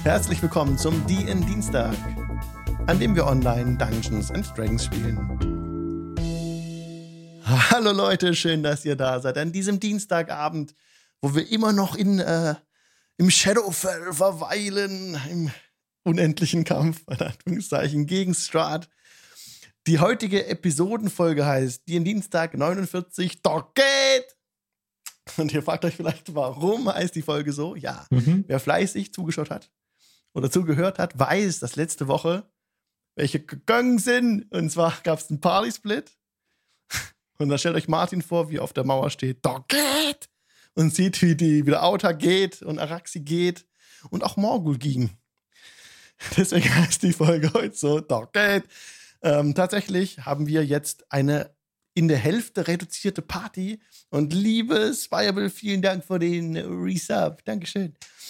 Herzlich willkommen zum D&Dienstag, an dem wir online Dungeons and Dragons spielen. Hallo Leute, schön, dass ihr da seid an diesem Dienstagabend, wo wir immer noch im Shadowfell verweilen, im unendlichen Kampf, in Anführungszeichen, gegen Strahd. Die heutige Episodenfolge heißt D&Dienstag 49 Docket. Und ihr fragt euch vielleicht, warum heißt die Folge so? Ja, wer fleißig zugeschaut hat oder zugehört hat, weiß, dass letzte Woche welche gegangen sind. Und zwar gab es einen Party-Split. Und dann stellt euch Martin vor, wie auf der Mauer steht, Docket! Und sieht, wie der Auta geht und Araxi geht und auch Morgul ging. Deswegen heißt die Folge heute so, Docket! Tatsächlich haben wir jetzt eine in der Hälfte reduzierte Party. Und liebes Fireball, vielen Dank für den Resub. Dankeschön.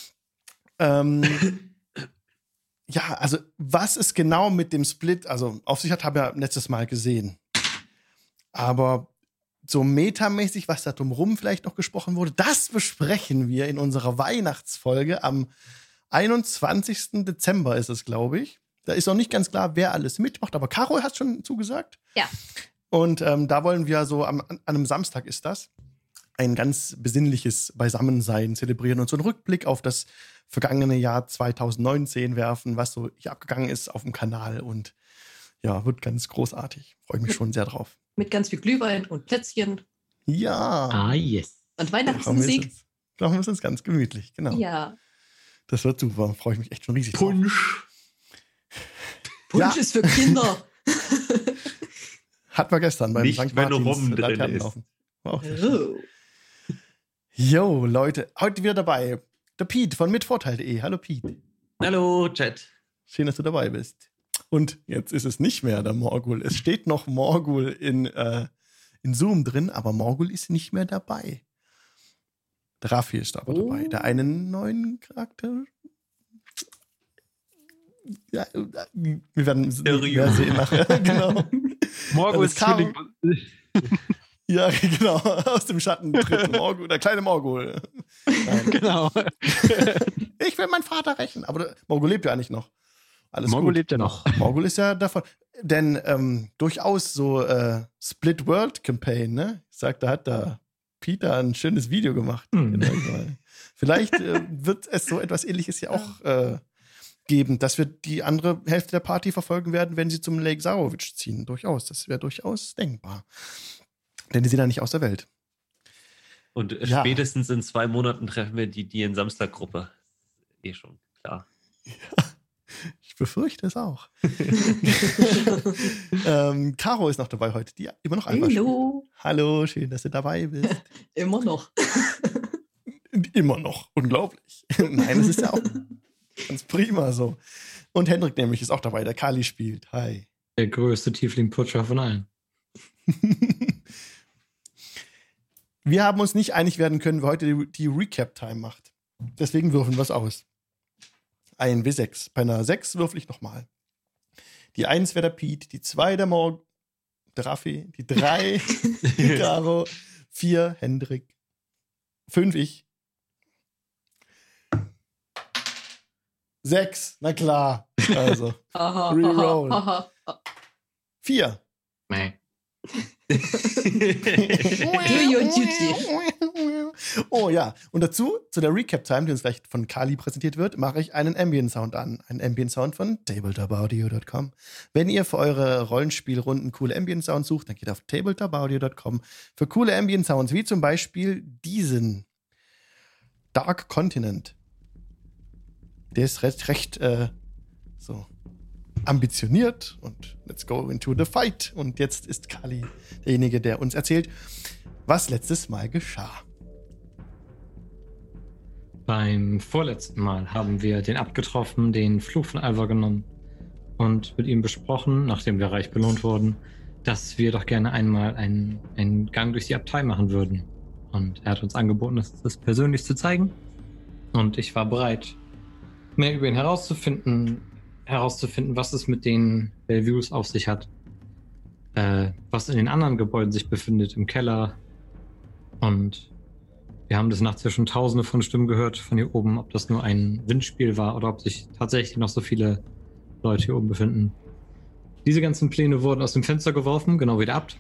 Ja, also was ist genau mit dem Split, also auf sich hat, haben wir letztes Mal gesehen. Aber so metamäßig, was da drumherum vielleicht noch gesprochen wurde, das besprechen wir in unserer Weihnachtsfolge am 21. Dezember ist es, glaube ich. Da ist noch nicht ganz klar, wer alles mitmacht, aber Caro hat schon zugesagt. Ja. Und da wollen wir so an einem Samstag ist das, ein ganz besinnliches Beisammensein zelebrieren und so einen Rückblick auf das vergangene Jahr 2019 werfen, was so hier abgegangen ist auf dem Kanal. Und ja, wird ganz großartig. Freue mich schon sehr drauf. Mit ganz viel Glühwein und Plätzchen. Ja. Ah, yes. Und Weihnachtsmusik. Machen wir es uns ganz gemütlich, genau. Ja. Das wird super. Freue ich mich echt schon riesig drauf. Punsch. Punsch ist für Kinder. Hatten wir gestern beim Nicht, St. wenn Martins Rum drin Laternenlaufen. War auch sehr schön. Oh. Jo, Leute, heute wieder dabei. Der Pete von mitvorteil.de. Hallo Pete. Hallo, Chat. Schön, dass du dabei bist. Und jetzt ist es nicht mehr der Morgul. Es steht noch Morgul in Zoom drin, aber Morgul ist nicht mehr dabei. Der Raffi ist aber dabei. Der einen neuen Charakter. Ja, wir werden mehr sehen nachher. Genau. Morgul ist Zwilling. Ja, genau. Aus dem Schatten tritt Morgul, der kleine Morgul. Nein. Genau. Ich will meinen Vater rächen. Aber Morgul lebt ja eigentlich noch. Alles Morgul gut. lebt ja noch. Morgul ist ja davon. Denn durchaus so Split World Campaign, ne? Ich sag, da hat da Peter ein schönes Video gemacht. Genau. Vielleicht wird es so etwas Ähnliches ja auch geben, dass wir die andere Hälfte der Party verfolgen werden, wenn sie zum Lake Zarowitch ziehen. Durchaus. Das wäre durchaus denkbar. Denn die sind ja nicht aus der Welt. Und spätestens in 2 Monaten treffen wir die in Samstag-Gruppe. Schon, klar. Ja, ich befürchte es auch. Caro ist noch dabei heute, die immer noch einfach Hallo. spielt. Hallo, schön, dass du dabei bist. Immer noch. Immer noch. Unglaublich. Nein, das ist ja auch ganz prima so. Und Hendrik nämlich ist auch dabei, der Kali spielt. Hi. Der größte Tiefling-Putscher von allen. Wir haben uns nicht einig werden können, wer heute die Recap-Time macht. Deswegen würfeln wir es aus. Ein W6. Bei einer 6 würfel ich nochmal. Die 1 wäre der Pete, die 2 der der Raffi, die 3 die Caro, 4 Hendrik, 5 ich. 6, na klar. Also, reroll. 4. Nee. Do your duty. Oh ja, und dazu, zu der Recap-Time, die uns gleich von Kali präsentiert wird, mache ich einen Ambient-Sound an. Einen Ambient-Sound von tabletopaudio.com. Wenn ihr für eure Rollenspielrunden coole Ambient-Sounds sucht, dann geht auf tabletopaudio.com für coole Ambient-Sounds, wie zum Beispiel diesen Dark Continent. Der ist recht so ambitioniert und let's go into the fight. Und jetzt ist Kali derjenige, der uns erzählt, was letztes Mal geschah. Beim vorletzten Mal haben wir den abgetroffen, den Fluch von Alva genommen und mit ihm besprochen, nachdem wir reich belohnt wurden, dass wir doch gerne einmal einen Gang durch die Abtei machen würden. Und er hat uns angeboten, das persönlich zu zeigen. Und ich war bereit, mehr über ihn herauszufinden, was es mit den Bellevues auf sich hat, was in den anderen Gebäuden sich befindet, im Keller und Wir haben des Nachts ja schon tausende von Stimmen gehört von hier oben, ob das nur ein Windspiel war oder ob sich tatsächlich noch so viele Leute hier oben befinden. Diese ganzen Pläne wurden aus dem Fenster geworfen, genau wie der Abt.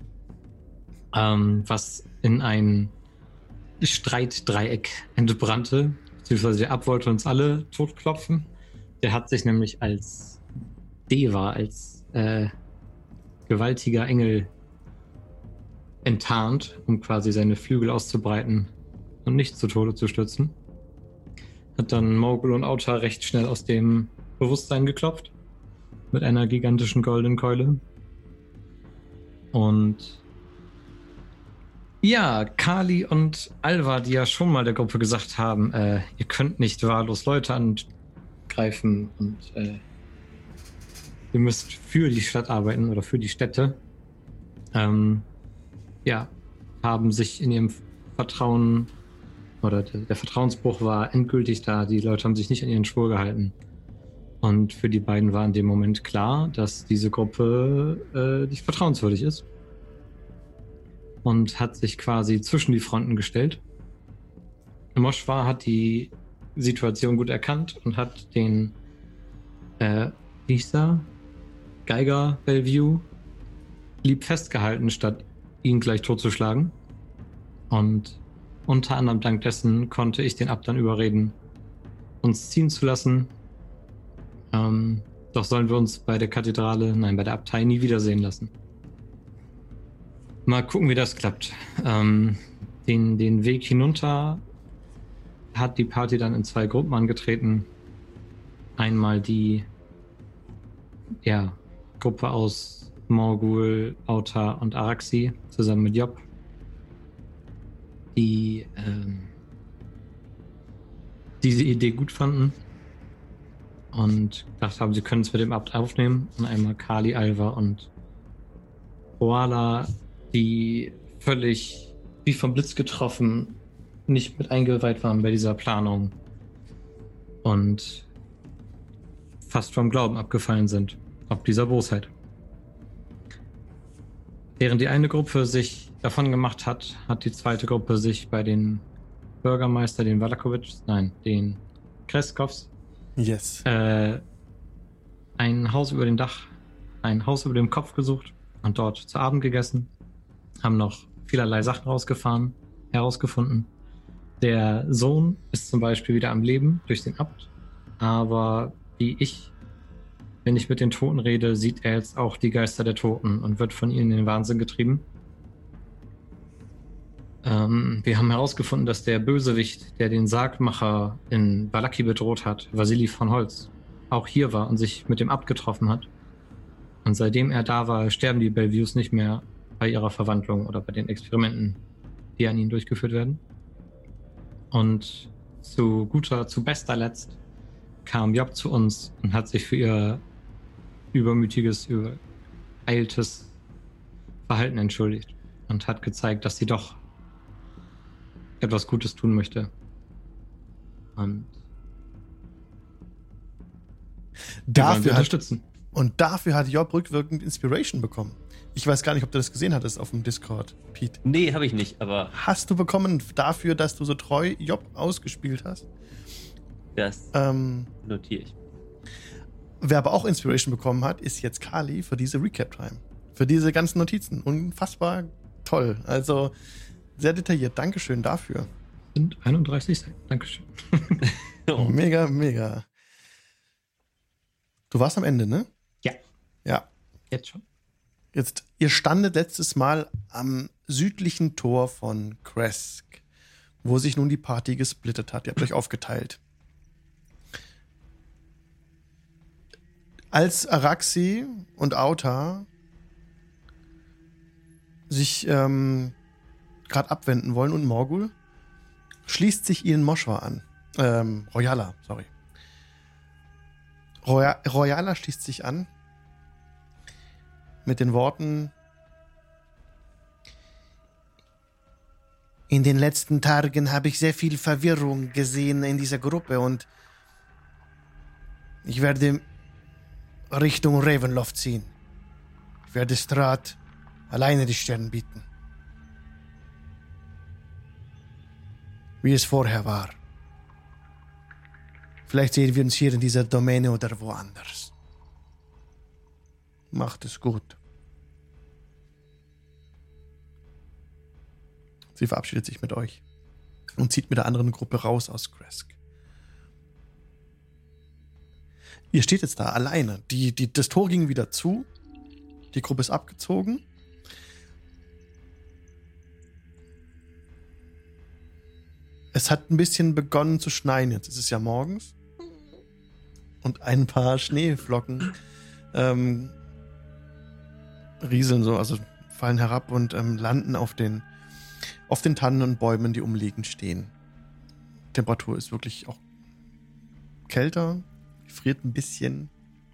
Was in ein Streitdreieck entbrannte, beziehungsweise der Abt wollte uns alle totklopfen. Der hat sich nämlich als Deva, als gewaltiger Engel enttarnt, um quasi seine Flügel auszubreiten und nicht zu Tode zu stürzen. Hat dann Morgul und Auta recht schnell aus dem Bewusstsein geklopft mit einer gigantischen goldenen Keule. Und ja, Kali und Alva, die ja schon mal der Gruppe gesagt haben, ihr könnt nicht wahllos Leute angreifen und ihr müsst für die Stadt arbeiten oder für die Städte, haben sich in ihrem Vertrauen, oder der Vertrauensbruch war endgültig da, die Leute haben sich nicht an ihren Schwur gehalten. Und für die beiden war in dem Moment klar, dass diese Gruppe nicht vertrauenswürdig ist. Und hat sich quasi zwischen die Fronten gestellt. Moschwa hat die Situation gut erkannt und hat den Geiger Bellevue lieb festgehalten, statt ihn gleich totzuschlagen. Und unter anderem dank dessen konnte ich den Abt dann überreden, uns ziehen zu lassen. Doch sollen wir uns bei der Abtei nie wiedersehen lassen. Mal gucken, wie das klappt. Den Weg hinunter hat die Party dann in 2 Gruppen angetreten. Einmal die Gruppe aus Morgul, Auta und Araxi zusammen mit Job, die diese Idee gut fanden und gedacht haben, sie können es mit dem Abt aufnehmen. Und einmal Kali, Alva und Roala, die völlig wie vom Blitz getroffen nicht mit eingeweiht waren bei dieser Planung und fast vom Glauben abgefallen sind, ob dieser Bosheit. Während die eine Gruppe sich davon gemacht hat, hat die zweite Gruppe sich bei den Bürgermeister, den den Kreskovs, ein Haus über dem Kopf gesucht und dort zu Abend gegessen. Haben noch vielerlei Sachen herausgefunden. Der Sohn ist zum Beispiel wieder am Leben durch den Abt, aber wenn ich mit den Toten rede, sieht er jetzt auch die Geister der Toten und wird von ihnen in den Wahnsinn getrieben. Wir haben herausgefunden, dass der Bösewicht, der den Sargmacher in Vallaki bedroht hat, Vasili von Holz, auch hier war und sich mit dem Abt getroffen hat. Und seitdem er da war, sterben die Bellevues nicht mehr bei ihrer Verwandlung oder bei den Experimenten, die an ihnen durchgeführt werden. Und zu bester Letzt kam Job zu uns und hat sich für ihr übermütiges, übereiltes Verhalten entschuldigt und hat gezeigt, dass sie doch etwas Gutes tun möchte. Und dafür hat Job rückwirkend Inspiration bekommen. Ich weiß gar nicht, ob du das gesehen hattest auf dem Discord, Pete. Nee, habe ich nicht, aber... Hast du bekommen dafür, dass du so treu Job ausgespielt hast? Das notiere ich. Wer aber auch Inspiration bekommen hat, ist jetzt Kali für diese Recap-Time. Für diese ganzen Notizen. Unfassbar toll. Also sehr detailliert. Dankeschön dafür. Sind 31 Seiten. Dankeschön. Oh. Mega, mega. Du warst am Ende, ne? Ja. Ja. Jetzt schon. Ihr standet letztes Mal am südlichen Tor von Kresk, wo sich nun die Party gesplittet hat. Ihr habt euch aufgeteilt. Als Araxi und Auta sich gerade abwenden wollen und Morgul, schließt sich ihnen Moschwa an. Royala, sorry. Royala schließt sich an mit den Worten: In den letzten Tagen habe ich sehr viel Verwirrung gesehen in dieser Gruppe und ich werde Richtung Ravenloft ziehen. Ich werde Strahd alleine die Stirn bieten. wie es vorher war. Vielleicht sehen wir uns hier in dieser Domäne oder woanders. Macht es gut. Sie verabschiedet sich mit euch und zieht mit der anderen Gruppe raus aus Kresk. Ihr steht jetzt da alleine. Das Tor ging wieder zu. Die Gruppe ist abgezogen. Es hat ein bisschen begonnen zu schneien. Jetzt ist es ja morgens. Und ein paar Schneeflocken rieseln so, also fallen herab und landen auf den Tannen und Bäumen, die umliegend stehen. Temperatur ist wirklich auch kälter, friert ein bisschen.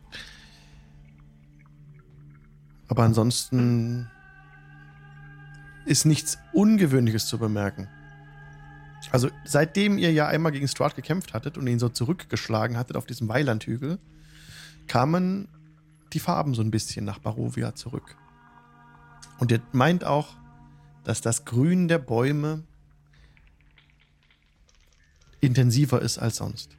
Aber ansonsten ist nichts Ungewöhnliches zu bemerken. Also seitdem ihr ja einmal gegen Strahd gekämpft hattet und ihn so zurückgeschlagen hattet auf diesem Weilandhügel, kamen die Farben so ein bisschen nach Barovia zurück. Und ihr meint auch, dass das Grün der Bäume intensiver ist als sonst.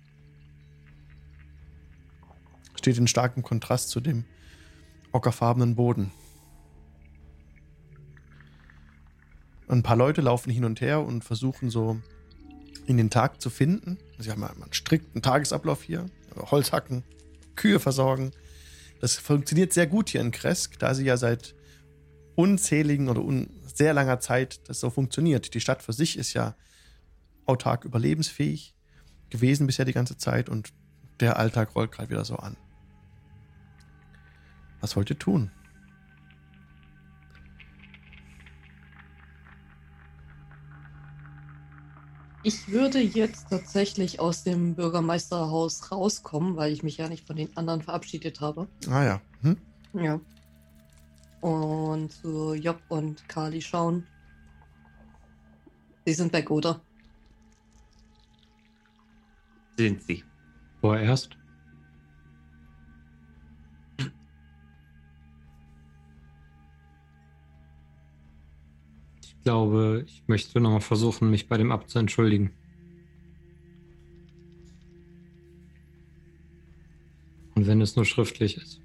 Steht in starkem Kontrast zu dem ockerfarbenen Boden. Ein paar Leute laufen hin und her und versuchen so in den Tag zu finden. Sie haben einen strikten Tagesablauf hier. Holz hacken, Kühe versorgen. Das funktioniert sehr gut hier in Kresk, da sie ja seit unzähligen oder sehr langer Zeit das so funktioniert. Die Stadt für sich ist ja autark überlebensfähig gewesen bisher die ganze Zeit und der Alltag rollt gerade wieder so an. Was wollt ihr tun? Ich würde jetzt tatsächlich aus dem Bürgermeisterhaus rauskommen, weil ich mich ja nicht von den anderen verabschiedet habe. Ah ja. Ja. Und zu Job und Kali schauen. Sie sind weg, oder? Sind sie. Vorerst. Ich glaube, ich möchte nochmal versuchen, mich bei dem Abt zu entschuldigen. Und wenn es nur schriftlich ist.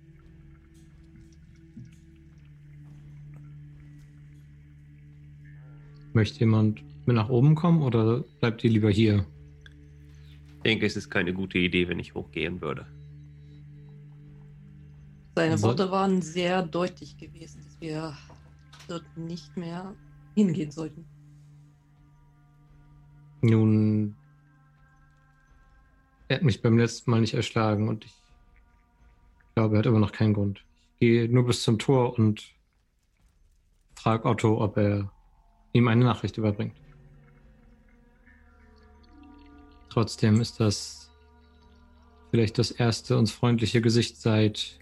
Möchte jemand mit nach oben kommen oder bleibt ihr lieber hier? Ich denke, es ist keine gute Idee, wenn ich hochgehen würde. Seine Worte waren sehr deutlich gewesen, dass wir dort nicht mehr hingehen sollten. Nun, er hat mich beim letzten Mal nicht erschlagen und ich glaube, er hat immer noch keinen Grund. Ich gehe nur bis zum Tor und frage Otto, ob er ihm eine Nachricht überbringt. Trotzdem ist das vielleicht das erste uns freundliche Gesicht seit...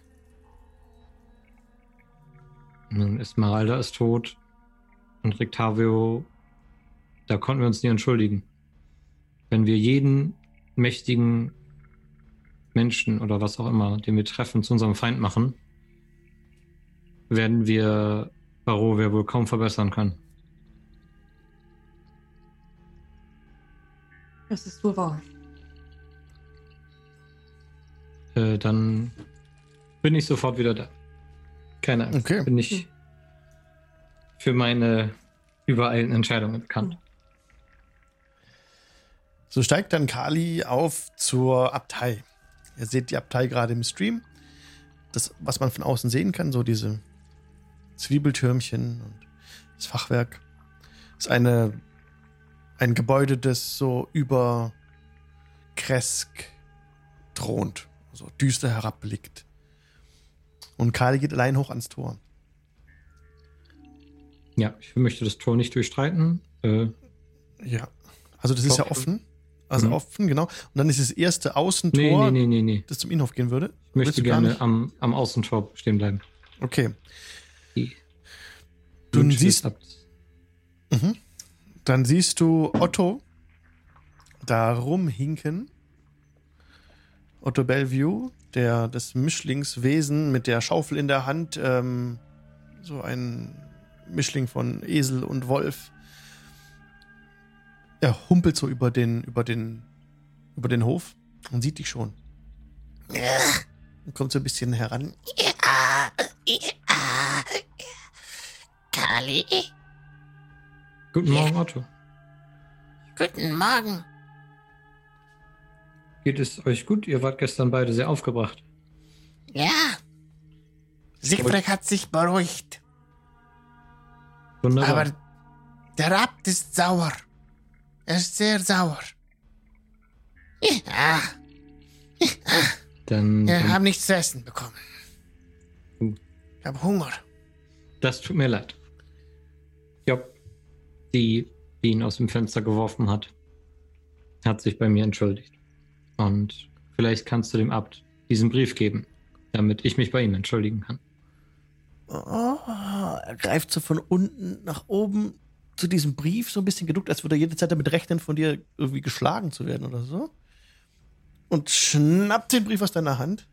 Nun, Esmeralda ist tot und Rictavio, da konnten wir uns nie entschuldigen. Wenn wir jeden mächtigen Menschen oder was auch immer, den wir treffen, zu unserem Feind machen, werden wir Barovia wohl kaum verbessern können. Das ist wohl wahr. Dann bin ich sofort wieder da. Keine Angst. Okay. Bin ich für meine übereilten Entscheidungen bekannt. So steigt dann Kali auf zur Abtei. Ihr seht die Abtei gerade im Stream. Das, was man von außen sehen kann, so diese Zwiebeltürmchen und das Fachwerk, ist ein Gebäude, das so über Kresk thront, so düster herabblickt. Und Kali geht allein hoch ans Tor. Ja, ich möchte das Tor nicht durchstreiten. Ja, also das ist ja offen. Also offen, genau. Und dann ist das erste Außentor, nee. das zum Innenhof gehen würde. Ich möchte gerne am Außentor stehen bleiben. Okay. Dann siehst du Otto da rumhinken. Otto Bellevue, das Mischlingswesen mit der Schaufel in der Hand, so ein Mischling von Esel und Wolf, Er humpelt so über den Hof und sieht dich schon. Und kommt so ein bisschen heran. Kali? Guten Morgen, Otto. Guten Morgen. Geht es euch gut? Ihr wart gestern beide sehr aufgebracht. Ja. Siegfried hat sich beruhigt. Wunderbar. Aber der Abt ist sauer. Er ist sehr sauer. Ja. Wir haben nichts zu essen bekommen. Ich habe Hunger. Das tut mir leid. Job, die ihn aus dem Fenster geworfen hat sich bei mir entschuldigt. Und vielleicht kannst du dem Abt diesen Brief geben, damit ich mich bei ihm entschuldigen kann. Oh, er greift so von unten nach oben zu diesem Brief, so ein bisschen geduckt, als würde er jede Zeit damit rechnen, von dir irgendwie geschlagen zu werden oder so. Und schnappt den Brief aus deiner Hand.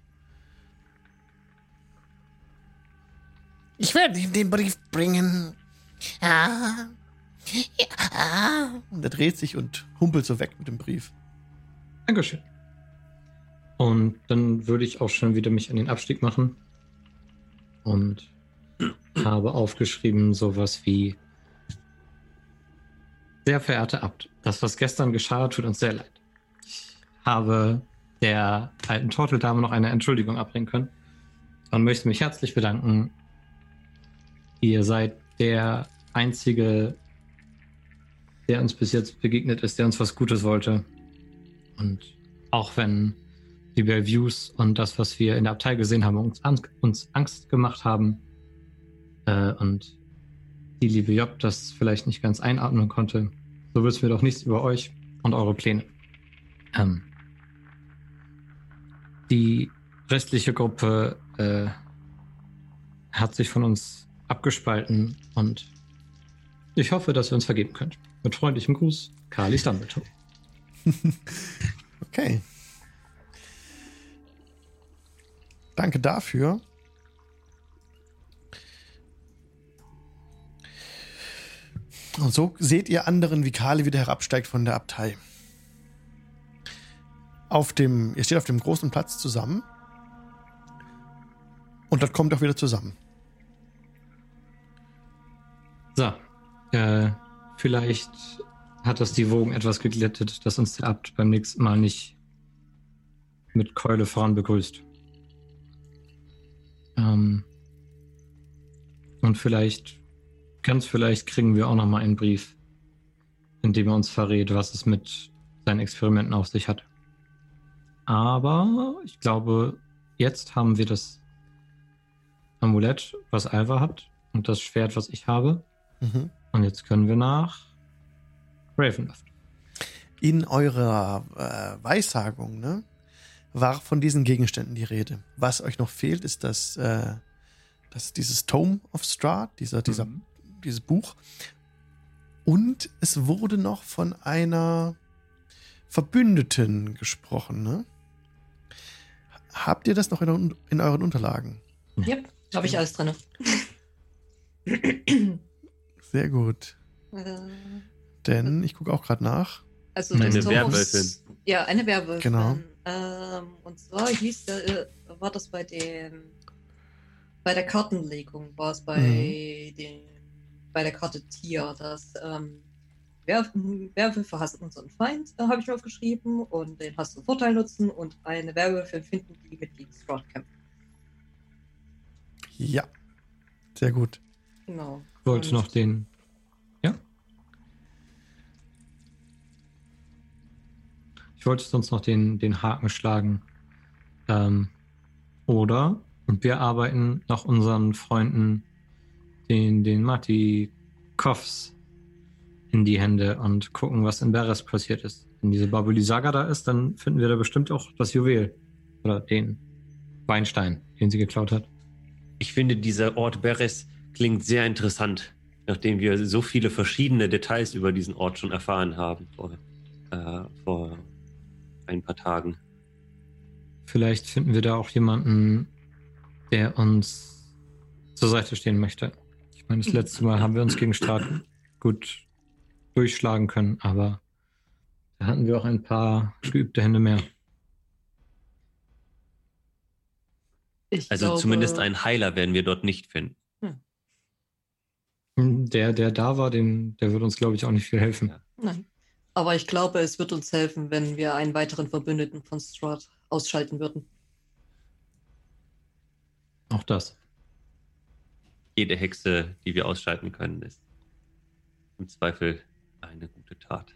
Ich werde ihm den Brief bringen. Ja. Und er dreht sich und humpelt so weg mit dem Brief. Dankeschön. Und dann würde ich auch schon wieder mich an den Abstieg machen. Und habe aufgeschrieben sowas wie: Sehr verehrter Abt, das, was gestern geschah, tut uns sehr leid. Ich habe der alten Torteldame noch eine Entschuldigung abbringen können und möchte mich herzlich bedanken. Ihr seid der Einzige, der uns bis jetzt begegnet ist, der uns was Gutes wollte. Und auch wenn die Belleviews und das, was wir in der Abtei gesehen haben, uns Angst gemacht haben und die liebe Job das vielleicht nicht ganz einatmen konnte, so wissen wir doch nichts über euch und eure Pläne. Die restliche Gruppe hat sich von uns abgespalten und ich hoffe, dass ihr uns vergeben könnt. Mit freundlichem Gruß, Kali Dumbledore. Okay. Danke dafür. Und so seht ihr anderen, wie Kali wieder herabsteigt von der Abtei. Ihr steht auf dem großen Platz zusammen. Und dort kommt auch wieder zusammen. So, vielleicht hat das die Wogen etwas geglättet, dass uns der Abt beim nächsten Mal nicht mit Keule voran begrüßt. Und ganz vielleicht kriegen wir auch noch mal einen Brief, in dem er uns verrät, was es mit seinen Experimenten auf sich hat. Aber ich glaube, jetzt haben wir das Amulett, was Alva hat, und das Schwert, was ich habe. Mhm. Und jetzt können wir nach Ravenloft. In eurer Weissagung, ne, war von diesen Gegenständen die Rede. Was euch noch fehlt, ist dieses Tome of Strahd, dieses Buch. Und es wurde noch von einer Verbündeten gesprochen, ne? Habt ihr das noch in euren Unterlagen? Ja, habe ich alles drin. Sehr gut. Denn ich gucke auch gerade nach. Also Eine das Werwölfin. Ja, eine Werwölfin. Genau. Und zwar war das bei der Kartenlegung, war es bei der Karte Tier, dass Werwölfe hassen unseren Feind, habe ich mir aufgeschrieben, und den hast du Vorteil nutzen und eine Werwölfin finden, die mit gegen Strahd kämpfen. Ja, sehr gut. Genau. Ich wollte noch den... Ja? Ich wollte sonst noch den Haken schlagen. Oder wir arbeiten nach unseren Freunden, den Matikovs, in die Hände und gucken, was in Beres passiert ist. Wenn diese Babuli Saga da ist, dann finden wir da bestimmt auch das Juwel. Oder den Weinstein, den sie geklaut hat. Ich finde, dieser Ort Beres klingt sehr interessant, nachdem wir so viele verschiedene Details über diesen Ort schon erfahren haben vor ein paar Tagen. Vielleicht finden wir da auch jemanden, der uns zur Seite stehen möchte. Ich meine, das letzte Mal haben wir uns gegen Strahd gut durchschlagen können, aber Da hatten wir auch ein paar geübte Hände mehr. Ich Also glaube, zumindest einen Heiler werden wir dort nicht finden. Der da war, der wird uns, glaube ich, auch nicht viel helfen. Ja. Nein. Aber ich glaube, es wird uns helfen, wenn wir einen weiteren Verbündeten von Strahd ausschalten würden. Auch das. Jede Hexe, die wir ausschalten können, ist im Zweifel eine gute Tat.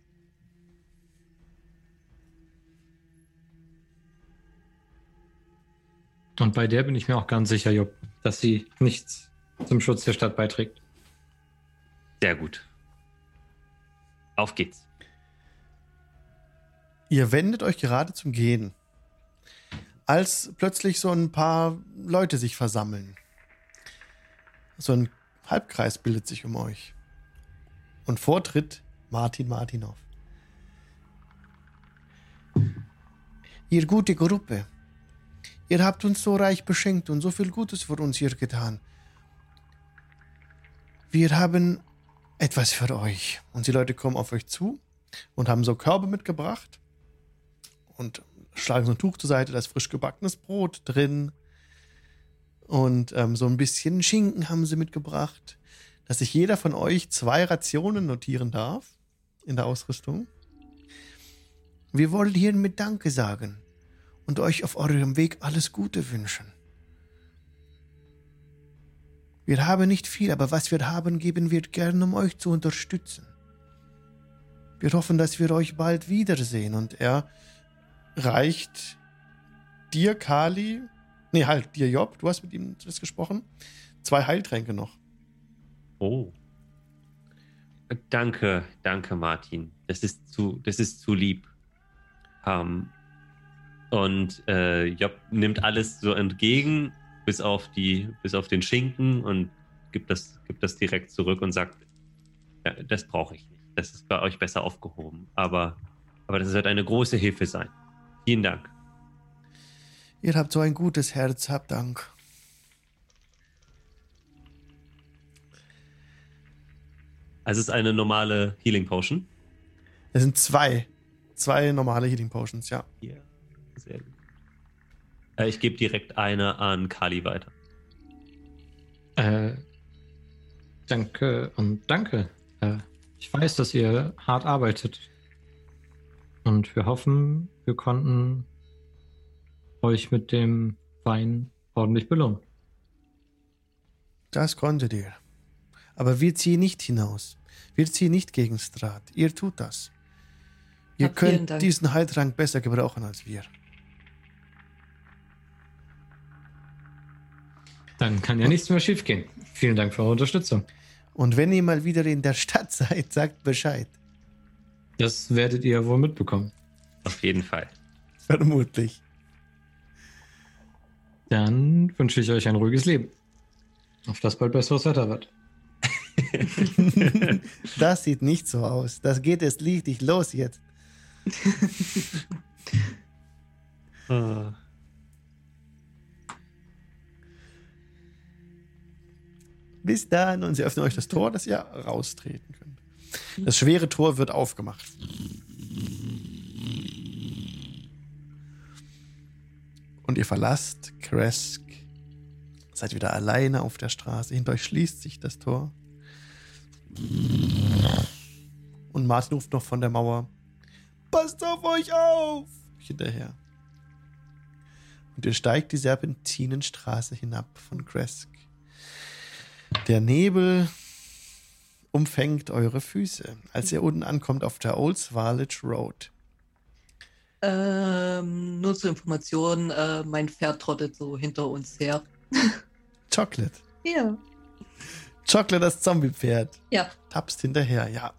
Und bei der bin ich mir auch ganz sicher, Job, dass sie nichts zum Schutz der Stadt beiträgt. Sehr gut. Auf geht's. Ihr wendet euch gerade zum Gehen, als plötzlich so ein paar Leute sich versammeln. So ein Halbkreis bildet sich um euch. Und vortritt Martin Martinov. Ihr gute Gruppe, ihr habt uns so reich beschenkt und so viel Gutes für uns hier getan. Wir haben etwas für euch. Und die Leute kommen auf euch zu und haben so Körbe mitgebracht und schlagen so ein Tuch zur Seite, da ist frisch gebackenes Brot drin. Und so ein bisschen Schinken haben sie mitgebracht, dass sich jeder von euch 2 Rationen notieren darf in der Ausrüstung. Wir wollen hiermit Danke sagen und euch auf eurem Weg alles Gute wünschen. Wir haben nicht viel, aber was wir haben, geben wir gern, um euch zu unterstützen. Wir hoffen, dass wir euch bald wiedersehen. Und er reicht dir, Kali, dir, Job, du hast mit ihm das gesprochen, 2 Heiltränke noch. Oh. Danke, Martin. Das ist zu lieb. Und Job nimmt alles so entgegen, bis auf den Schinken und gibt das direkt zurück und sagt, ja, das brauche ich nicht. Das ist bei euch besser aufgehoben. Aber das wird eine große Hilfe sein. Vielen Dank. Ihr habt so ein gutes Herz, habt Dank. Also es ist eine normale Healing Potion. Es sind 2 normale Healing Potions, ja. Ja, sehr gut. Ich gebe direkt eine an Kali weiter. Danke und danke. Ich weiß, dass ihr hart arbeitet. Und wir hoffen, wir konnten euch mit dem Wein ordentlich belohnen. Das konntet ihr. Aber wir ziehen nicht hinaus. Wir ziehen nicht gegen Strahd. Ihr tut das. Ihr Vielen könnt Dank. diesen Heiltrank besser gebrauchen als wir. Dann kann ja nichts mehr schief gehen. Vielen Dank für eure Unterstützung. Und wenn ihr mal wieder in der Stadt seid, sagt Bescheid. Das werdet ihr wohl mitbekommen. Auf jeden Fall. Vermutlich. Dann wünsche ich euch ein ruhiges Leben. Auf das bald besseres Wetter wird. Das sieht nicht so aus. Das geht erst richtig los jetzt. Bis dann. Und sie öffnen euch das Tor, dass ihr raustreten könnt. Das schwere Tor wird aufgemacht. Und ihr verlasst Kresk. Seid wieder alleine auf der Straße. Hinter euch schließt sich das Tor. Und Martin ruft noch von der Mauer: Passt auf euch auf! Hinterher. Und ihr steigt die Serpentinenstraße hinab von Kresk. Der Nebel umfängt eure Füße, als ihr unten ankommt auf der Old Swarledge Road. Nur zur Information, mein Pferd trottet so hinter uns her. Chocolate. Ja. Chocolate, das Zombie-Pferd. Ja. Tapst hinterher, ja.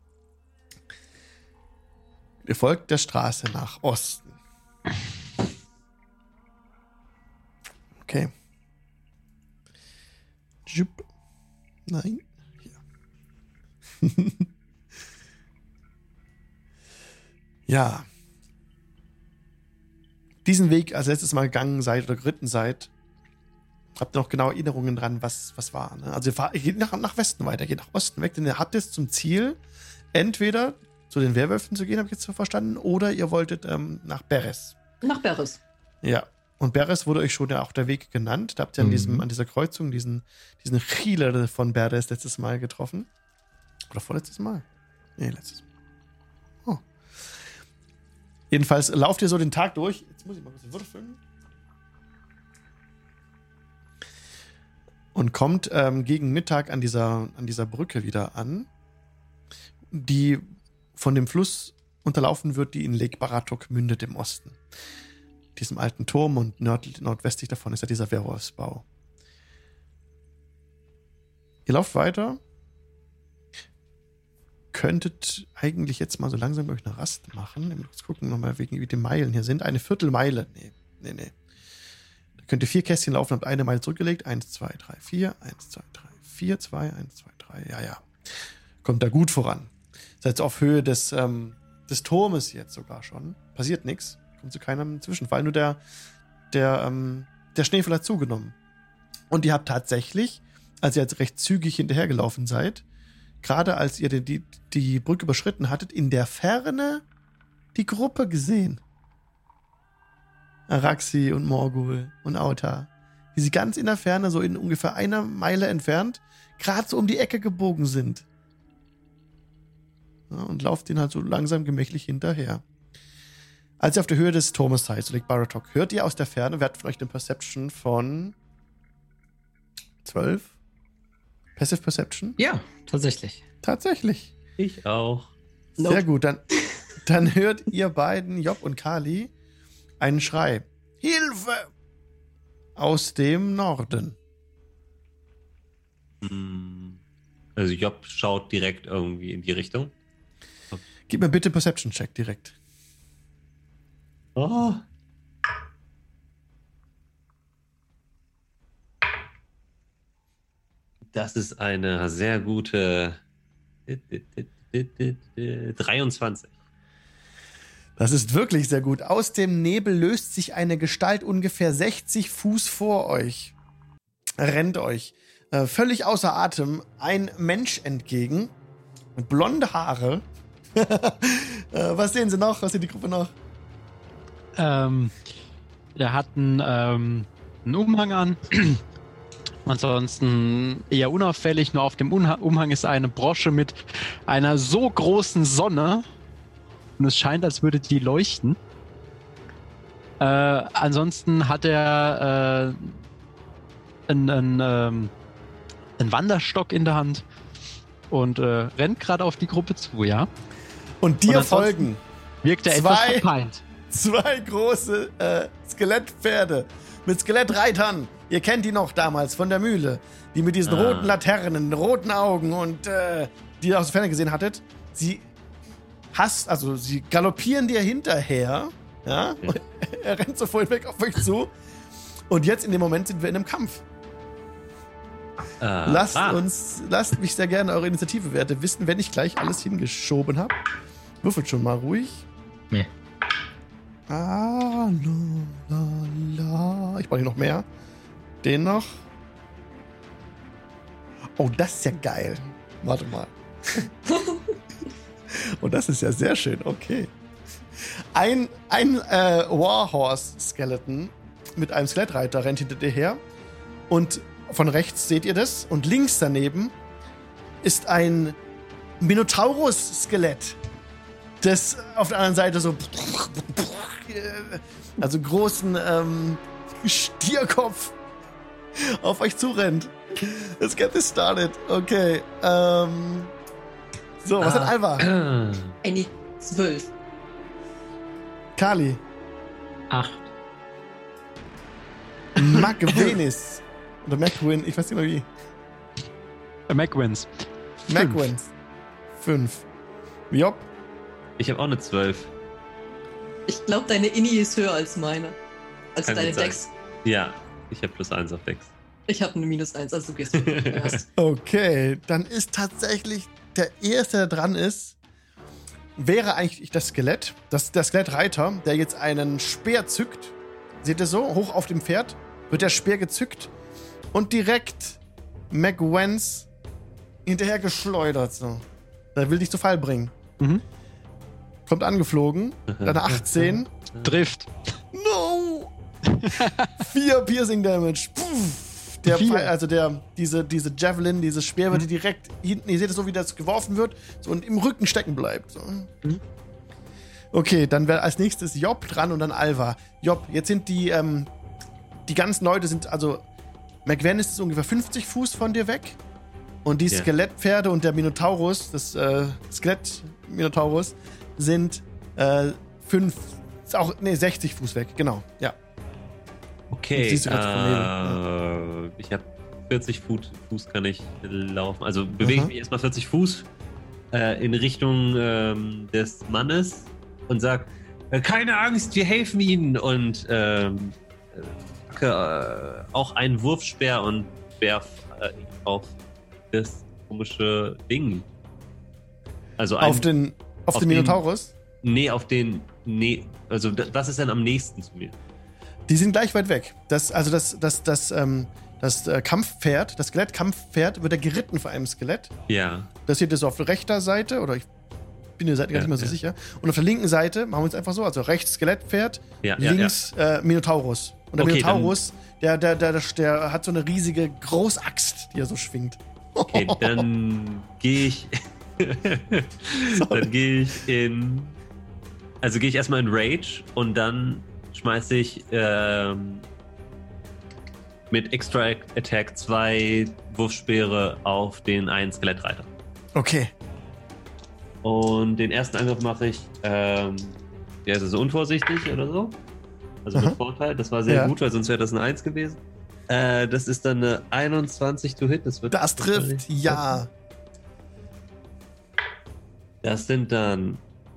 Ihr folgt der Straße nach Osten. Okay. Jupp. Nein. Hier. Ja. Diesen Weg als letztes Mal gegangen seid oder geritten seid, habt ihr noch genau Erinnerungen dran, was war. Ne? Also ihr geht nach Westen weiter, geht nach Osten weg, denn ihr habt jetzt zum Ziel, entweder zu den Werwölfen zu gehen, habe ich jetzt so verstanden. Oder ihr wolltet nach Beres. Nach Beres. Ja. Und Beres wurde euch schon ja auch der Weg genannt. Da habt ihr an dieser Kreuzung diesen Healer von Beres letztes Mal getroffen. Oder vorletztes Mal? Nee, letztes Mal. Oh. Jedenfalls lauft ihr so den Tag durch. Jetzt muss ich mal ein bisschen würfeln. Und kommt gegen Mittag an dieser Brücke wieder an, die von dem Fluss unterlaufen wird, die in Lake Baratok mündet im Osten. Diesem alten Turm und nordwestlich davon ist ja dieser Werwolfsbau. Ihr lauft weiter. Könntet eigentlich jetzt mal so langsam euch eine Rast machen. Ich muss gucken nochmal, wie die Meilen hier sind. Eine Viertelmeile. Nee. Da könnt ihr 4 Kästchen laufen, habt eine Meile zurückgelegt. 1, 2, 3, 4. 1, 2, 3, 4, 2, 1, 2, 3. Ja. Kommt da gut voran. Seid so auf Höhe des Turmes jetzt sogar schon. Passiert nichts. Kommt zu keinem Zwischenfall. Nur der Schneefall hat zugenommen. Und ihr habt tatsächlich, als ihr jetzt recht zügig hinterhergelaufen seid, gerade als ihr die Brücke überschritten hattet, in der Ferne die Gruppe gesehen. Araxi und Morgul und Auta. Wie sie ganz in der Ferne, so in ungefähr einer Meile entfernt, gerade so um die Ecke gebogen sind. Ja, und lauft ihnen halt so langsam gemächlich hinterher. Als ihr auf der Höhe des Turmes seid, so Lake Baratok, hört ihr aus der Ferne, werdet von euch eine Perception von 12? Passive Perception? Ja, tatsächlich. Tatsächlich. Ich auch. Sehr gut, dann hört ihr beiden, Job und Kali, einen Schrei. Hilfe! Aus dem Norden. Also Job schaut direkt irgendwie in die Richtung. Gib mir bitte Perception-Check direkt. Oh. Das ist eine sehr gute 23. Das ist wirklich sehr gut. Aus dem Nebel löst sich eine Gestalt ungefähr 60 Fuß vor euch. Rennt euch. Völlig außer Atem. Ein Mensch entgegen. Mit blonde Haare. Was sehen sie noch? Was sieht die Gruppe noch? Der hat einen Umhang an. Ansonsten eher unauffällig. Nur auf dem Umhang ist eine Brosche mit einer so großen Sonne. Und es scheint, als würde die leuchten. Ansonsten hat er einen Wanderstock in der Hand und rennt gerade auf die Gruppe zu, ja? Und dir folgen wirkt er etwas verpeint. 2 große Skelettpferde mit Skelettreitern. Ihr kennt die noch damals von der Mühle. Die mit diesen roten Laternen, roten Augen und die ihr aus der Ferne gesehen hattet. Sie galoppieren dir hinterher. Ja? Er rennt so vorhin weg auf euch zu. Und jetzt in dem Moment sind wir in einem Kampf. Lasst mich sehr gerne eure Initiative-Werte wissen, wenn ich gleich alles hingeschoben habe. Würfelt schon mal ruhig. Nee. Ich brauche hier noch mehr. Den noch. Oh, das ist ja geil. Warte mal. Oh, das ist ja sehr schön. Okay. Ein Warhorse-Skeleton mit einem Skelettreiter rennt hinter dir her. Und von rechts seht ihr das. Und links daneben ist ein Minotaurus-Skelett, das auf der anderen Seite so großen Stierkopf auf euch zurennt. Let's get this started. Okay. So, was hat Alva? Eine 12. Kali. 8. Macvenis. Oder Macwin, ich weiß nicht mehr wie. Macwins. 5. Job. Ich habe auch eine 12. Ich glaube, deine Inni ist höher als meine. Als Kann deine gut sein. Dex. Ja, ich habe +1 auf Dex. Ich habe eine -1, also du gehst zuerst. Okay, dann ist tatsächlich der Erste, der dran ist, wäre eigentlich das Skelett. Der Skelettreiter, der jetzt einen Speer zückt. Seht ihr so? Hoch auf dem Pferd wird der Speer gezückt und direkt McWens hinterher geschleudert. So. Der will dich zu Fall bringen. Mhm. Kommt angeflogen. Eine 18. Trifft. No! 4 Piercing Damage. Puff. Diese Javelin, dieses Speer wird direkt hinten, ihr seht es so, wie das geworfen wird, so und im Rücken stecken bleibt. So. Okay, dann wäre als nächstes Job dran und dann Alva. Job, jetzt sind die ganzen Leute sind, also McVannis ist ungefähr 50 Fuß von dir weg und die Skelettpferde und der Minotaurus, das Skelett-Minotaurus, sind 60 Fuß weg, genau, ja. Okay, Siehst du gerade ich habe 40 Fuß kann ich laufen. Also bewege ich mich erstmal 40 Fuß in Richtung des Mannes und sag, keine Angst, wir helfen Ihnen. Und packe auch einen Wurfspeer und werf auf das komische Ding. Also Auf den Minotaurus? Also was ist denn am nächsten zu mir? Die sind gleich weit weg. Das Kampfpferd, das Skelettkampfpferd, wird geritten von einem Skelett. Ja. Das hier ist auf der rechten Seite, oder ich bin der Seite gar nicht mehr so sicher. Und auf der linken Seite machen wir es einfach so, also rechts Skelettpferd, links Minotaurus. Und der Minotaurus, der hat so eine riesige Großaxt, die er so schwingt. Okay, dann gehe ich. Dann gehe ich in. Also gehe ich erstmal in Rage und dann schmeiße ich mit Extra Attack 2 Wurfspeere auf den einen Skelettreiter. Okay. Und den ersten Angriff mache ich, der ist also unvorsichtig oder so. Also mit Vorteil. Das war sehr gut, weil sonst wäre das eine 1 gewesen. Das ist dann eine 21 to hit. Das trifft, ja. Das sind dann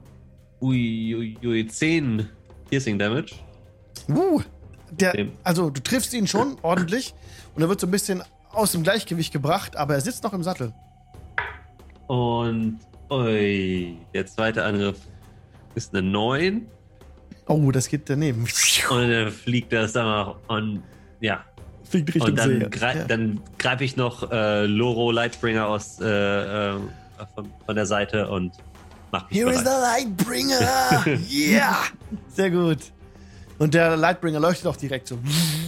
10 Piercing Damage. Also du triffst ihn schon ordentlich und er wird so ein bisschen aus dem Gleichgewicht gebracht, aber er sitzt noch im Sattel. Und der zweite Angriff ist eine 9. Oh, das geht daneben. Und dann fliegt das einfach und ja. Fliegt Richtung und dann, See. Dann greife ich noch Loro Lightbringer aus von der Seite und mach mich Here is the Lightbringer! Yeah! Sehr gut. Und der Lightbringer leuchtet auch direkt so.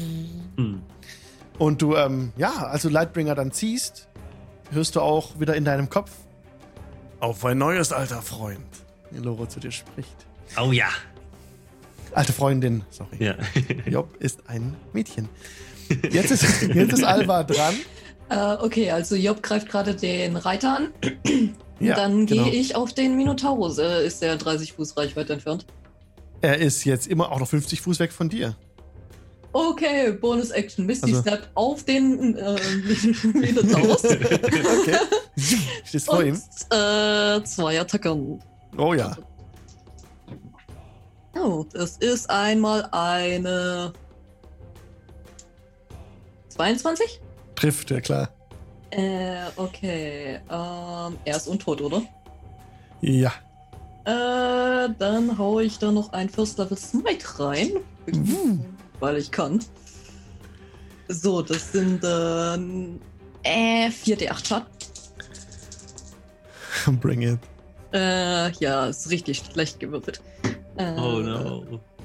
Und du, als du Lightbringer dann ziehst, hörst du auch wieder in deinem Kopf: Auf ein neues, alter Freund. Wie Loro zu dir spricht. Oh ja. Alte Freundin, sorry. Ja. Job ist ein Mädchen. Jetzt ist Alva dran. Okay, also Job greift gerade den Reiter an. Ja, dann gehe ich auf den Minotaurus. Ist der 30 Fuß Reichweite entfernt? Er ist jetzt immer auch noch 50 Fuß weg von dir. Okay, Bonus-Action. Misty Snap auf den Minotaurus. Okay. Stehst vor ihm. 2 Attacken. Oh ja. Oh, das ist einmal eine 22? Trifft, ja klar. Okay. Er ist untot, oder? Ja. Dann hau ich da noch ein First Level Smite rein. Weil ich kann. So, das sind 4d8 Schaden. Bring it. Ja, ist richtig schlecht gewürfelt. Oh no.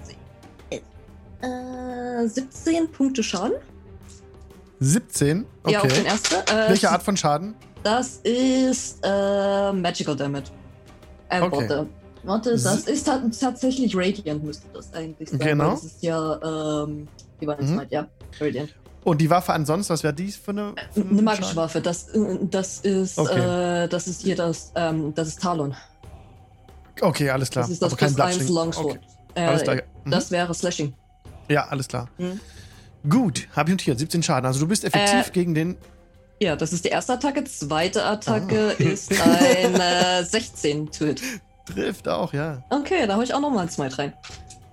17 Punkte Schaden. 17? Okay. Ja, auf den ersten. Welche Art von Schaden? Das ist Magical Damage. Okay. Warte, das ist tatsächlich Radiant, müsste das eigentlich sein. Genau. Das ist ja, wie war das ja, Radiant. Und die Waffe ansonsten, was wäre dies für eine magische Schaden? Waffe, das ist, Okay. das ist hier das ist Talon. Okay, alles klar. Das ist das aber kein plus 1 Bludgeoning. Longsword. Okay. Alles klar. Das wäre Slashing. Ja, alles klar. Gut, habe ich notiert. 17 Schaden. Also du bist effektiv gegen den... Ja, das ist die erste Attacke. Zweite Attacke ist ein 16 to hit. Trifft auch, ja. Okay, da hau ich auch nochmal ein Smite rein.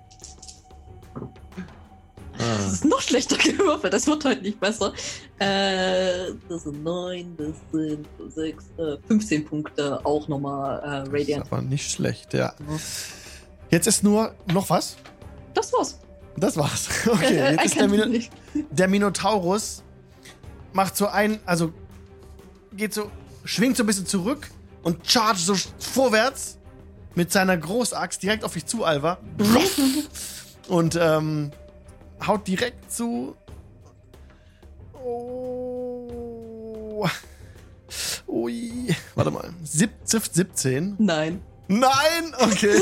Das ist noch schlechter gewürfelt, das wird heute nicht besser. Das sind 9, das sind 6, 15 Punkte, auch nochmal Radiant. Das ist aber nicht schlecht, ja. Jetzt ist nur noch was? Das war's. Das war's. Okay, jetzt ist der Minotaurus macht so schwingt so ein bisschen zurück und chargt so vorwärts mit seiner Großaxt direkt auf dich zu, Alva. Und haut direkt zu. Oh. Ui. Warte mal. 17. Nein. Nein! Okay.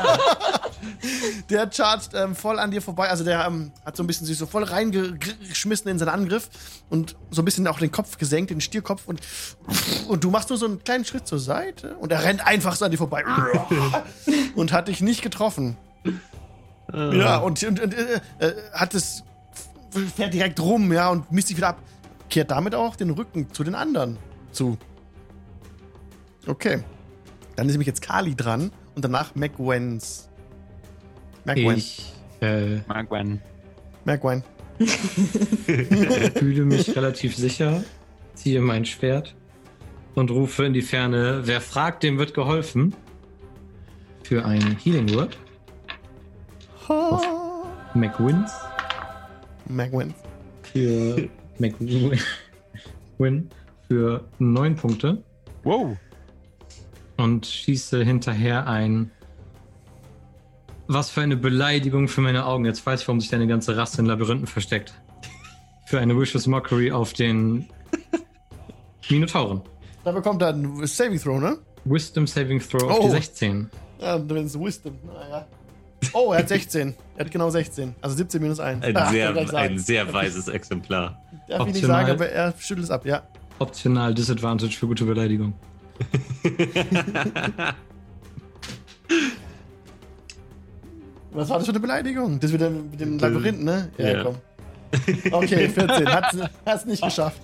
Der chargt voll an dir vorbei. Also der hat so ein bisschen sich so voll reingeschmissen in seinen Angriff und so ein bisschen auch den Kopf gesenkt, den Stierkopf. Und du machst nur so einen kleinen Schritt zur Seite und er rennt einfach so an dir vorbei. Und hat dich nicht getroffen. Ja, und hat es fährt direkt rum, ja, und misst sich wieder ab. Kehrt damit auch den Rücken zu den anderen zu. Okay. Dann ist nämlich jetzt Kali dran und danach McGwen. Ich McGwen. fühle mich relativ sicher, ziehe mein Schwert und rufe in die Ferne, wer fragt, dem wird geholfen. Für ein Healing Word. Auf McGwen. Für McGwen für 9 Punkte. Wow. Und schieße hinterher ein. Was für eine Beleidigung für meine Augen. Jetzt weiß ich, warum sich deine ganze Rasse in Labyrinthen versteckt. Für eine Vicious Mockery auf den Minotauren. Da bekommt er einen Saving Throw, ne? Wisdom Saving Throw auf die 16. Ja, wenn es Wisdom, naja. Oh, er hat 16. Er hat genau 16. Also 17 minus 1. Ein sehr weises Exemplar. Darf ich nicht sagen, aber er schüttelt es ab, ja. Optional Disadvantage für gute Beleidigung. Was war das für eine Beleidigung? Das mit dem Labyrinth, ne? Ja. Komm. Okay, 14. Hat's nicht geschafft.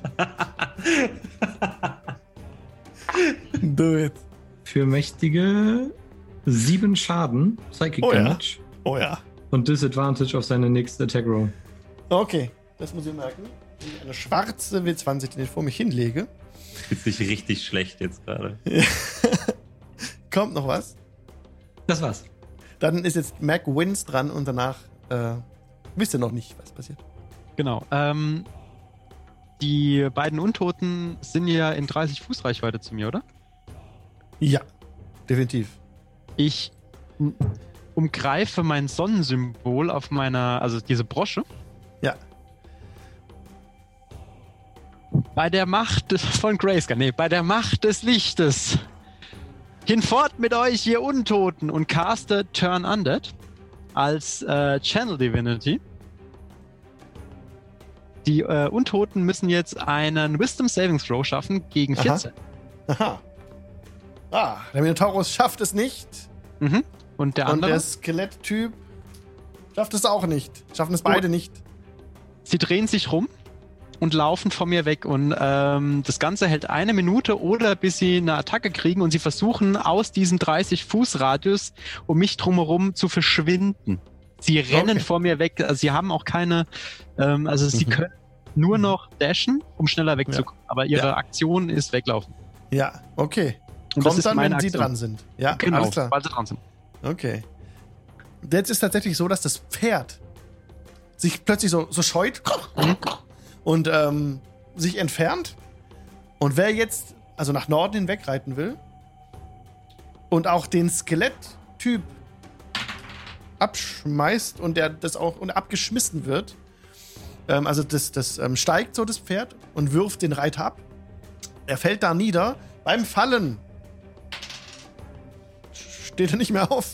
Do it. Für mächtige 7 Schaden, Psychic Damage. Oh ja. Und Disadvantage auf seine nächste Attack Roll. Okay, das muss ich merken. Eine schwarze W20, die ich vor mich hinlege. Fühlt sich richtig schlecht jetzt gerade. Kommt noch was? Das war's. Dann ist jetzt McWins dran und danach wisst ihr noch nicht, was passiert. Genau. Die beiden Untoten sind ja in 30 Fuß Reichweite zu mir, oder? Ja, definitiv. Ich umgreife mein Sonnensymbol auf meiner, also diese Brosche. Ja. Bei der Macht von Grayskull, bei der Macht des Lichtes. Hinfort mit euch, ihr Untoten, und caste Turn Undead als Channel Divinity. Die Untoten müssen jetzt einen Wisdom Saving Throw schaffen gegen 14. Aha. Der Minotaurus schafft es nicht. Mhm. Und der andere? Und der Skeletttyp schafft es auch nicht. Schaffen es beide nicht. Sie drehen sich rum und laufen von mir weg. Und das Ganze hält 1 Minute oder bis sie eine Attacke kriegen und sie versuchen aus diesem 30-Fuß-Radius um mich drumherum zu verschwinden. Sie rennen vor mir weg. Also sie haben auch keine, sie können nur noch dashen, um schneller wegzukommen. Aber ihre Aktion ist weglaufen. Ja, okay. Und Kommt das ist dann, meine wenn sie Aktion. dran sind. Ja, Genau, alles klar. weil sie dran sind. Okay. Jetzt ist tatsächlich so, dass das Pferd sich plötzlich so scheut und sich entfernt. Und wer jetzt also nach Norden hinweg reiten will und auch den Skeletttyp abschmeißt und der das auch und abgeschmissen wird, also das steigt so das Pferd und wirft den Reiter ab. Er fällt da nieder. Beim Fallen steht er nicht mehr auf.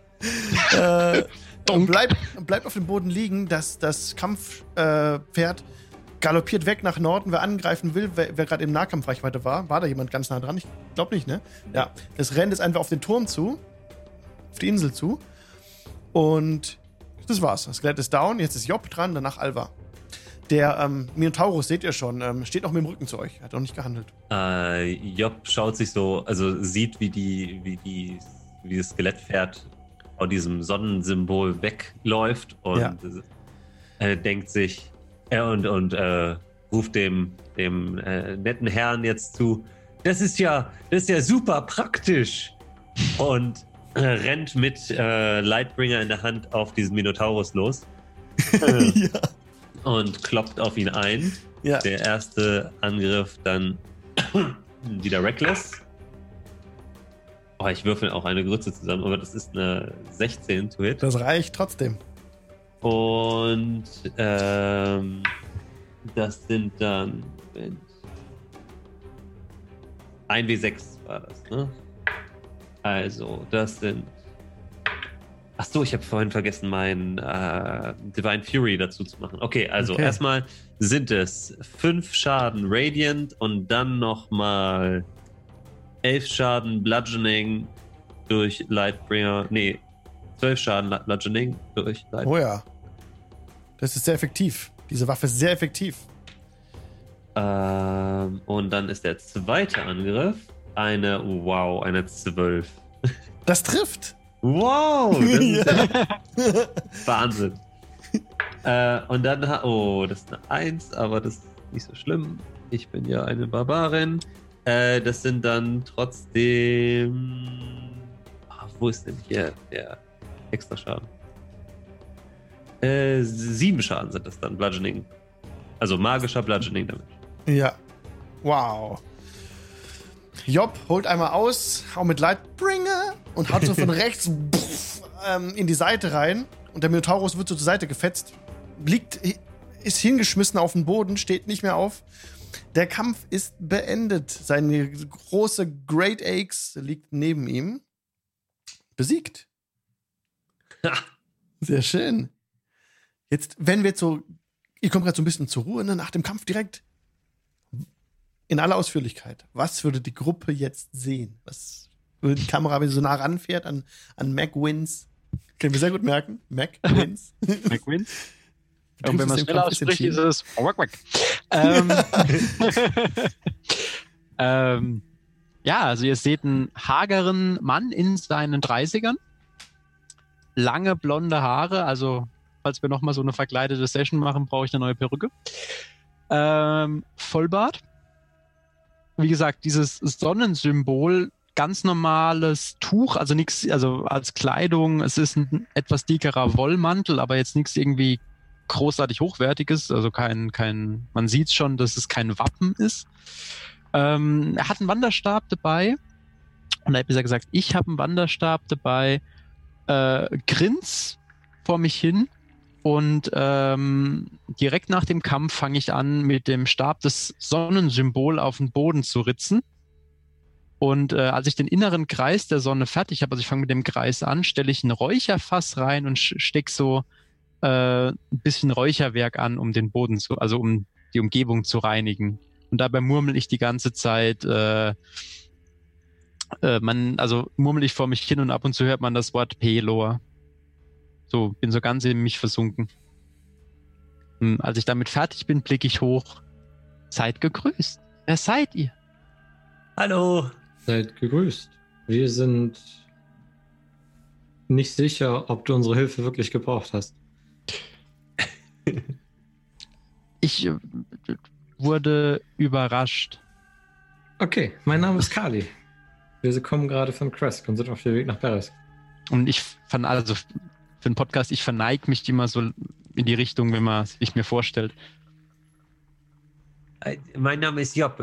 Bleibt auf dem Boden liegen. Das Kampfpferd galoppiert weg nach Norden. Wer angreifen will, wer gerade im Nahkampfreichweite war da jemand ganz nah dran? Ich glaube nicht, ne? Ja. Das rennt jetzt einfach auf den Turm zu. Auf die Insel zu. Und das war's. Das Skelett ist down. Jetzt ist Job dran, danach Alva. Der Minotaurus, seht ihr schon, steht noch mit dem Rücken zu euch. Hat noch nicht gehandelt. Job schaut sich so, also sieht, wie das Skelettpferd von diesem Sonnensymbol wegläuft und denkt sich, und ruft dem netten Herrn jetzt zu, das ist ja super praktisch. Und rennt mit Lightbringer in der Hand auf diesen Minotaurus los. Ja. Und kloppt auf ihn ein. Ja. Der erste Angriff dann wieder Reckless. Oh, ich würfel auch eine Grütze zusammen, aber das ist eine 16 to hit. Das reicht trotzdem. Und das sind dann 1W6 war das, ne? Also, das sind. Achso, ich habe vorhin vergessen, meinen Divine Fury dazu zu machen. Okay, also erstmal sind es 5 Schaden Radiant und dann nochmal 11 Schaden Bludgeoning durch Lightbringer. Nee, 12 Schaden Bludgeoning durch Lightbringer. Oh ja. Das ist sehr effektiv. Diese Waffe ist sehr effektiv. Und dann ist der zweite Angriff eine 12. Das trifft. Wow! Das ist ja Wahnsinn. Und dann, das ist eine 1, aber das ist nicht so schlimm. Ich bin ja eine Barbarin. Das sind dann trotzdem. Wo ist denn hier der extra Schaden? 7 Schaden sind das dann, Bludgeoning. Also magischer Bludgeoning damit. Ja. Wow. Job holt einmal aus, hau mit Lightbringer und haut so von rechts in die Seite rein. Und der Minotaurus wird so zur Seite gefetzt. Ist hingeschmissen auf den Boden, steht nicht mehr auf. Der Kampf ist beendet. Seine große Great Axe liegt neben ihm. Besiegt. Sehr schön. Jetzt, wenn wir jetzt so, ihr kommt gerade so ein bisschen zur Ruhe, ne, nach dem Kampf direkt. In aller Ausführlichkeit. Was würde die Gruppe jetzt sehen? Was würde die Kamera, wenn sie so nah ranfährt an Mac Wins? Können wir sehr gut merken. Mac Wins. Mac Wins. Und wenn man es schnell ausspricht, ist es ja, also ihr seht einen hageren Mann in seinen 30ern. Lange blonde Haare, also falls wir nochmal so eine verkleidete Session machen, brauche ich eine neue Perücke. Vollbart. Wie gesagt, dieses Sonnensymbol, ganz normales Tuch, also nichts, also als Kleidung, es ist ein etwas dickerer Wollmantel, aber jetzt nichts irgendwie großartig Hochwertiges, also man sieht schon, dass es kein Wappen ist. Er hat einen Wanderstab dabei und er hat bisher gesagt, ich habe einen Wanderstab dabei, grins vor mich hin und direkt nach dem Kampf fange ich an, mit dem Stab das Sonnensymbol auf den Boden zu ritzen. Und als ich den inneren Kreis der Sonne fertig habe, also ich fange mit dem Kreis an, stelle ich ein Räucherfass rein und stecke so ein bisschen Räucherwerk an, um den Boden um die Umgebung zu reinigen. Und dabei murmel ich die ganze Zeit, murmel ich vor mich hin und ab und zu hört man das Wort Pelor. So, bin so ganz in mich versunken. Und als ich damit fertig bin, blicke ich hoch. Seid gegrüßt. Wer seid ihr? Hallo. Seid gegrüßt. Wir sind nicht sicher, ob du unsere Hilfe wirklich gebraucht hast. Ich wurde überrascht. Okay, mein Name ist Kali. Wir kommen gerade von Kresk und sind auf dem Weg nach Beres. Und für einen Podcast, ich verneige mich immer so in die Richtung, wenn man sich mir vorstellt. Mein Name ist Job.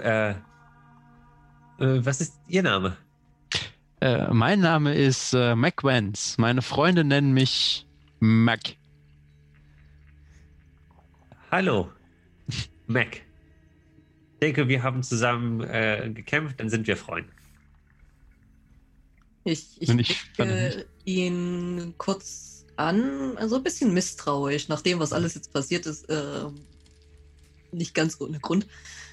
Was ist Ihr Name? Mein Name ist Mac Vance. Meine Freunde nennen mich Mac. Hallo, Mac. Ich denke, wir haben zusammen gekämpft, dann sind wir Freunde. Ich blicke ihn kurz an, also ein bisschen misstrauisch, nach dem, was alles jetzt passiert ist. Nicht ganz ohne Grund.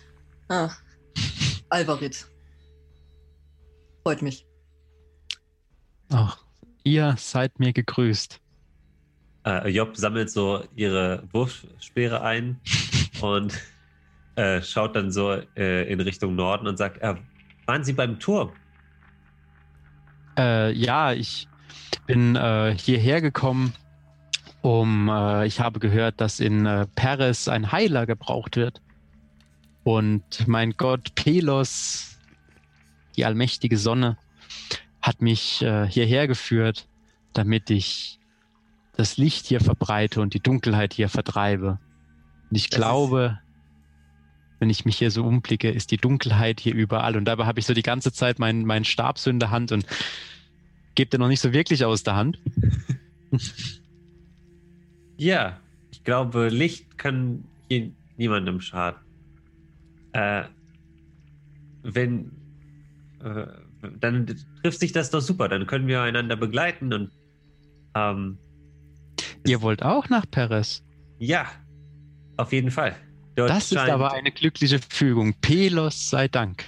Alvarit. Freut mich. Ach, ihr seid mir gegrüßt. Job sammelt so ihre Wurfspeere ein und schaut dann so in Richtung Norden und sagt, waren Sie beim Turm? Ja, ich bin hierher gekommen, ich habe gehört, dass in Paris ein Heiler gebraucht wird. Und mein Gott Pelos, die allmächtige Sonne, hat mich hierher geführt, damit ich das Licht hier verbreite und die Dunkelheit hier vertreibe. Und ich glaube, wenn ich mich hier so umblicke, ist die Dunkelheit hier überall. Und dabei habe ich so die ganze Zeit meinen Stab so in der Hand und gebe den noch nicht so wirklich aus der Hand. Ja, ich glaube, Licht kann hier niemandem schaden. Dann trifft sich das doch super. Dann können wir einander begleiten und Ihr wollt auch nach Perez? ja, auf jeden Fall. Dort Das ist aber eine glückliche Fügung. Pelos sei Dank.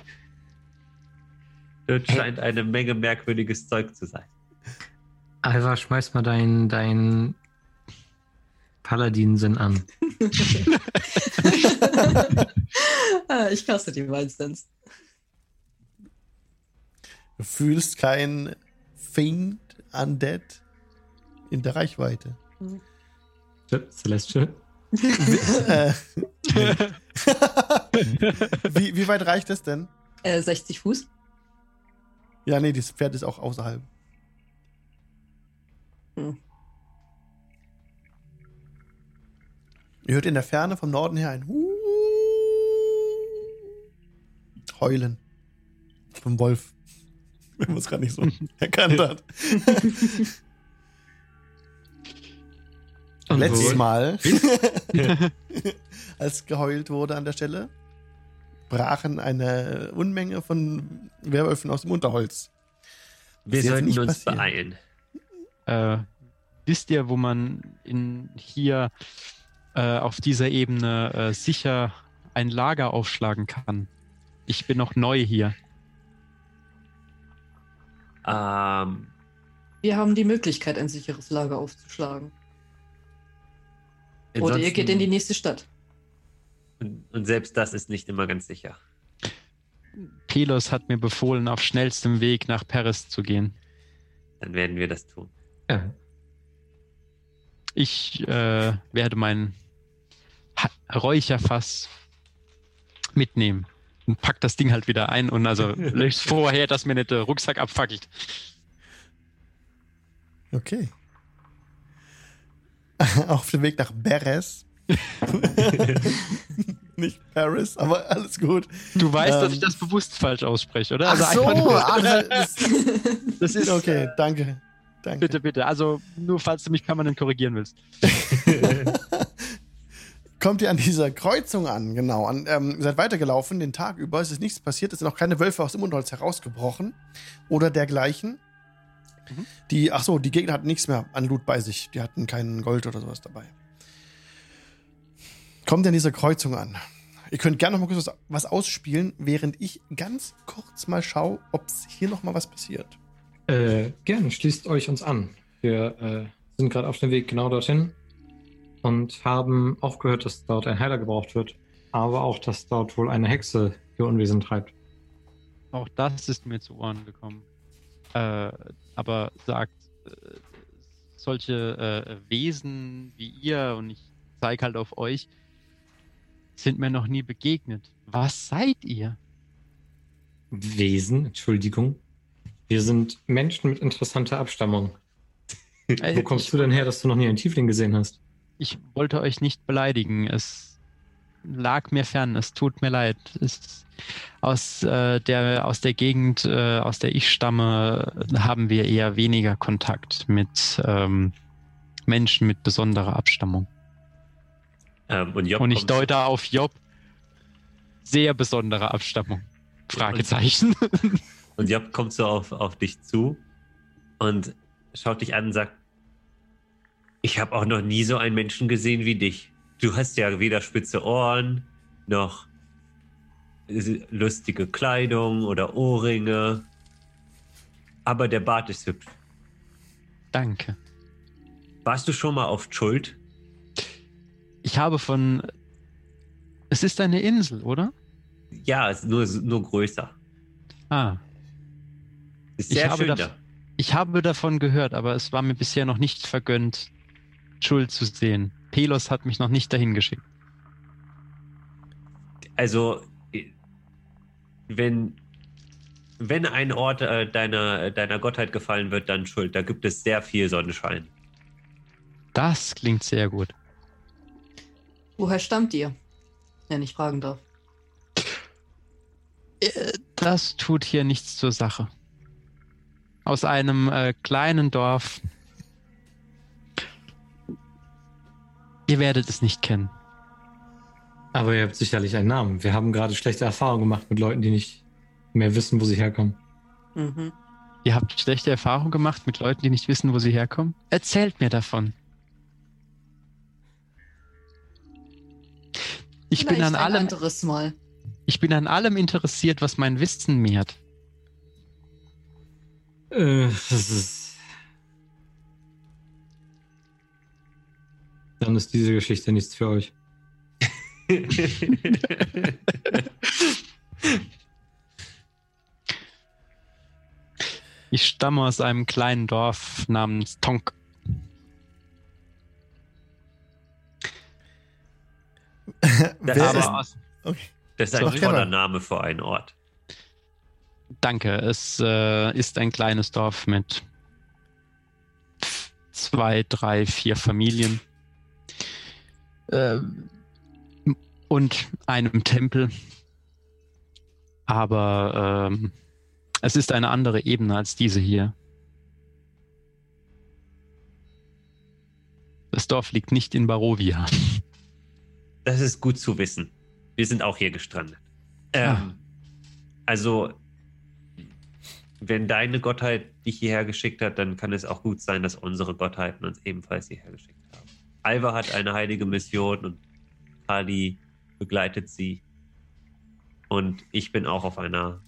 Dort scheint eine Menge merkwürdiges Zeug zu sein. Alva, schmeiß mal dein Paladin-Sinn an. Ich kaste die Sense. Du fühlst kein Faint Undead in der Reichweite. Celestial? Wie weit reicht es denn? 60 Fuß. Ja, nee, das Pferd ist auch außerhalb. Ihr hört in der Ferne vom Norden her ein Heulen vom Wolf. Wenn man es gerade nicht so erkannt hat. Und Letztes wo- Mal, als geheult wurde an der Stelle, brachen eine Unmenge von Werwölfen aus dem Unterholz. Wir Das ist jetzt sollten nicht uns passieren. beeilen. Wisst ihr, wo man hier auf dieser Ebene sicher ein Lager aufschlagen kann? Ich bin noch neu hier. Wir haben die Möglichkeit, ein sicheres Lager aufzuschlagen. Oder ihr geht in die nächste Stadt. Und selbst das ist nicht immer ganz sicher. Pelos hat mir befohlen, auf schnellstem Weg nach Perez zu gehen. Dann werden wir das tun. Ja. Ich werde mein Räucherfass mitnehmen und pack das Ding halt wieder ein und also löst vorher, dass mir nicht der Rucksack abfackelt. Okay. Auf dem Weg nach Beres. Nicht Paris, aber alles gut. Du weißt, dass ich das bewusst falsch ausspreche, oder? Ach so, einfach nur- das ist okay, danke. Bitte, bitte. Also nur, falls du mich permanent korrigieren willst. Kommt ihr an dieser Kreuzung an, genau. Ihr seid weitergelaufen den Tag über, es ist nichts passiert, es sind auch keine Wölfe aus dem Unterholz herausgebrochen oder dergleichen. Die Gegner hatten nichts mehr an Loot bei sich, die hatten kein Gold oder sowas dabei. Kommt ihr an dieser Kreuzung an. Ihr könnt gerne noch mal kurz was ausspielen, während ich ganz kurz mal schaue, ob hier noch mal was passiert. Gerne, schließt euch uns an. Wir sind gerade auf dem Weg genau dorthin und haben auch gehört, dass dort ein Heiler gebraucht wird, aber auch, dass dort wohl eine Hexe ihr Unwesen treibt. Auch das ist mir zu Ohren gekommen. Aber sagt, solche Wesen wie ihr, und ich zeige halt auf euch, sind mir noch nie begegnet. Was seid ihr? Wesen, Entschuldigung. Wir sind Menschen mit interessanter Abstammung. Wo kommst du denn her, dass du noch nie einen Tiefling gesehen hast? Ich wollte euch nicht beleidigen. Es lag mir fern. Es tut mir leid. Aus der Gegend, aus der ich stamme, haben wir eher weniger Kontakt mit Menschen mit besonderer Abstammung. Und ich deute auf Job, sehr besondere Abstammung. Fragezeichen. Und Job kommt so auf dich zu und schaut dich an und sagt, ich habe auch noch nie so einen Menschen gesehen wie dich. Du hast ja weder spitze Ohren, noch lustige Kleidung oder Ohrringe. Aber der Bart ist hübsch. Danke. Warst du schon mal auf Schuld? Ich habe es ist eine Insel, oder? Ja, es ist nur größer. Ah. Ist sehr schön da. Ich habe davon gehört, aber es war mir bisher noch nicht vergönnt, Schuld zu sehen. Pelos hat mich noch nicht dahin geschickt. Also, wenn ein Ort deiner Gottheit gefallen wird, dann Schuld. Da gibt es sehr viel Sonnenschein. Das klingt sehr gut. Woher stammt ihr? Wenn ich fragen darf. Das tut hier nichts zur Sache. Aus einem kleinen Dorf. Ihr werdet es nicht kennen. Aber ihr habt sicherlich einen Namen. Wir haben gerade schlechte Erfahrungen gemacht mit Leuten, die nicht mehr wissen, wo sie herkommen. Mhm. Ihr habt schlechte Erfahrungen gemacht mit Leuten, die nicht wissen, wo sie herkommen? Erzählt mir davon. Ich bin Vielleicht an ein allem anderes Mal. Ich bin an allem interessiert, was mein Wissen mehrt. Dann ist diese Geschichte nichts für euch. Ich stamme aus einem kleinen Dorf namens Tonk. Aber Okay. Das ist ein Sorry. toller Name für einen Ort. danke, es ist ein kleines Dorf mit 2, 3, 4 Familien und einem Tempel. Aber es ist eine andere Ebene als diese hier. Das Dorf liegt nicht in Barovia. Das ist gut zu wissen. Wir sind auch hier gestrandet. Also, wenn deine Gottheit dich hierher geschickt hat, dann kann es auch gut sein, dass unsere Gottheiten uns ebenfalls hierher geschickt haben. Alva hat eine heilige Mission und Kali begleitet sie. Und ich bin auch auf einer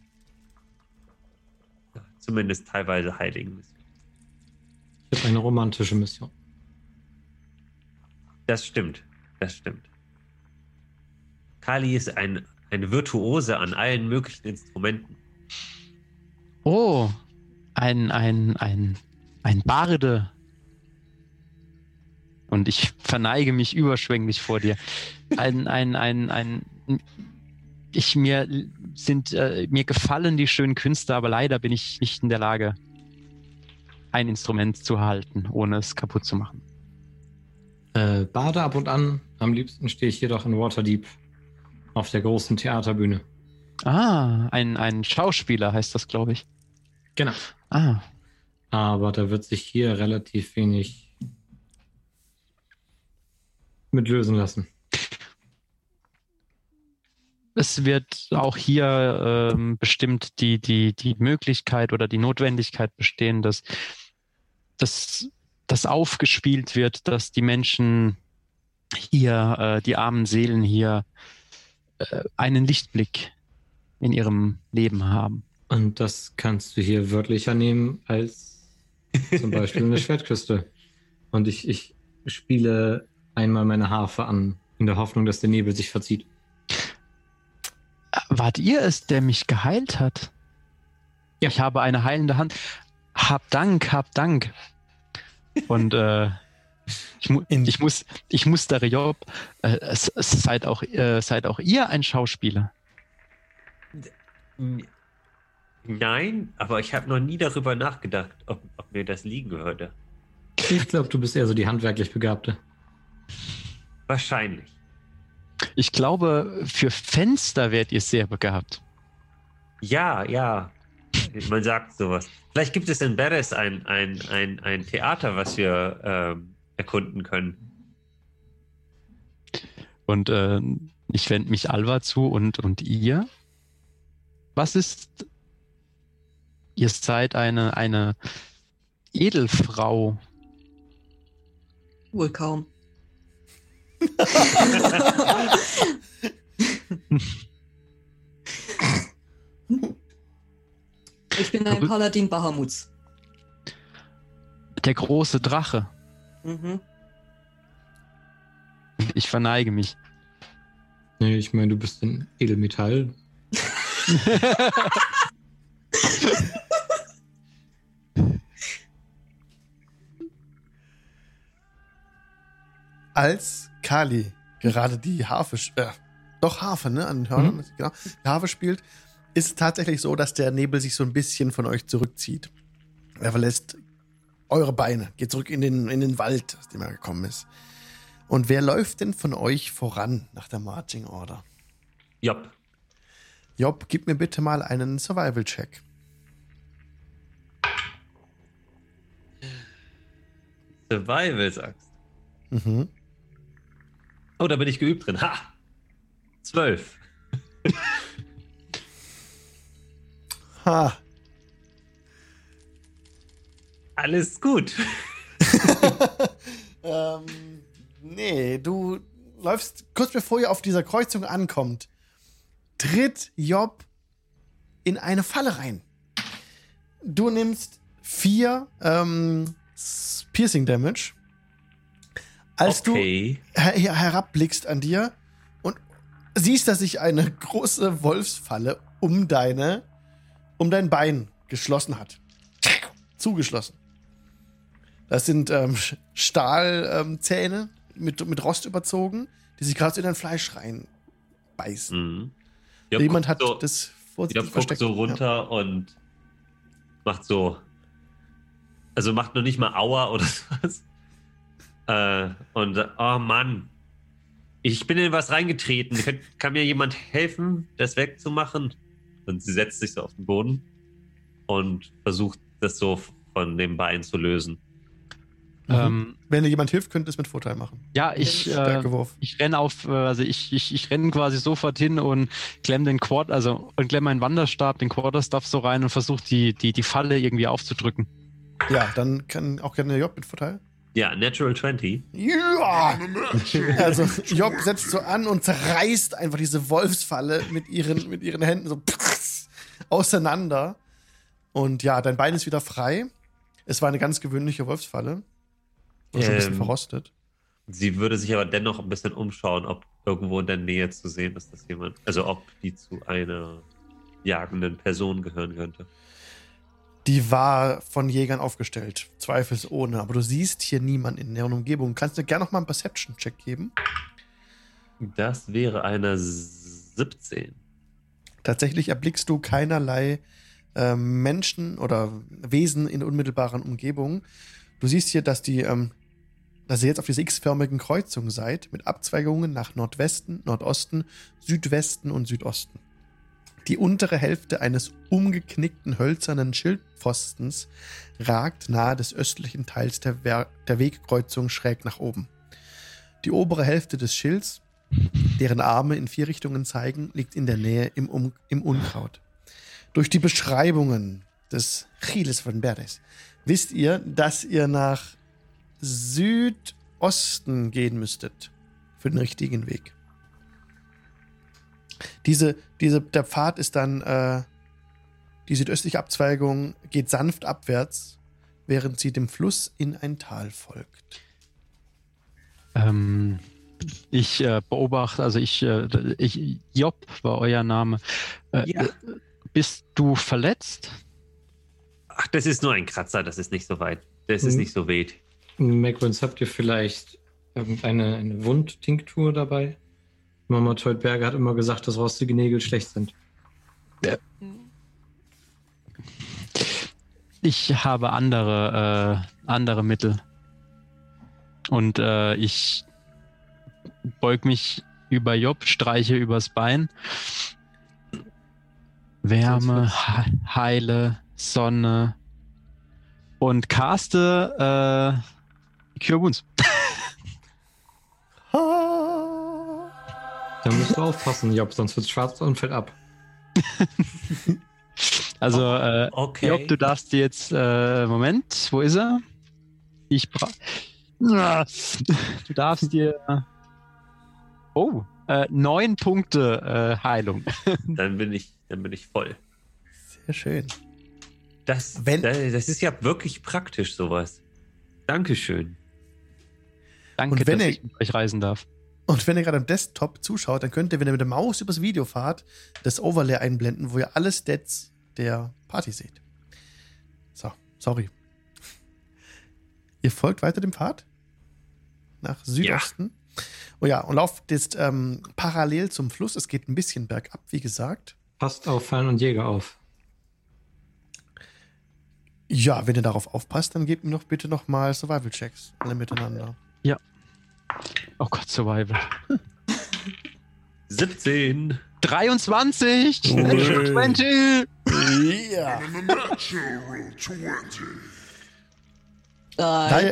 zumindest teilweise heiligen Mission. Ich habe eine romantische Mission. Das stimmt. Das stimmt. Kali ist eine Virtuose an allen möglichen Instrumenten. Oh, ein Barde. Und ich verneige mich überschwänglich vor dir. Mir gefallen die schönen Künste, aber leider bin ich nicht in der Lage, ein Instrument zu halten, ohne es kaputt zu machen. Bade ab und an. Am liebsten stehe ich jedoch in Waterdeep auf der großen Theaterbühne. Ah, ein Schauspieler heißt das, glaube ich. Genau. Ah, Aber da wird sich hier relativ wenig mit lösen lassen. es wird auch hier bestimmt die Möglichkeit oder die Notwendigkeit bestehen, dass das aufgespielt wird, dass die Menschen hier, die armen Seelen hier, einen Lichtblick in ihrem Leben haben. Und das kannst du hier wörtlicher nehmen als zum Beispiel eine Schwertküste. Und ich spiele einmal meine Harfe an, in der Hoffnung, dass der Nebel sich verzieht. Wart ihr es, der mich geheilt hat? Ja. Ich habe eine heilende Hand. Hab Dank, hab Dank. Und ich muss Dariob, seid auch ihr ein Schauspieler? Nein, aber ich habe noch nie darüber nachgedacht, ob mir das liegen würde. Ich glaube, du bist eher so die handwerklich Begabte. Wahrscheinlich. Ich glaube, für Fenster wärt ihr sehr begabt. Ja. Man sagt sowas. Vielleicht gibt es in Beres ein Theater, was wir erkunden können. Und ich wende mich Alva zu und ihr? Was ist... Ihr seid eine Edelfrau. Wohl kaum. Ich bin ein Paladin Bahamuts. Der große Drache. Mhm. Ich verneige mich. Nee, ich meine, du bist ein Edelmetall. Als Kali gerade die Harfe, Harfe, ne, an den Hörnern, genau, die Harfe spielt, ist es tatsächlich so, dass der Nebel sich so ein bisschen von euch zurückzieht. Er verlässt eure Beine, geht zurück in den Wald, aus dem er gekommen ist. Und wer läuft denn von euch voran nach der Marching Order? Jopp. Job, gib mir bitte mal einen Survival-Check. Survival, sagst Mhm. Oh, da bin ich geübt drin. Ha! 12. Ha. Alles gut. Nee, du läufst kurz bevor ihr auf dieser Kreuzung ankommt, tritt Job in eine Falle rein. Du nimmst 4 Piercing Damage. Als du herabblickst an dir und siehst, dass sich eine große Wolfsfalle um dein Bein geschlossen hat. Zugeschlossen. Das sind Stahlzähne mit Rost überzogen, die sich gerade so in dein Fleisch reinbeißen. Mhm. Job Jemand hat so, das vorsichtig Job guckt versteckt. so runter und macht so. Also macht noch nicht mal Aua oder sowas. Oh Mann. Ich bin in was reingetreten. Kann mir jemand helfen, das wegzumachen? Und sie setzt sich so auf den Boden und versucht, das so von dem Bein zu lösen. Wenn dir jemand hilft, könnte es mit Vorteil machen. Ja, ich Stärkewurf. renne ich renne quasi sofort hin und klemm klemm meinen Wanderstab, den Quarterstaff so rein und versuche die Falle irgendwie aufzudrücken. Ja, dann kann auch gerne Job mit Vorteil. Ja, Natural 20. Ja! Also Job setzt so an und zerreißt einfach diese Wolfsfalle mit ihren Händen so auseinander. Und ja, dein Bein ist wieder frei. Es war eine ganz gewöhnliche Wolfsfalle. Und schon ein bisschen verrostet. Sie würde sich aber dennoch ein bisschen umschauen, ob irgendwo in der Nähe zu sehen ist, dass jemand, also ob die zu einer jagenden Person gehören könnte. Die war von Jägern aufgestellt, zweifelsohne. Aber du siehst hier niemanden in deren Umgebung. Kannst du gerne noch mal einen Perception-Check geben? Das wäre eine 17. Tatsächlich erblickst du keinerlei Menschen oder Wesen in unmittelbaren Umgebung. Du siehst hier, dass ihr jetzt auf dieser x-förmigen Kreuzung seid, mit Abzweigungen nach Nordwesten, Nordosten, Südwesten und Südosten. Die untere Hälfte eines umgeknickten hölzernen Schildpfostens ragt nahe des östlichen Teils der Wegkreuzung schräg nach oben. Die obere Hälfte des Schilds, deren Arme in 4 Richtungen zeigen, liegt in der Nähe im Unkraut. Durch die Beschreibungen des Giles von Berdes wisst ihr, dass ihr nach Südosten gehen müsstet für den richtigen Weg. Der Pfad ist dann, die südöstliche Abzweigung geht sanft abwärts, während sie dem Fluss in ein Tal folgt. Ich beobachte, Job war euer Name. Ja. Bist du verletzt? Ach, das ist nur ein Kratzer, das ist nicht so weit. Das ist nicht so wild. Macwins, habt ihr vielleicht eine Wundtinktur dabei? Mama Teutberger hat immer gesagt, dass rostige Nägel schlecht sind. Ich habe andere Mittel. Und ich beug mich über Job, streiche übers Bein. Wärme, Heile, Sonne und caste Cure Wounds. Da musst du aufpassen, Job, sonst wird's schwarz und fällt ab. Also, okay. Job, du darfst dir jetzt, Moment, wo ist er? Du darfst dir 9 Punkte Heilung. Dann bin ich voll. Sehr schön. Das ist ja wirklich praktisch, sowas. Dankeschön. Danke, dass ich mit euch reisen darf. Und wenn ihr gerade am Desktop zuschaut, dann könnt ihr, wenn ihr mit der Maus übers Video fahrt, das Overlay einblenden, wo ihr alle Stats der Party seht. So, sorry. Ihr folgt weiter dem Pfad nach Südosten. Ja. Oh ja, und lauft jetzt parallel zum Fluss. Es geht ein bisschen bergab, wie gesagt. Passt auf Fallen und Jäger auf. Ja, wenn ihr darauf aufpasst, dann gebt mir doch bitte nochmal Survival-Checks. Alle miteinander. Ja. Oh Gott, Survival. 17. 23! Ui. Natural 20! Ja. And a natural 20. Drei.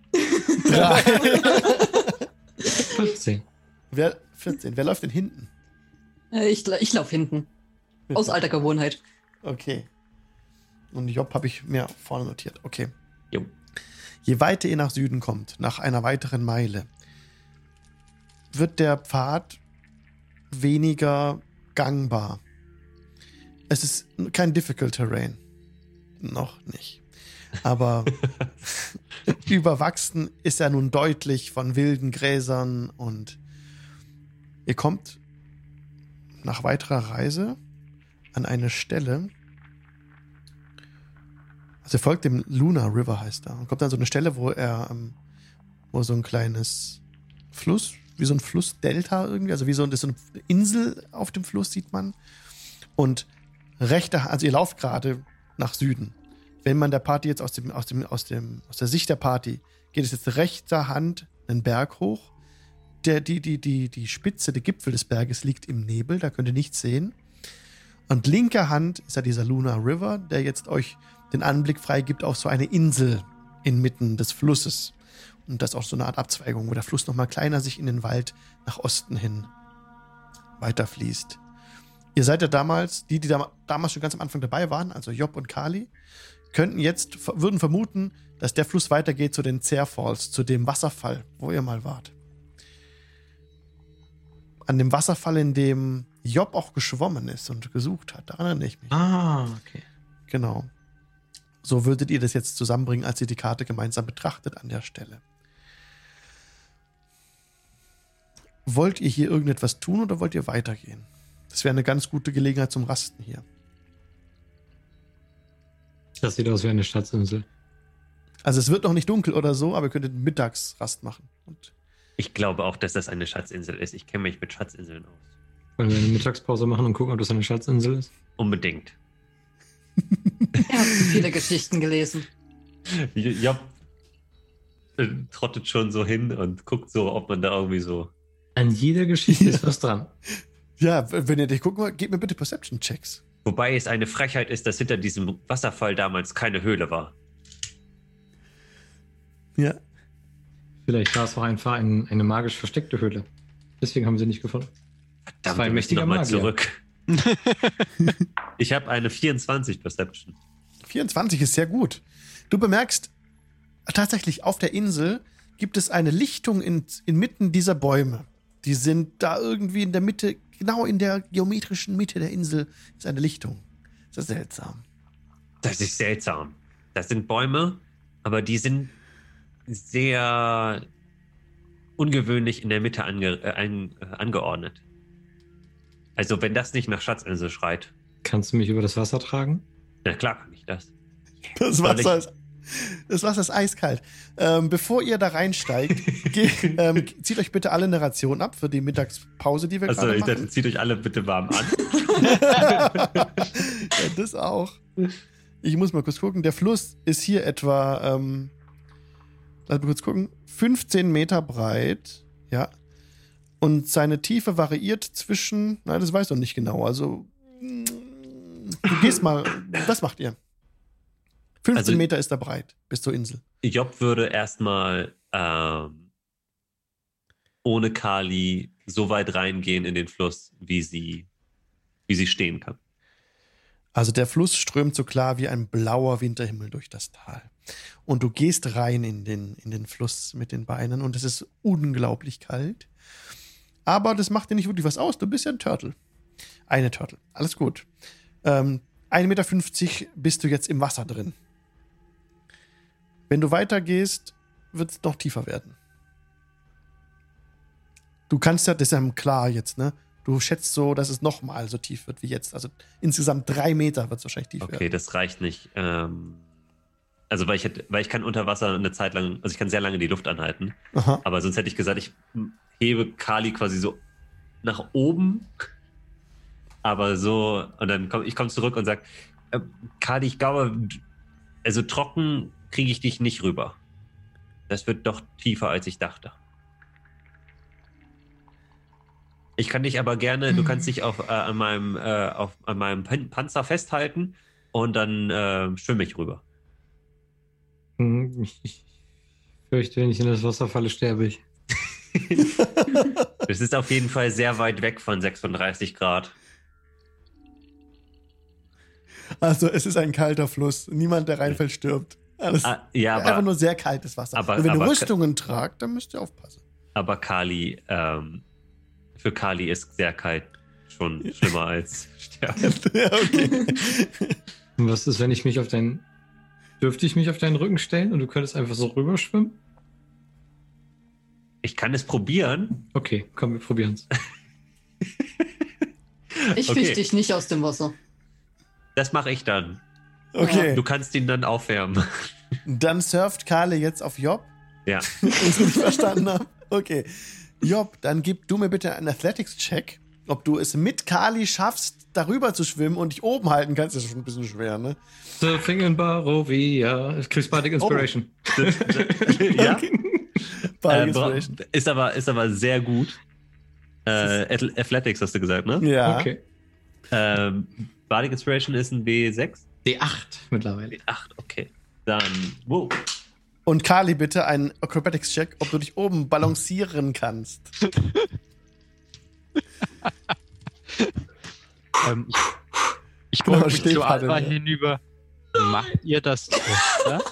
15. 14. Wer läuft denn hinten? Ich laufe hinten. Aus alter Gewohnheit. Okay. Und Job habe ich mir vorne notiert. Okay. Jo. Je weiter ihr nach Süden kommt, nach einer weiteren Meile, wird der Pfad weniger gangbar. Es ist kein Difficult Terrain. Noch nicht. Aber überwachsen ist er nun deutlich von wilden Gräsern und ihr kommt nach weiterer Reise an eine Stelle, also er folgt dem Luna River, heißt er, und kommt an so eine Stelle, wo so ein kleines Fluss, wie so ein Flussdelta irgendwie, also das ist so eine Insel auf dem Fluss, sieht man. Und also ihr lauft gerade nach Süden. Wenn man der Party jetzt aus der Sicht der Party, geht es jetzt rechter Hand einen Berg hoch. Die Spitze, der Gipfel des Berges liegt im Nebel, da könnt ihr nichts sehen. Und linker Hand ist ja dieser Luna River, der jetzt euch den Anblick freigibt auf so eine Insel inmitten des Flusses. Und das ist auch so eine Art Abzweigung, wo der Fluss nochmal kleiner sich in den Wald nach Osten hin weiterfließt. Ihr seid ja damals, die damals schon ganz am Anfang dabei waren, also Job und Kali, würden vermuten, dass der Fluss weitergeht zu den Zare Falls, zu dem Wasserfall, wo ihr mal wart. An dem Wasserfall, in dem Job auch geschwommen ist und gesucht hat. Daran erinnere ich mich. Ah, okay. Genau. So würdet ihr das jetzt zusammenbringen, als ihr die Karte gemeinsam betrachtet an der Stelle. Wollt ihr hier irgendetwas tun oder wollt ihr weitergehen? Das wäre eine ganz gute Gelegenheit zum Rasten hier. Das sieht aus wie eine Stadtsinsel. Also es wird noch nicht dunkel oder so, aber ihr könntet Mittagsrast machen. Und Ich glaube auch, dass das eine Schatzinsel ist. Ich kenne mich mit Schatzinseln aus. Wollen wir eine Mittagspause machen und gucken, ob das eine Schatzinsel ist? Unbedingt. Er hat zu viele Geschichten gelesen. Job trottet schon so hin und guckt so, ob man da irgendwie so... An jeder Geschichte ist was dran. ja, wenn ihr dich gucken wollt, gebt mir bitte Perception-Checks. Wobei es eine Frechheit ist, dass hinter diesem Wasserfall damals keine Höhle war. Ja. Vielleicht war es auch einfach eine magisch versteckte Höhle. Deswegen haben sie nicht gefunden. Verdammt, Zwei wir müssen mächtiger nochmal Magier. zurück. Ich habe eine 24 Perception. 24 ist sehr gut. Du bemerkst, tatsächlich auf der Insel gibt es eine Lichtung inmitten dieser Bäume. Die sind da irgendwie in der Mitte, genau in der geometrischen Mitte der Insel ist eine Lichtung. Das ist seltsam. Das ist seltsam. Das sind Bäume, aber die sind sehr ungewöhnlich in der Mitte angeordnet. Also wenn das nicht nach Schatzinsel schreit. Kannst du mich über das Wasser tragen? Na klar kann ich das. Das Wasser ist eiskalt. Bevor ihr da reinsteigt, zieht euch bitte alle eine Ration ab für die Mittagspause, die wir Also gerade ich machen. dachte, zieht euch alle bitte warm an. Ja, das auch. Ich muss mal kurz gucken. Der Fluss ist hier etwa, lass mal kurz gucken, 15 Meter breit. Ja. Und seine Tiefe variiert zwischen, nein, das weiß ich noch nicht genau. Also, du gehst mal, was macht ihr? 15 Also- Meter ist er breit bis zur Insel. Job würde erstmal ohne Kali so weit reingehen in den Fluss, wie sie stehen kann. Also der Fluss strömt so klar wie ein blauer Winterhimmel durch das Tal. Und du gehst rein in den Fluss mit den Beinen und es ist unglaublich kalt. Aber das macht dir nicht wirklich was aus. Du bist ja ein Turtle. Eine Turtle. Alles gut. 1,50 Meter bist du jetzt im Wasser drin. Wenn du weitergehst, wird es noch tiefer werden. Du kannst ja, das ist ja klar jetzt, ne? Du schätzt so, dass es nochmal so tief wird wie jetzt. Also insgesamt 3 Meter wird es wahrscheinlich tief Okay, werden. das reicht nicht. Also weil ich kann unter Wasser eine Zeit lang, also ich kann sehr lange die Luft anhalten. Aha. Aber sonst hätte ich gesagt, ich hebe Kali quasi so nach oben. Aber so, und dann komme ich zurück und sage, Kali, ich glaube, also trocken kriege ich dich nicht rüber. Das wird doch tiefer, als ich dachte. Ich kann dich aber gerne, du kannst dich an meinem Panzer festhalten und dann schwimme ich rüber. Ich fürchte, wenn ich in das Wasser falle, sterbe ich. Es ist auf jeden Fall sehr weit weg von 36 Grad. Also es ist ein kalter Fluss. Niemand, der reinfällt, stirbt. Alles Ja, einfach aber, nur sehr kaltes Wasser. aber- und wenn ihr aber- Rüstungen tragt, dann müsst ihr aufpassen. aber Kali, für Kali ist sehr kalt schon schlimmer als sterben. Ja, okay. Und was ist, wenn ich mich dürfte ich mich auf deinen Rücken stellen und du könntest einfach so rüberschwimmen? Ich kann es probieren. Okay, komm, wir probieren's. Ich Okay. fisch dich nicht aus dem Wasser. Das mache ich dann. Okay, Du kannst ihn dann aufwärmen. dann surft Kale jetzt auf Job. Ja. Wenn ich es richtig verstanden habe. Okay. Job, dann gib du mir bitte einen Athletics-Check, ob du es mit Kali schaffst, darüber zu schwimmen und dich oben halten kannst. Das ist schon ein bisschen schwer, ne? Surfing in Barovia. Kriegst Bardic Inspiration. Ja. Bardic Inspiration. Ist aber sehr gut. Athletics hast du gesagt, ne? Ja. Okay. Bardic Inspiration ist ein W6? D8 mittlerweile. W8, okay. Dann, wow. Und Kali, bitte einen Acrobatics-Check, ob du dich oben balancieren kannst. Ich Genau, gucke mich steht zu gerade, Alba ja. hinüber. Macht ihr das öfter?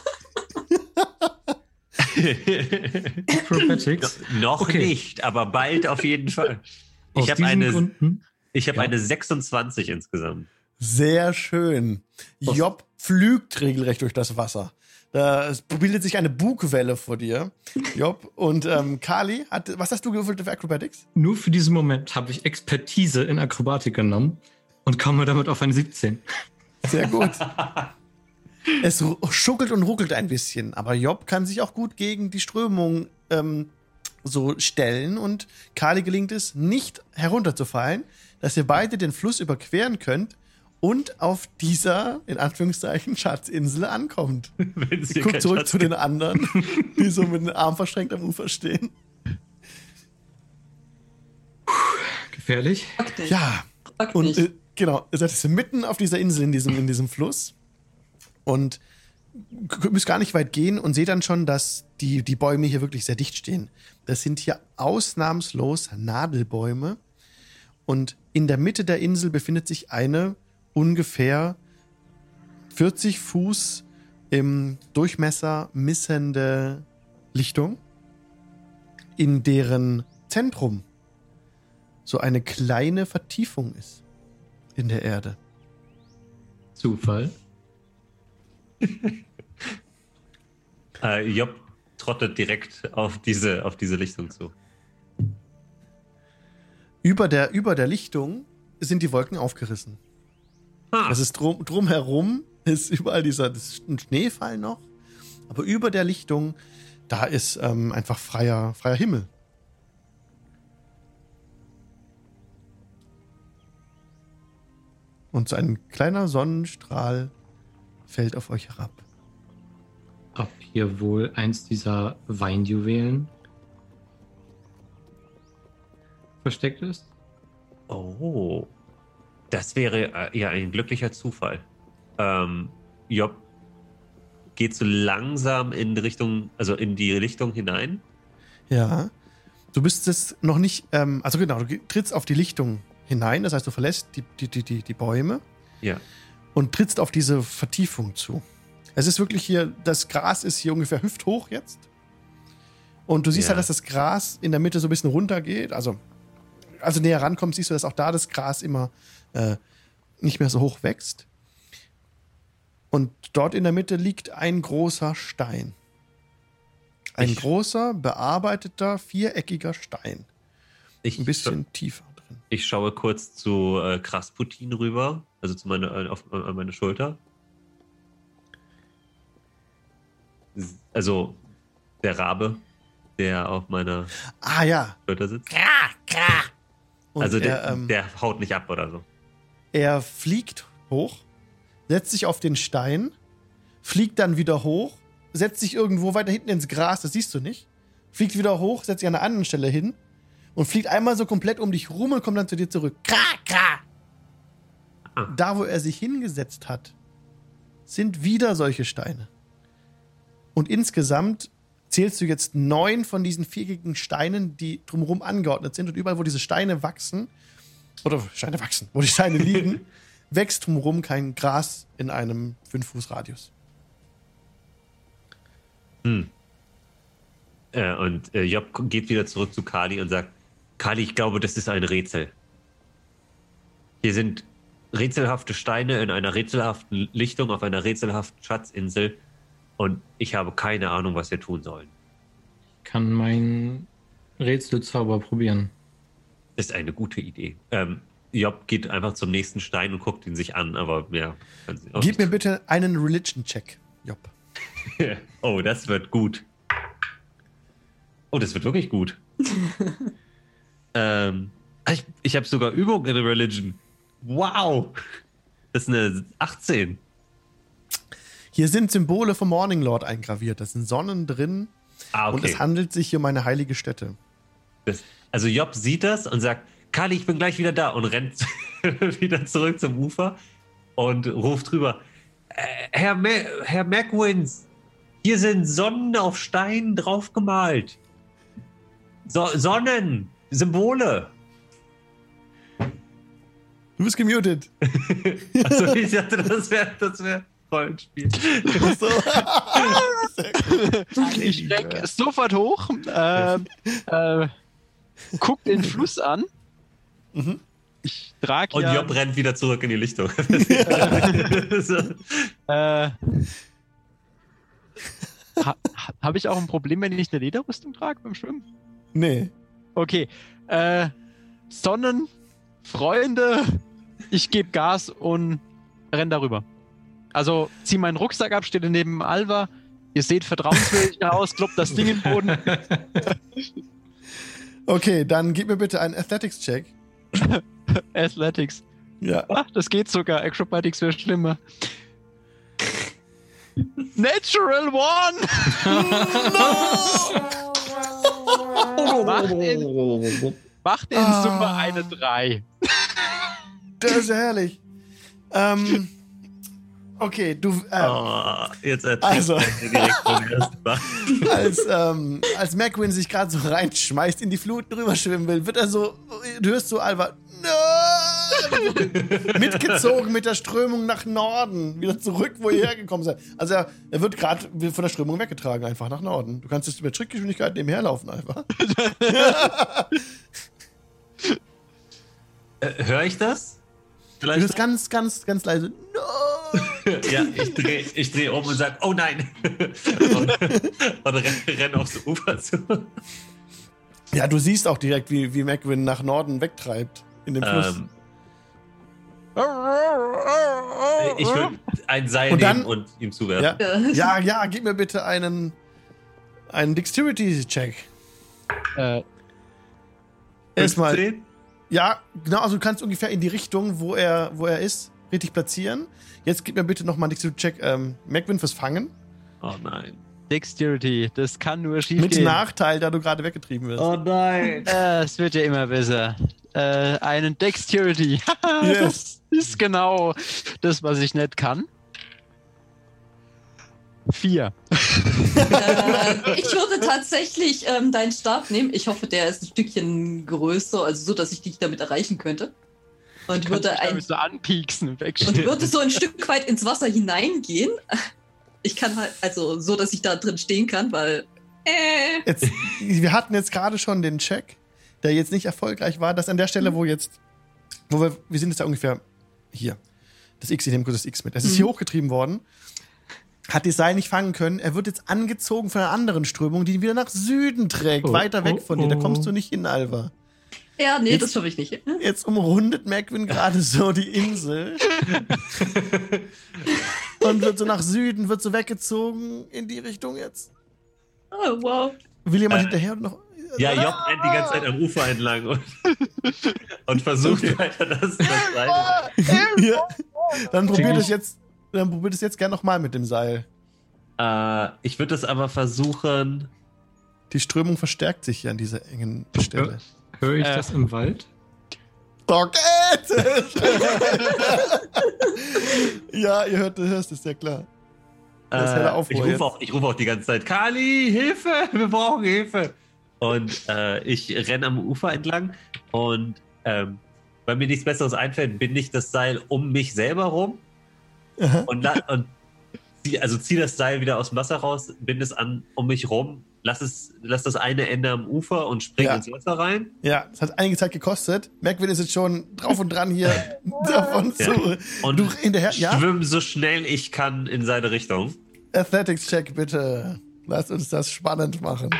Acrobatics. Noch Okay. nicht, aber bald auf jeden Fall. Aus Ich habe diesen eine, Gründen. ich hab Ja. eine 26 insgesamt. Sehr schön. Job pflügt regelrecht durch das Wasser. Es bildet sich eine Bugwelle vor dir, Job. Und Kali, was hast du gewürfelt für Acrobatics? Nur für diesen Moment habe ich Expertise in Akrobatik genommen und komme damit auf eine 17. Sehr gut. Es schuckelt und ruckelt ein bisschen, aber Job kann sich auch gut gegen die Strömung so stellen und Kali gelingt es, nicht herunterzufallen, dass ihr beide den Fluss überqueren könnt und auf dieser, in Anführungszeichen, Schatzinsel ankommt. Wenn es Ich hier guck kein zurück Schatz zu den anderen, die so mit den Armen verschränkt am Ufer stehen. Gefährlich. Frag dich. Ja, Frag und dich. genau, ihr seid jetzt mitten auf dieser Insel, in diesem Fluss. Und müsst gar nicht weit gehen und seht dann schon, dass die Bäume hier wirklich sehr dicht stehen. Das sind hier ausnahmslos Nadelbäume. Und in der Mitte der Insel befindet sich eine ungefähr 40 Fuß im Durchmesser missende Lichtung, in deren Zentrum so eine kleine Vertiefung ist in der Erde. Zufall. Job trottet direkt auf diese Lichtung zu. Über der Lichtung sind die Wolken aufgerissen. Es ist drumherum ist überall das Schneefall noch, aber über der Lichtung, da ist einfach freier Himmel. Und so ein kleiner Sonnenstrahl fällt auf euch herab. Ob hier wohl eins dieser Weinjuwelen versteckt ist? Oh, das wäre ja ein glücklicher Zufall. Job geht so langsam in die Richtung hinein. Ja. Du bist es noch nicht, du trittst auf die Lichtung hinein, das heißt, du verlässt die Bäume. Ja. Und trittst auf diese Vertiefung zu. Es ist wirklich hier, das Gras ist hier ungefähr hüfthoch jetzt. Und du siehst Ja. halt, dass das Gras in der Mitte so ein bisschen runtergeht. Also näher rankommst, siehst du, dass auch da das Gras immer nicht mehr so hoch wächst. Und dort in der Mitte liegt ein großer Stein. Ein großer, bearbeiteter, viereckiger Stein. Ein bisschen tiefer drin. Ich schaue kurz zu Krasputin rüber, also an meine Schulter. Also der Rabe, der auf meiner Ah ja. Schulter sitzt. Und Also er, der haut nicht ab oder so. Er fliegt hoch, setzt sich auf den Stein, fliegt dann wieder hoch, setzt sich irgendwo weiter hinten ins Gras, das siehst du nicht, fliegt wieder hoch, setzt sich an einer anderen Stelle hin und fliegt einmal so komplett um dich rum und kommt dann zu dir zurück. Kra, kra. Da, wo er sich hingesetzt hat, sind wieder solche Steine. Und insgesamt zählst du jetzt 9 von diesen viereckigen Steinen, die drumherum angeordnet sind. Und überall, wo diese Steine wachsen, wo die Steine liegen, wächst drumherum kein Gras in einem 5-Fuß-Radius. Und Job geht wieder zurück zu Kali und sagt, Kali, ich glaube, das ist ein Rätsel. Hier sind rätselhafte Steine in einer rätselhaften Lichtung auf einer rätselhaften Schatzinsel und ich habe keine Ahnung, was wir tun sollen. Ich kann meinen Rätselzauber probieren. Das ist eine gute Idee. Job geht einfach zum nächsten Stein und guckt ihn sich an, aber ja. Gib mir bitte einen Religion-Check, Job. Oh, das wird gut. Oh, das wird wirklich gut. Ich habe sogar Übung in Religion. Wow. Das ist eine 18. Hier sind Symbole vom Morning Lord eingraviert. Da sind Sonnen drin. Okay. Und es handelt sich hier um eine heilige Stätte. Also Job sieht das und sagt, Kali, ich bin gleich wieder da und rennt wieder zurück zum Ufer und ruft drüber, Herr Macwins, hier sind Sonnen auf Steinen draufgemalt. Sonnen, Symbole. Du bist gemutet. Also ich dachte, das wäre Rollenspiel. So. Ich schreck sofort hoch, guck den Fluss an. Mhm. Ich trage Und Job rennt wieder zurück in die Lichtung. Habe ich auch ein Problem, wenn ich eine Lederrüstung trage beim Schwimmen? Nee. Okay. Sonnen, Freunde, ich gebe Gas und renn darüber. Also zieh meinen Rucksack ab, steht neben Alva. Ihr seht vertrauenswürdig aus, kloppt das Ding in den Boden. Okay, dann gib mir bitte einen Athletics-Check. Athletics. Ja. Ach, das geht sogar. Acrobatics wäre schlimmer. Natural One! Macht in Summe eine 3. Das ist ja herrlich. Okay, du. Jetzt Also. direkt vom ersten Mal. Als Macwin sich gerade so reinschmeißt, in die Flut drüber schwimmen will, wird er so. Du hörst so Alva. Mitgezogen mit der Strömung nach Norden. Wieder zurück, wo ihr hergekommen seid. Also er wird gerade von der Strömung weggetragen, einfach nach Norden. Du kannst jetzt über Schrittgeschwindigkeit nebenher laufen, einfach. Höre ich das? Du hörst ganz, ganz, ganz leise. Ja, ich dreh um und sag, oh nein. und renn aufs Ufer zu. Ja, du siehst auch direkt, wie Macwin nach Norden wegtreibt in dem Fluss. Ich würde ein Seil Und dann- nehmen und ihm zuwerfen. Ja, gib mir bitte einen Dexterity-Check. Erstmal. 15? Ja, genau, also du kannst ungefähr in die Richtung, wo er ist, richtig platzieren. Jetzt gib mir bitte nochmal einen Dexterity-Check, Macwin fürs Fangen. Oh nein. Dexterity, das kann nur schief Mit gehen. Nachteil, da du gerade weggetrieben wirst. Oh nein. Es wird ja immer besser. Einen Dexterity. Yes. Das ist genau das, was ich nicht kann. 4. Ich würde tatsächlich deinen Stab nehmen. Ich hoffe, der ist ein Stückchen größer, also so, dass ich dich damit erreichen könnte. Und würde so anpieksen und und wegstehen. würde so ein Stück weit ins Wasser hineingehen. Ich kann halt, also so, dass ich da drin stehen kann, weil. Wir hatten jetzt gerade schon den Check, der jetzt nicht erfolgreich war, dass an der Stelle, wo wir sind jetzt da ungefähr hier. Das X, ich nehme kurz das X mit. Es ist hier hochgetrieben worden, hat das Seil nicht fangen können. Er wird jetzt angezogen von einer anderen Strömung, die ihn wieder nach Süden trägt, weiter weg von dir. Da kommst du nicht hin, Alva. Ja, nee, Jetzt- das schaffe ich nicht. Jetzt umrundet Macwin gerade so die Insel und wird so nach Süden, wird so weggezogen in die Richtung jetzt. Oh, wow. Will jemand hinterher und noch? Ja, Job rennt die ganze Zeit am Ufer entlang und versucht weiter das Seil. Ja. Dann probiert es jetzt gern nochmal mit dem Seil. Ich würde das aber versuchen. Die Strömung verstärkt sich hier an dieser engen Stelle. Höre ich das im Wald? Rocket! Ja, ihr hörst es, ja klar. Das ist heller Aufruhr Ich rufe auch die ganze Zeit, Kali, Hilfe, wir brauchen Hilfe. Und ich renne am Ufer entlang und weil mir nichts Besseres einfällt, binde ich das Seil um mich selber rum und zieh das Seil wieder aus dem Wasser raus, binde es um mich rum, lass das eine Ende am Ufer und spring ins Wasser rein. Ja, das hat einige Zeit gekostet. Merkwürdig ist jetzt schon drauf und dran hier davon zu. Und du hinterher, schwimm so schnell ich kann in seine Richtung. Athletics-Check, bitte. Lass uns das spannend machen.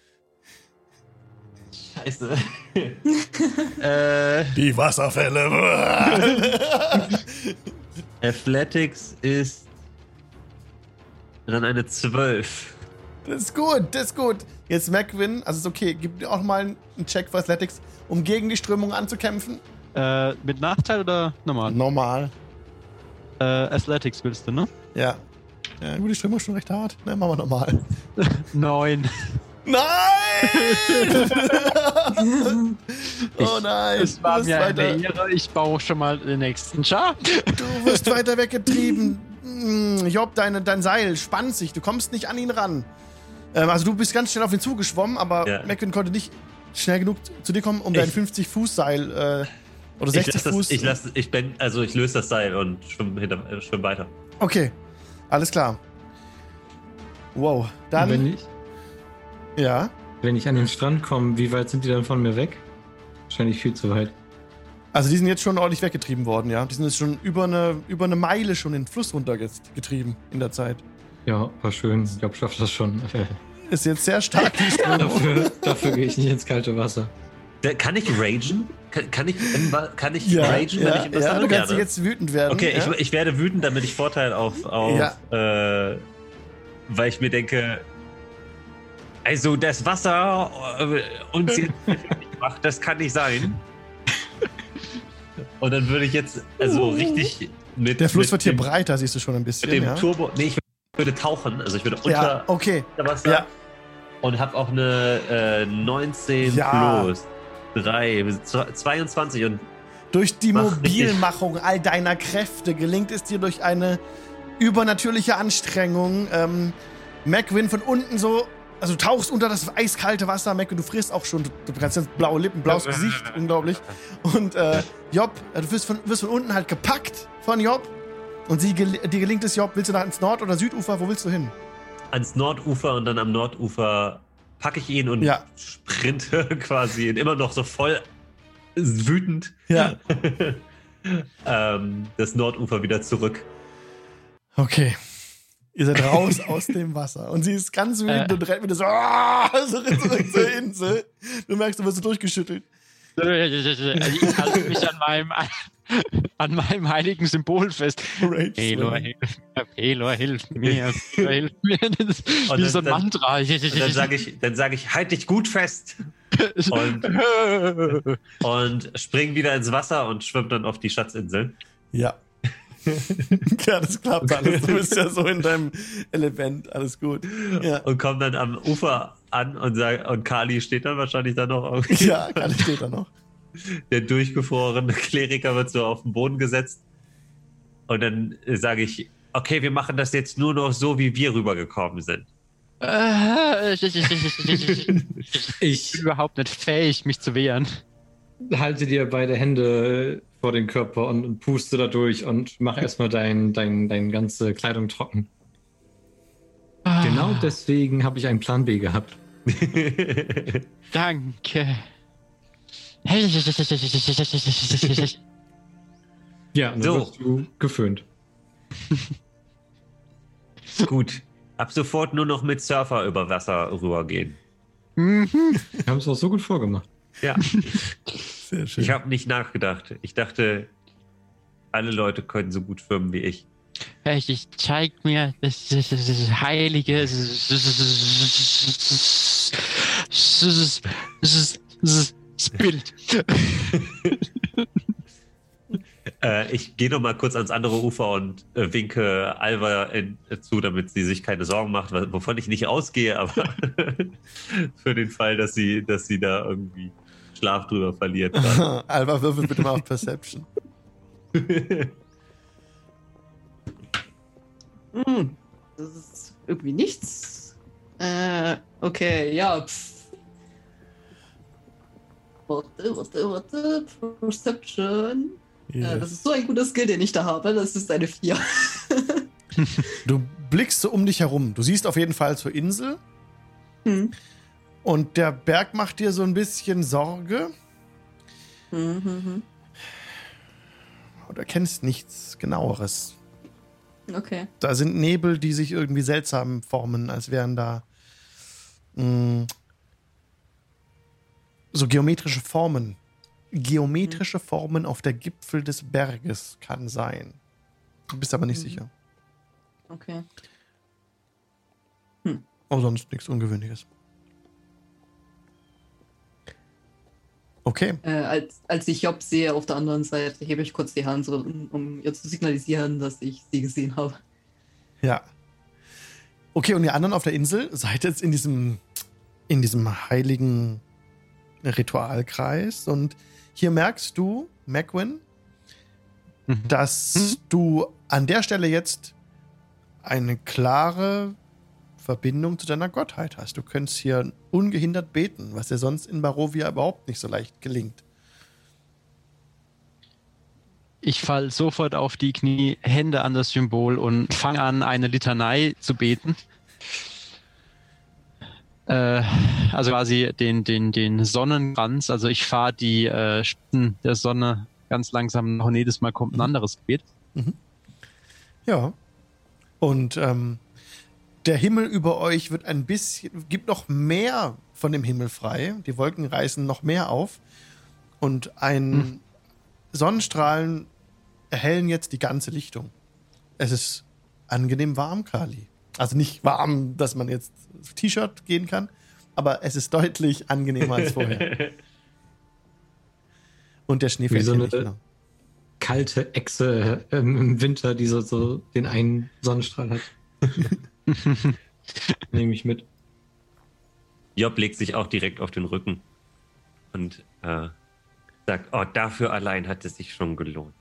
Scheiße. Die Wasserfälle. Athletics ist dann eine 12. Das ist gut. Jetzt Macwin, also ist okay, gib dir auch mal einen Check für Athletics, um gegen die Strömung anzukämpfen. Mit Nachteil oder normal? Normal. Athletics willst du, ne? Ja. Ja, gut, die Strömung ist schon recht hart. Ne, machen wir normal. 9. Nein! Oh nein. Es war Du wirst mir eine Ehre. Ich baue schon mal den nächsten Char. Du wirst weiter weggetrieben. Job, dein Seil spannt sich. Du kommst nicht an ihn ran. Also du bist ganz schnell auf ihn zugeschwommen, aber Macwin konnte nicht schnell genug zu dir kommen, um dein 50-Fuß-Seil oder 60 Fuß... Ich löse das Seil und schwimme weiter. Okay, alles klar. Wow, dann... Wenn ich an den Strand komme, wie weit sind die dann von mir weg? Wahrscheinlich viel zu weit. Also die sind jetzt schon ordentlich weggetrieben worden, ja. Die sind jetzt schon über eine Meile schon in den Fluss runtergetrieben in der Zeit. Ja, war schön. Ich glaube, ich schaffe das schon. Ist jetzt sehr stark, die Strömung. Dafür gehe ich nicht ins kalte Wasser. Kann ich ragen? Kann ich ragen, wenn ich im Wasser bin? Ja, du kannst jetzt wütend werden. Okay, ich werde wütend, damit ich Vorteil auf weil ich mir denke, also das Wasser uns jetzt macht, das kann nicht sein. Und dann würde ich jetzt richtig mit... Der Fluss wird hier breiter, siehst du schon ein bisschen. Mit dem Turbo... Nee, ich würde tauchen, also ich würde unter Wasser. Ja. Und habe auch eine 19 plus 3, 22 und... Durch die Mobilmachung all deiner Kräfte gelingt es dir durch eine übernatürliche Anstrengung, Macwin von unten so... Also du tauchst unter das eiskalte Wasser, Macwin, du frierst auch schon, du kannst jetzt blaue Lippen, blaues Gesicht, unglaublich. Und Job, du wirst von unten halt gepackt von Job. Und dir gelingt es, Job, willst du ins Nord- oder Südufer, wo willst du hin? Ans Nordufer und dann am Nordufer packe ich ihn und sprinte quasi immer noch so voll wütend das Nordufer wieder zurück. Okay. Ihr seid raus aus dem Wasser. Und sie ist ganz wütend und rennt wieder so zurück zur Insel. Du merkst, du wirst so durchgeschüttelt. Ich halte mich an meinem heiligen Symbol fest. Pelor, hilf mir. Hilf mir. Das ist wie so ein Mantra. Und dann sag ich, halt dich gut fest. Und spring wieder ins Wasser und schwimm dann auf die Schatzinsel. Ja. Ja, das klappt alles. Du bist ja so in deinem Element. Alles gut. Ja. Und komm dann am Ufer an und Kali steht dann wahrscheinlich da noch irgendwie. Ja, Kali steht da noch. Der durchgefrorene Kleriker wird so auf den Boden gesetzt. Und dann sage ich, okay, wir machen das jetzt nur noch so, wie wir rübergekommen sind. Ich bin überhaupt nicht fähig, mich zu wehren. Halte dir beide Hände vor den Körper und puste da durch und mach erstmal deine ganze Kleidung trocken. Genau deswegen habe ich einen Plan B gehabt. Danke. Ja, dann wirst du geföhnt. Gut. Ab sofort nur noch mit Surfer über Wasser rübergehen. Wir haben es auch so gut vorgemacht. Ja. Sehr schön. Ich habe nicht nachgedacht. Ich dachte, alle Leute können so gut schwimmen wie ich. Ich zeig mir das heilige Bild. Ich gehe noch mal kurz ans andere Ufer und winke Alva zu, damit sie sich keine Sorgen macht, wovon ich nicht ausgehe, aber für den Fall, dass sie da irgendwie Schlaf drüber verliert. Alva, würfel bitte mal auf Perception. Das ist irgendwie nichts. Okay, ja. Warte. Perception. Yes. Das ist so ein guter Skill, den ich da habe. Das ist eine 4. Du blickst so um dich herum. Du siehst auf jeden Fall zur Insel. Und der Berg macht dir so ein bisschen Sorge. Du erkennst nichts Genaueres. Okay. Da sind Nebel, die sich irgendwie seltsam formen, als wären da so geometrische Formen. Geometrische Formen auf der Gipfel des Berges kann sein. Du bist aber nicht sicher. Okay. Oh, sonst nichts Ungewöhnliches. Okay. Als ich Job sehe auf der anderen Seite, hebe ich kurz die Hand, so, um ihr zu signalisieren, dass ich sie gesehen habe. Ja. Okay, und ihr anderen auf der Insel seid jetzt in diesem heiligen Ritualkreis und hier merkst du, Macwin, dass du an der Stelle jetzt eine klare Verbindung zu deiner Gottheit hast. Du könntest hier ungehindert beten, was dir sonst in Barovia überhaupt nicht so leicht gelingt. Ich falle sofort auf die Knie, Hände an das Symbol und fange an, eine Litanei zu beten. Also quasi den Sonnenkranz. Also ich fahre die Spitzen der Sonne ganz langsam nach und jedes Mal kommt ein anderes Gebet. Ja. Und der Himmel über euch wird ein bisschen, gibt noch mehr von dem Himmel frei. Die Wolken reißen noch mehr auf. Und ein Sonnenstrahlen erhellen jetzt die ganze Lichtung. Es ist angenehm warm, Kali. Also nicht warm, dass man jetzt T-Shirt gehen kann, aber es ist deutlich angenehmer als vorher. Und der Schnee fällt so nicht genau. Kalte Echse im Winter, die so den einen Sonnenstrahl hat. Nehme ich mit. Job legt sich auch direkt auf den Rücken und sagt, oh, dafür allein hat es sich schon gelohnt.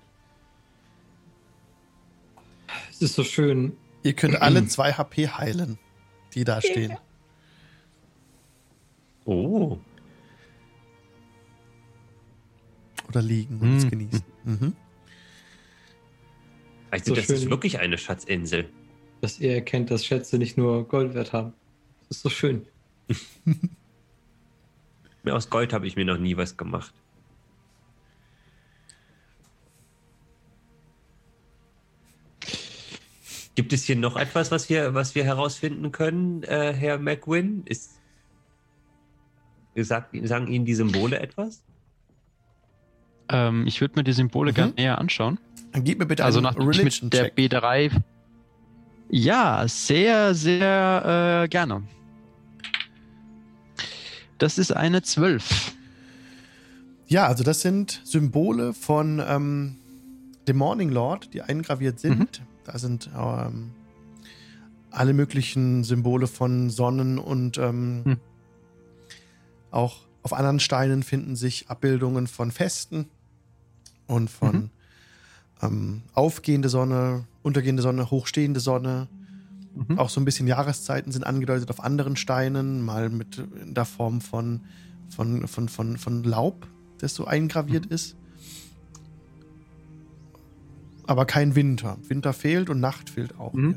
Es ist so schön. Ihr könnt alle 2 HP heilen, die da stehen. Oh. Oder liegen und es genießen. Also So das schön. ist wirklich eine Schatzinsel. Dass ihr erkennt, dass Schätze nicht nur Gold wert haben. Das ist so schön. Aus Gold habe ich mir noch nie was gemacht. Gibt es hier noch etwas, was wir herausfinden können, Herr Macwin? Sagen Ihnen die Symbole etwas? Ich würde mir die Symbole gerne näher anschauen. Dann gib mir bitte Also einen nachdem ich mit der Religion-Check. Beterei... Ja, sehr, sehr gerne. Das ist eine 12. Ja, also das sind Symbole von dem Morning Lord, die eingraviert sind. Da sind alle möglichen Symbole von Sonnen und auch auf anderen Steinen finden sich Abbildungen von Festen und von aufgehende Sonne, untergehende Sonne, hochstehende Sonne. Auch so ein bisschen Jahreszeiten sind angedeutet auf anderen Steinen, mal mit in der Form von Laub, das so eingraviert ist. Aber kein Winter. Winter fehlt und Nacht fehlt auch. Hier.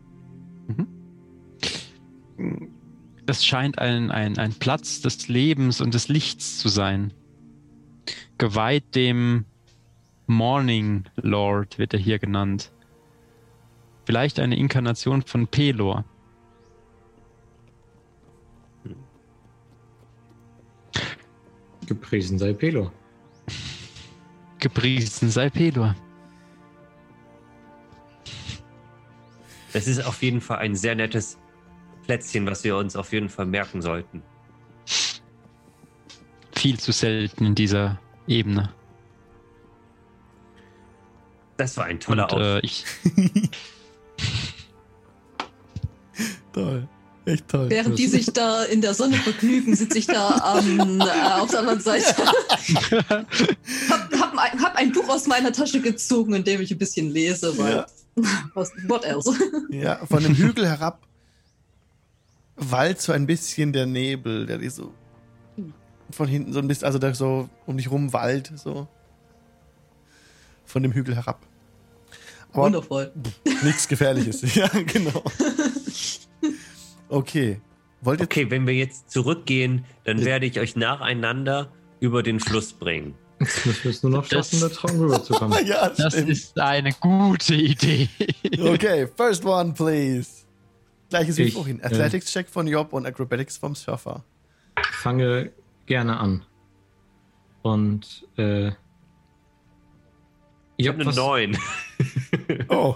Das scheint ein Platz des Lebens und des Lichts zu sein. Geweiht dem Morning Lord wird er hier genannt. Vielleicht eine Inkarnation von Pelor. Gepriesen sei Pelor. Gepriesen sei Pelor. Das ist auf jeden Fall ein sehr nettes Plätzchen, was wir uns auf jeden Fall merken sollten. Viel zu selten in dieser Ebene. Das war ein toller Und, Auftritt. ich Toll. Echt toll. Während die sich da in der Sonne vergnügen, sitze ich da auf der anderen Seite. hab ein Buch aus meiner Tasche gezogen, in dem ich ein bisschen lese, weil what else? Ja, von dem Hügel herab wallt so ein bisschen der Nebel, der die so von hinten so ein bisschen, also der so um dich rum wallt, so von dem Hügel herab. Aber wundervoll. Nichts Gefährliches. Ja, genau. Okay. Okay, wenn wir jetzt zurückgehen, dann werde ich euch nacheinander über den Fluss bringen. Jetzt müssen wir es nur noch schaffen, da Traum rüberzukommen. Ja, Das stimmt. ist eine gute Idee. Okay, first one, please. Gleiches wie Ich, vorhin. Athletics-Check von Job und Acrobatics vom Surfer. Ich fange gerne an. Und, Ich habe eine 9. Oh.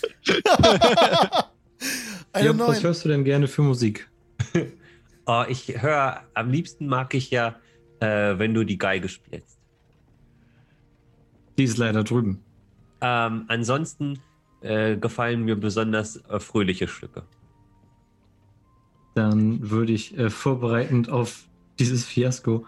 Eine Job, was 9. hörst du denn gerne für Musik? Oh, ich höre, am liebsten mag ich ja, wenn du die Geige spielst. Die ist leider drüben. Ansonsten gefallen mir besonders fröhliche Stücke. Dann würde ich vorbereitend auf dieses Fiasko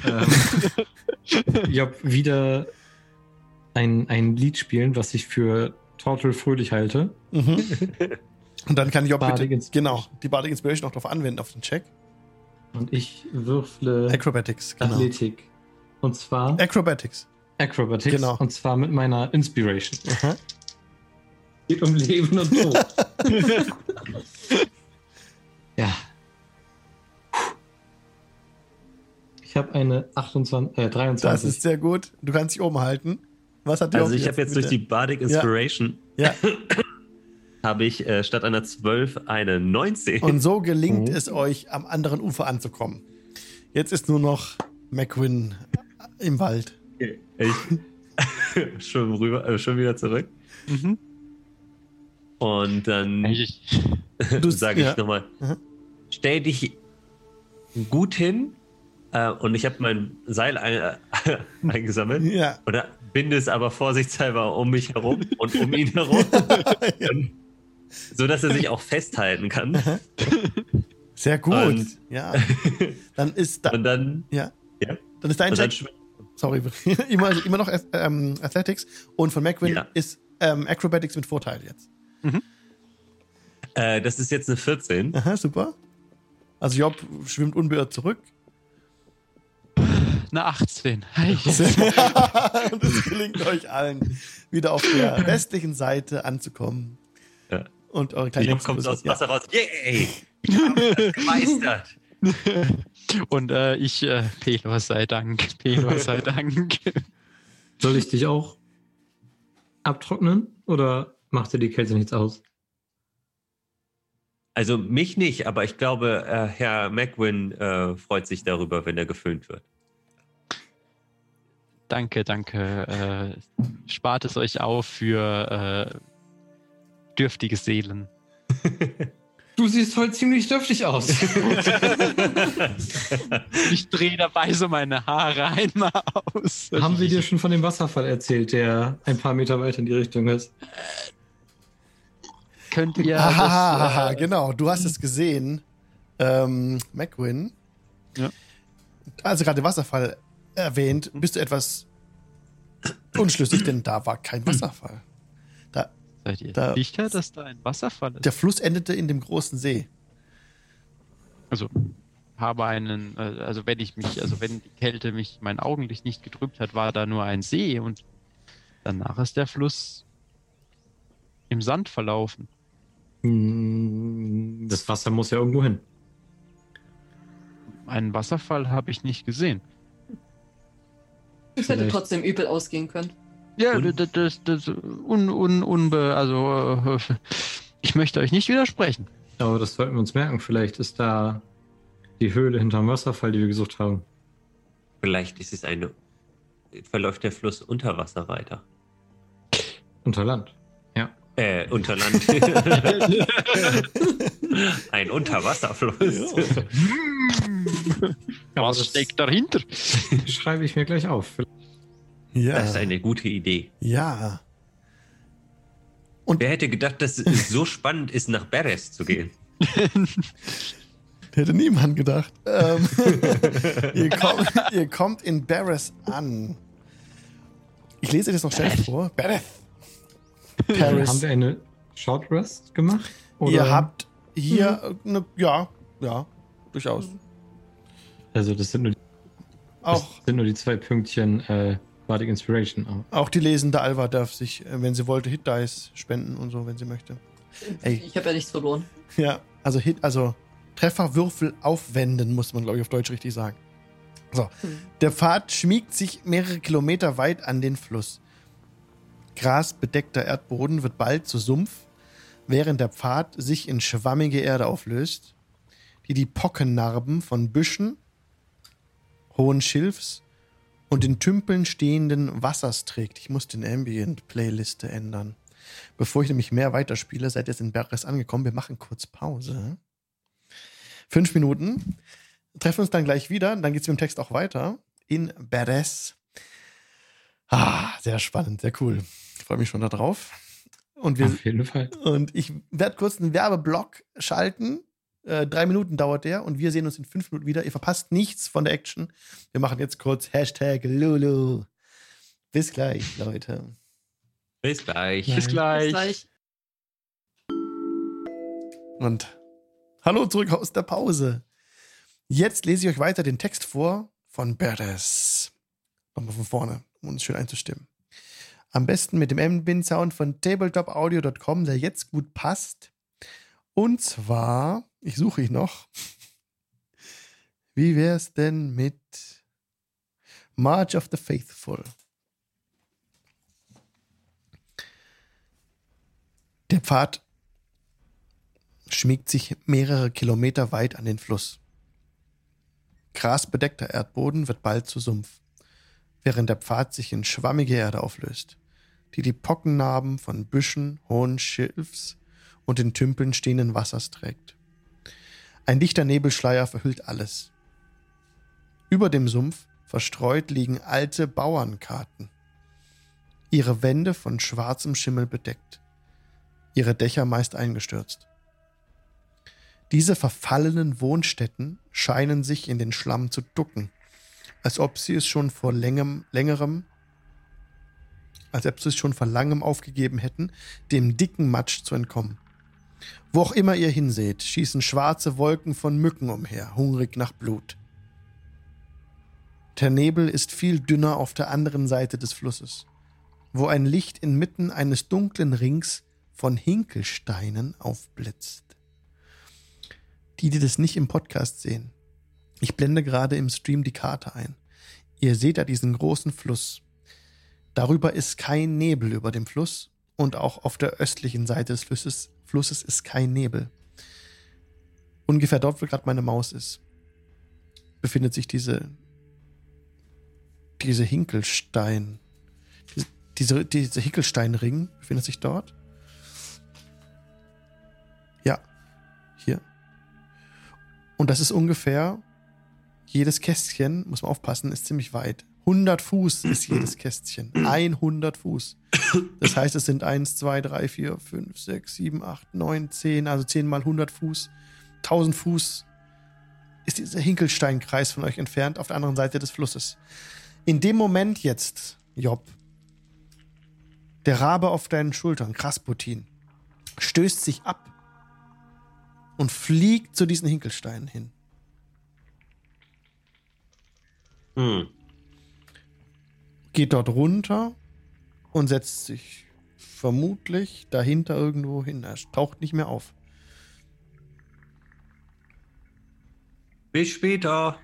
Job wieder ein Lied spielen, was ich für total fröhlich halte. Mhm. Und dann kann Job Bardic bitte, Inspiration. genau, die Bardic Inspiration auch darauf anwenden, auf den Check. Und ich würfle Acrobatics, genau. Athletik. Und zwar Acrobatics. Acrobatics. Genau. Und zwar mit meiner Inspiration. Aha. Geht um Leben und Tod. Ja. Ich habe eine 23. Das ist sehr gut. Du kannst dich oben halten. Was hat Job Also ich habe jetzt durch die Bardic Inspiration Ja. habe ich statt einer 12 eine 19. Und so gelingt es euch, am anderen Ufer anzukommen. Jetzt ist nur noch McQuinn im Wald. Ich schon wieder zurück. Mhm. Und dann sage ich nochmal, Mhm. stell dich gut hin und ich habe mein Seil eingesammelt Ja. oder binde es aber vorsichtshalber um mich herum und um ihn herum, so dass er sich auch festhalten kann. Sehr gut. Und- Ja. Dann ist Und dann, ja. ja. Dann ist dein Und dann Check. Sorry, immer noch Athletics. Und von McQuinn Ja. ist Acrobatics mit Vorteil jetzt. das ist jetzt eine 14. Aha, super. Also Job schwimmt unbeirrt zurück. Eine 18. Und es gelingt euch allen, wieder auf der westlichen Seite anzukommen. Ja. Und eure kleine Job kommt aus dem Wasser raus. Yay! Gemeistert! Und ich, Pelor sei Dank, Pelor sei Dank. Soll ich dich auch abtrocknen oder macht dir die Kälte nichts aus? Also mich nicht, aber ich glaube, Herr McQuinn freut sich darüber, wenn er geföhnt wird. Danke, danke. Spart es euch auf für dürftige Seelen. Du siehst heute ziemlich dürftig aus. Ich drehe dabei so meine Haare einmal aus. Haben wir dir schon von dem Wasserfall erzählt, der ein paar Meter weiter in die Richtung ist? Könnt ihr Aha, genau. Du hast es gesehen. McQuinn. Ja. Also gerade den Wasserfall erwähnt, bist du etwas unschlüssig, denn da war kein Wasserfall. Seid ihr da- sicher, dass da ein Wasserfall ist? Der Fluss endete in dem großen See. Also habe einen, also wenn die Kälte mich mein Augenlicht nicht getrübt hat, war da nur ein See und danach ist der Fluss im Sand verlaufen. Das Wasser muss ja irgendwo hin. Einen Wasserfall habe ich nicht gesehen. Es hätte Vielleicht. trotzdem übel ausgehen können. Ja, Und? ich möchte euch nicht widersprechen. Aber das sollten wir uns merken. Vielleicht ist da die Höhle hinterm Wasserfall, die wir gesucht haben. Vielleicht ist es verläuft der Fluss unter Wasser weiter. Unter Land. Ja. Unter Land. Ein Unterwasserfluss. Aber Was das steckt dahinter? schreibe ich mir gleich auf. Ja. Das ist eine gute Idee. Ja. Wer hätte gedacht, dass es so spannend ist, nach Beres zu gehen? Hätte niemand gedacht. Ihr kommt in Barris an. Ich lese das noch schnell vor. Barris. Paris. Haben wir eine Short Rest gemacht? Oder? Ihr habt hier ja, durchaus. Also das sind nur die 2 Pünktchen Bardic Inspiration. Auch die lesende Alva darf sich, wenn sie wollte, Hit Dice spenden und so, wenn sie möchte. Ey. Ich habe ja nichts verloren. Ja, also Trefferwürfel aufwenden, muss man, glaube ich, auf Deutsch richtig sagen. So, der Pfad schmiegt sich mehrere Kilometer weit an den Fluss. Grasbedeckter Erdboden wird bald zu Sumpf, während der Pfad sich in schwammige Erde auflöst, die Pockennarben von Büschen, hohen Schilfs und in Tümpeln stehenden Wassers trägt. Ich muss den Ambient-Playliste ändern. Bevor ich nämlich mehr weiterspiele, seid ihr jetzt in Barris angekommen. Wir machen kurz Pause. 5 Minuten. Treffen uns dann gleich wieder. Dann geht es mit dem Text auch weiter. In Barris. Sehr spannend, sehr cool. Ich freue mich schon darauf. Und Auf jeden Fall. Und ich werde kurz einen Werbeblock schalten. 3 Minuten dauert der und wir sehen uns in 5 Minuten wieder. Ihr verpasst nichts von der Action. Wir machen jetzt kurz #Lulu. Bis gleich, Leute. Bis gleich. Bis gleich. Bis gleich. Und hallo zurück aus der Pause. Jetzt lese ich euch weiter den Text vor von Barris. Nochmal von vorne, um uns schön einzustimmen. Am besten mit dem Ambient-Sound von tabletopaudio.com, der jetzt gut passt. Und zwar, ich suche ihn noch. Wie wäre es denn mit March of the Faithful? Der Pfad schmiegt sich mehrere Kilometer weit an den Fluss. Grasbedeckter Erdboden wird bald zu Sumpf, während der Pfad sich in schwammige Erde auflöst, die Pockennarben von Büschen, hohen Schilfs und in Tümpeln stehenden Wassers trägt. Ein dichter Nebelschleier verhüllt alles. Über dem Sumpf verstreut liegen alte Bauernkarten, ihre Wände von schwarzem Schimmel bedeckt, ihre Dächer meist eingestürzt. Diese verfallenen Wohnstätten scheinen sich in den Schlamm zu ducken, als ob sie es schon vor langem aufgegeben hätten, dem dicken Matsch zu entkommen. Wo auch immer ihr hinseht, schießen schwarze Wolken von Mücken umher, hungrig nach Blut. Der Nebel ist viel dünner auf der anderen Seite des Flusses, wo ein Licht inmitten eines dunklen Rings von Hinkelsteinen aufblitzt. Die das nicht im Podcast sehen, ich blende gerade im Stream die Karte ein. Ihr seht da diesen großen Fluss. Darüber ist kein Nebel über dem Fluss und auch auf der östlichen Seite des Flusses ist kein Nebel. Ungefähr dort, wo gerade meine Maus ist, befindet sich diese Hinkelstein, diese Hinkelsteinring befindet sich dort. Ja, hier. Und das ist ungefähr, jedes Kästchen, muss man aufpassen, ist ziemlich weit. 100 Fuß ist jedes Kästchen. 100 Fuß. Das heißt, es sind 1, 2, 3, 4, 5, 6, 7, 8, 9, 10, also 10 mal 100 Fuß. 1000 Fuß ist dieser Hinkelsteinkreis von euch entfernt auf der anderen Seite des Flusses. In dem Moment jetzt, Job, der Rabe auf deinen Schultern, Krasputin, stößt sich ab und fliegt zu diesen Hinkelsteinen hin. Geht dort runter und setzt sich vermutlich dahinter irgendwo hin. Er taucht nicht mehr auf. Bis später.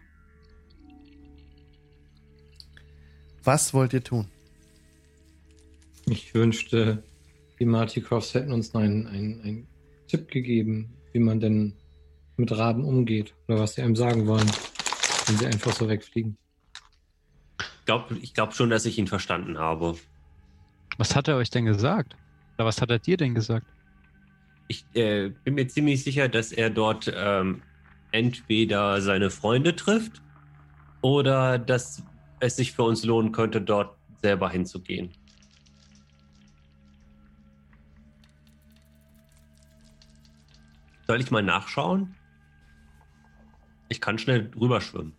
Was wollt ihr tun? Ich wünschte, die Martikovs hätten uns noch einen Tipp gegeben, wie man denn mit Raben umgeht oder was sie einem sagen wollen, wenn sie einfach so wegfliegen. Ich glaube schon, dass ich ihn verstanden habe. Was hat er euch denn gesagt? Oder was hat er dir denn gesagt? Ich bin mir ziemlich sicher, dass er dort entweder seine Freunde trifft oder dass es sich für uns lohnen könnte, dort selber hinzugehen. Soll ich mal nachschauen? Ich kann schnell rüberschwimmen.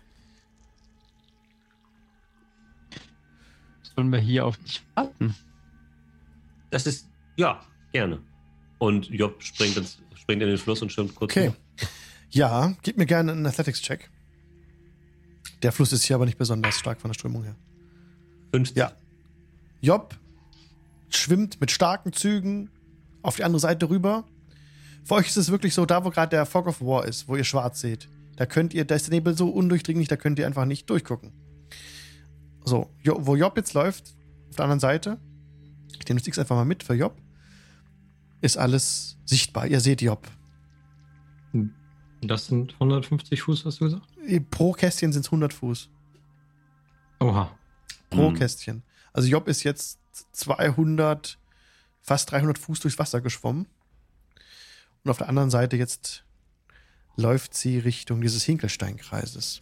Sollen wir hier auf dich warten? Das ist, ja, gerne. Und Job springt in den Fluss und schwimmt kurz Okay. rüber. Ja, gib mir gerne einen Athletics-Check. Der Fluss ist hier aber nicht besonders stark von der Strömung her. 50. Ja. Job schwimmt mit starken Zügen auf die andere Seite rüber. Für euch ist es wirklich so, da wo gerade der Fog of War ist, wo ihr schwarz seht, da ist der Nebel so undurchdringlich, da könnt ihr einfach nicht durchgucken. So, wo Job jetzt läuft, auf der anderen Seite, ich nehme das X einfach mal mit für Job, ist alles sichtbar. Ihr seht Job. Das sind 150 Fuß, hast du gesagt? Pro Kästchen sind es 100 Fuß. Oha. Pro Kästchen. Also Job ist jetzt 200, fast 300 Fuß durchs Wasser geschwommen. Und auf der anderen Seite jetzt läuft sie Richtung dieses Hinkelsteinkreises.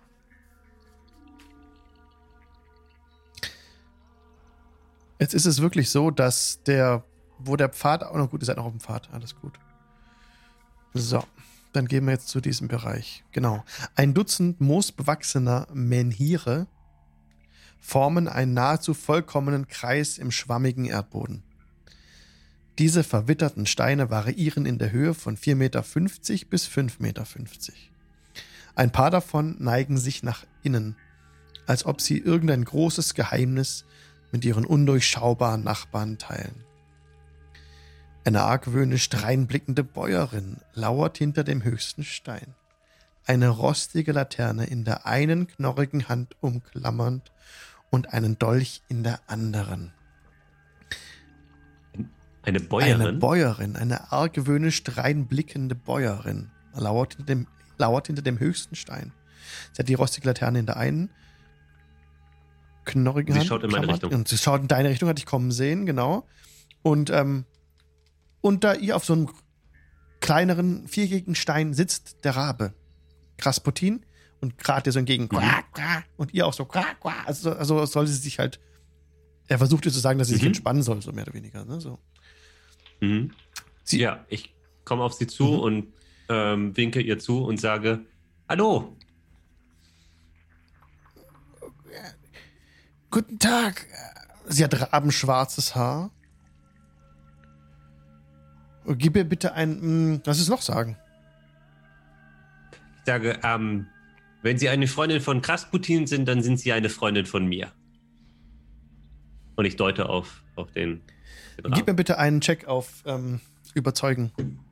Jetzt ist es wirklich so, dass wo der Pfad, oh, gut, ihr seid noch auf dem Pfad, alles gut. So, dann gehen wir jetzt zu diesem Bereich. Genau. 1 Dutzend moosbewachsener Menhire formen einen nahezu vollkommenen Kreis im schwammigen Erdboden. Diese verwitterten Steine variieren in der Höhe von 4,50 Meter bis 5,50 Meter. Ein paar davon neigen sich nach innen, als ob sie irgendein großes Geheimnis mit ihren undurchschaubaren Nachbarn teilen. Eine argwöhnisch dreinblickende Bäuerin lauert hinter dem höchsten Stein, eine rostige Laterne in der einen knorrigen Hand umklammernd und einen Dolch in der anderen. Eine Bäuerin? Eine Bäuerin, eine argwöhnisch dreinblickende Bäuerin lauert hinter dem höchsten Stein. Sie hat die rostige Laterne in der einen knorrigen Hand. Sie schaut in meine Richtung. Und sie schaut in deine Richtung, hat dich kommen sehen, genau. Und unter ihr auf so einem kleineren, viereckigen Stein sitzt der Rabe. Krasputin und gerade dir so entgegen. Und ihr auch so. Also soll sie sich halt. Er versucht ihr zu sagen, dass sie sich entspannen soll, so mehr oder weniger. Ne? So. Mhm. Ja, ich komme auf sie zu und winke ihr zu und sage: Hallo. Guten Tag. Sie hat rabenschwarzes Haar. Gib mir bitte lass es noch sagen. Ich sage, wenn Sie eine Freundin von Krasputin sind, dann sind Sie eine Freundin von mir. Und ich deute auf den Gib mir bitte einen Check auf Überzeugen.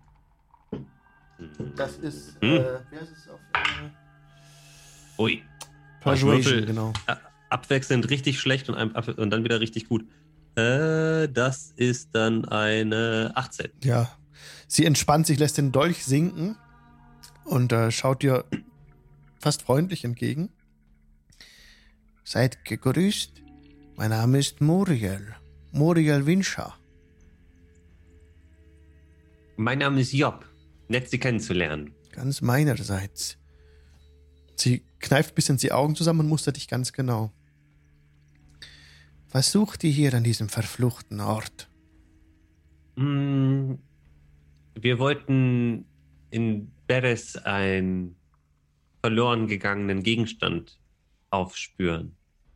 Das ist, wie heißt es auf Ui. Persuasion, genau. Abwechselnd richtig schlecht und dann wieder richtig gut. Das ist dann eine 18. Ja. Sie entspannt sich, lässt den Dolch sinken und schaut dir fast freundlich entgegen. Seid gegrüßt. Mein Name ist Muriel. Muriel Winscher. Mein Name ist Job. Nett, Sie kennenzulernen. Ganz meinerseits. Sie kneift ein bisschen die Augen zusammen und mustert dich ganz genau. Was sucht ihr hier an diesem verfluchten Ort? Wir wollten in Beres einen verloren gegangenen Gegenstand aufspüren.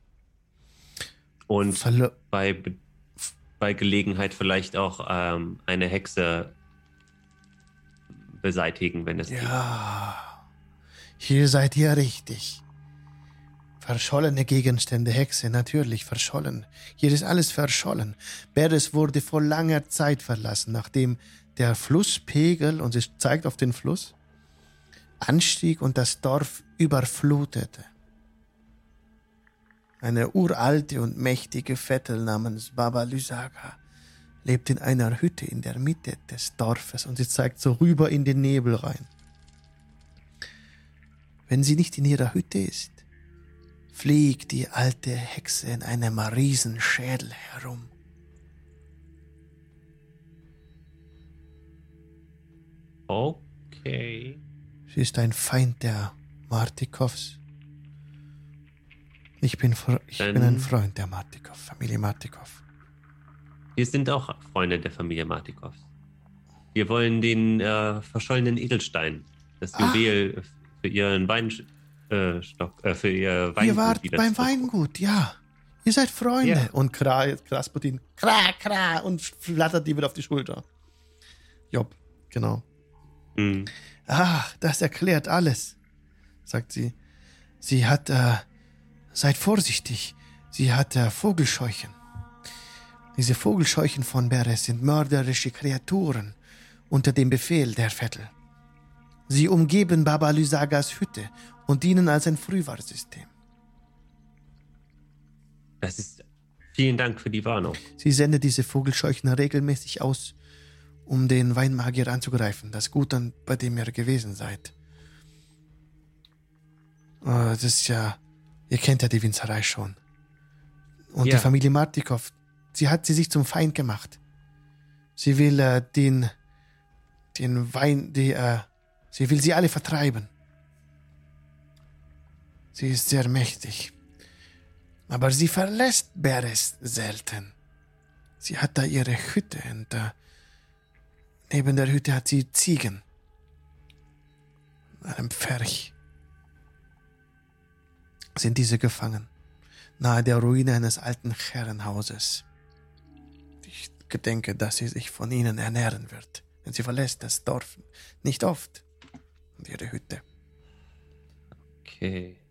Und bei Gelegenheit vielleicht auch eine Hexe beseitigen, wenn es geht. Ja, hier seid ihr richtig. Verschollene Gegenstände, Hexe, natürlich verschollen. Hier ist alles verschollen. Beres wurde vor langer Zeit verlassen, nachdem der Flusspegel, und sie zeigt auf den Fluss, anstieg und das Dorf überflutete. Eine uralte und mächtige Vettel namens Baba Lysaga lebt in einer Hütte in der Mitte des Dorfes und sie zeigt so rüber in den Nebel rein. Wenn sie nicht in ihrer Hütte ist, fliegt die alte Hexe in einem Riesenschädel herum. Okay. Sie ist ein Feind der Martikovs. Ich bin ein Freund der Martikov, Familie Martikov. Wir sind auch Freunde der Familie Martikovs. Wir wollen den verschollenen Edelstein, das Juwel für ihren Weinstock, für ihr Weingut. Ihr wart wieder beim zurück. Weingut, ja. Ihr seid Freunde. Ja. Und Krasputin, kra, und flattert die wieder auf die Schulter. Job, genau. Hm. Ach, das erklärt alles, sagt sie. Sie hat, seid vorsichtig. Sie hat Vogelscheuchen. Diese Vogelscheuchen von Beres sind mörderische Kreaturen unter dem Befehl der Vettel. Sie umgeben Baba Lysagas Hütte und dienen als ein Frühwarnsystem. Vielen Dank für die Warnung. Sie sendet diese Vogelscheuchen regelmäßig aus, um den Weinmagier anzugreifen. Das Gut, bei dem ihr gewesen seid. Das ist ja... Ihr kennt ja die Winzerei schon. Und Ja. die Familie Martikow, sie hat sie sich zum Feind gemacht. Sie will den Wein... sie will sie alle vertreiben. Sie ist sehr mächtig. Aber sie verlässt Beres selten. Sie hat da ihre Hütte und neben der Hütte hat sie Ziegen. In einem Pferch sind diese gefangen, nahe der Ruine eines alten Herrenhauses. Ich denke, dass sie sich von ihnen ernähren wird, denn sie verlässt das Dorf nicht oft und ihre Hütte. Okay.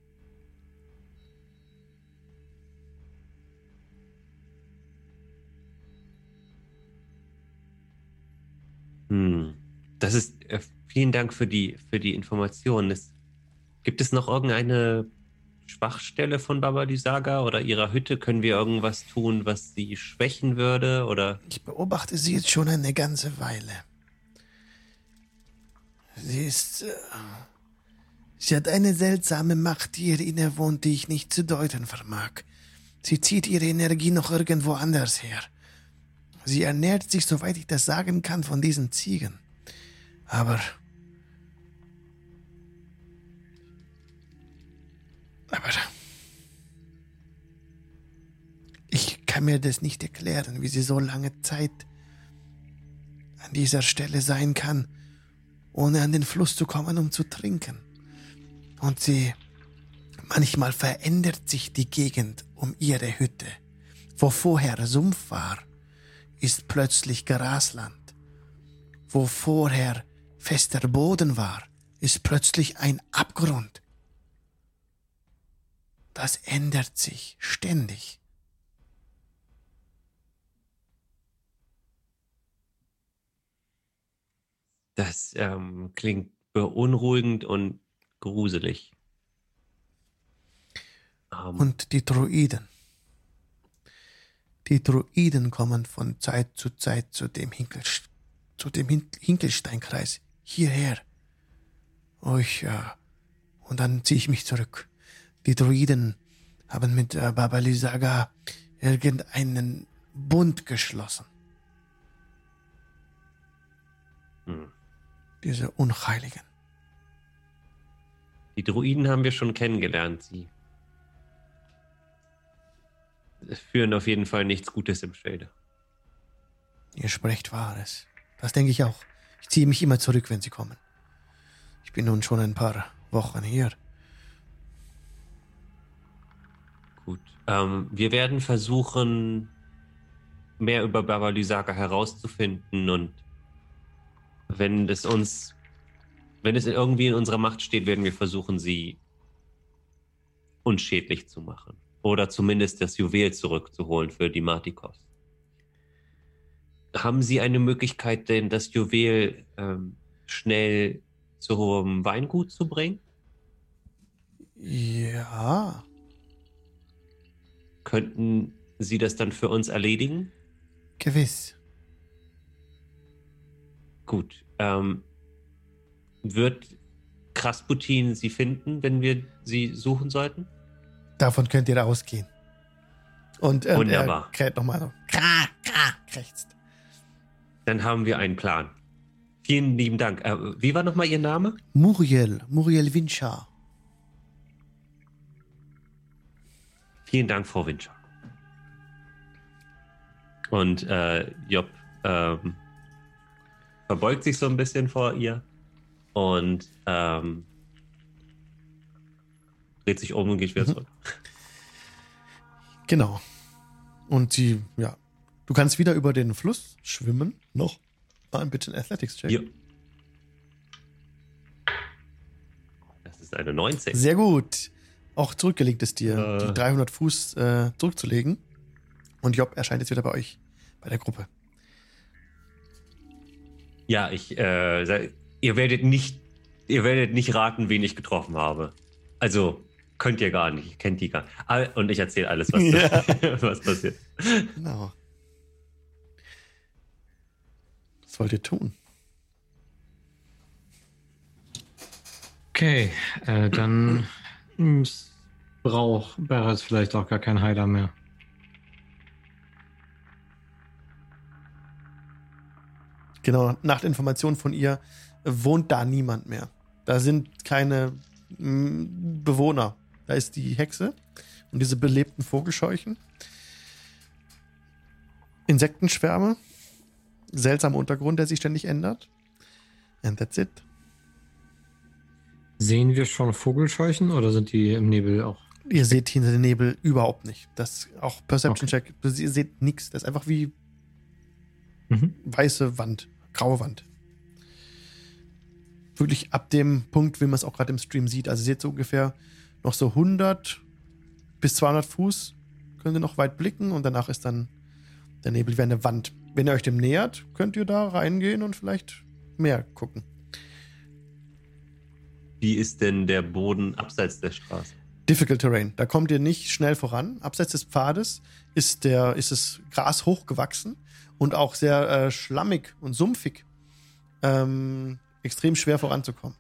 Das ist vielen Dank für die Information. Gibt es noch irgendeine Schwachstelle von Baba Lysaga oder ihrer Hütte? Können wir irgendwas tun, was sie schwächen würde? Oder? Ich beobachte sie jetzt schon eine ganze Weile. Sie hat eine seltsame Macht, die ihr innewohnt, die ich nicht zu deuten vermag. Sie zieht ihre Energie noch irgendwo anders her. Sie ernährt sich, soweit ich das sagen kann, von diesen Ziegen. Aber ich kann mir das nicht erklären, wie sie so lange Zeit an dieser Stelle sein kann, ohne an den Fluss zu kommen, um zu trinken. Und manchmal verändert sich die Gegend um ihre Hütte. Wo vorher Sumpf war, ist plötzlich Grasland. Wo vorher fester Boden war, ist plötzlich ein Abgrund. Das ändert sich ständig. Das klingt beunruhigend und gruselig. Und die Druiden. Die Druiden kommen von Zeit zu Zeit zu dem Hinkelsteinkreis hierher. Und dann ziehe ich mich zurück. Die Druiden haben mit Baba Lysaga irgendeinen Bund geschlossen. Diese Unheiligen. Die Druiden haben wir schon kennengelernt. Sie führen auf jeden Fall nichts Gutes im Schilde. Ihr sprecht Wahres. Das denke ich auch. Ich ziehe mich immer zurück, wenn sie kommen. Ich bin nun schon ein paar Wochen hier. Gut. Wir werden versuchen, mehr über Baba Lysaga herauszufinden, und wenn es irgendwie in unserer Macht steht, werden wir versuchen, sie unschädlich zu machen. Oder zumindest das Juwel zurückzuholen für die Martikows. Haben Sie eine Möglichkeit, denn das Juwel schnell zum Weingut zu bringen? Ja. Könnten Sie das dann für uns erledigen? Gewiss. Gut. Wird Krasputin Sie finden, wenn wir Sie suchen sollten? Davon könnt ihr ausgehen. Und Wunderbar. er kräht nochmal so. Krächzt. Dann haben wir einen Plan. Vielen lieben Dank. Wie war nochmal Ihr Name? Muriel Winchar. Vielen Dank, Frau Winchar. Und Job verbeugt sich so ein bisschen vor ihr und dreht sich um und geht wieder zurück. Genau. Und sie, ja, du kannst wieder über den Fluss schwimmen. Noch mal ein bisschen Athletics-Check. Ja. Das ist eine 19. Sehr gut. Auch zurückgelegt ist dir, die 300 Fuß zurückzulegen. Und Job erscheint jetzt wieder bei euch, bei der Gruppe. Ja, ihr werdet nicht raten, wen ich getroffen habe. Also, könnt ihr gar nicht. Ich kennt die gar nicht. Und ich erzähle alles, was, was passiert. Genau. Was wollt ihr tun? Okay, dann braucht Beres vielleicht auch gar kein Heiler mehr. Genau, nach der Information von ihr wohnt da niemand mehr. Da sind keine Bewohner. Da ist die Hexe und diese belebten Vogelscheuchen. Insektenschwärme. Seltsamer Untergrund, der sich ständig ändert. And that's it. Sehen wir schon Vogelscheuchen oder sind die im Nebel auch? Ihr seht hinter den Nebel überhaupt nicht. Das auch Perception-Check. Ihr seht nichts. Das ist einfach wie weiße Wand, graue Wand. Wirklich ab dem Punkt, wie man es auch gerade im Stream sieht. Also ihr seht so ungefähr noch so 100 bis 200 Fuß könnt ihr noch weit blicken und danach ist dann der Nebel wie eine Wand. Wenn ihr euch dem nähert, könnt ihr da reingehen und vielleicht mehr gucken. Wie ist denn der Boden abseits der Straße? Difficult Terrain. Da kommt ihr nicht schnell voran. Abseits des Pfades ist das Gras hochgewachsen und auch sehr schlammig und sumpfig. Extrem schwer voranzukommen.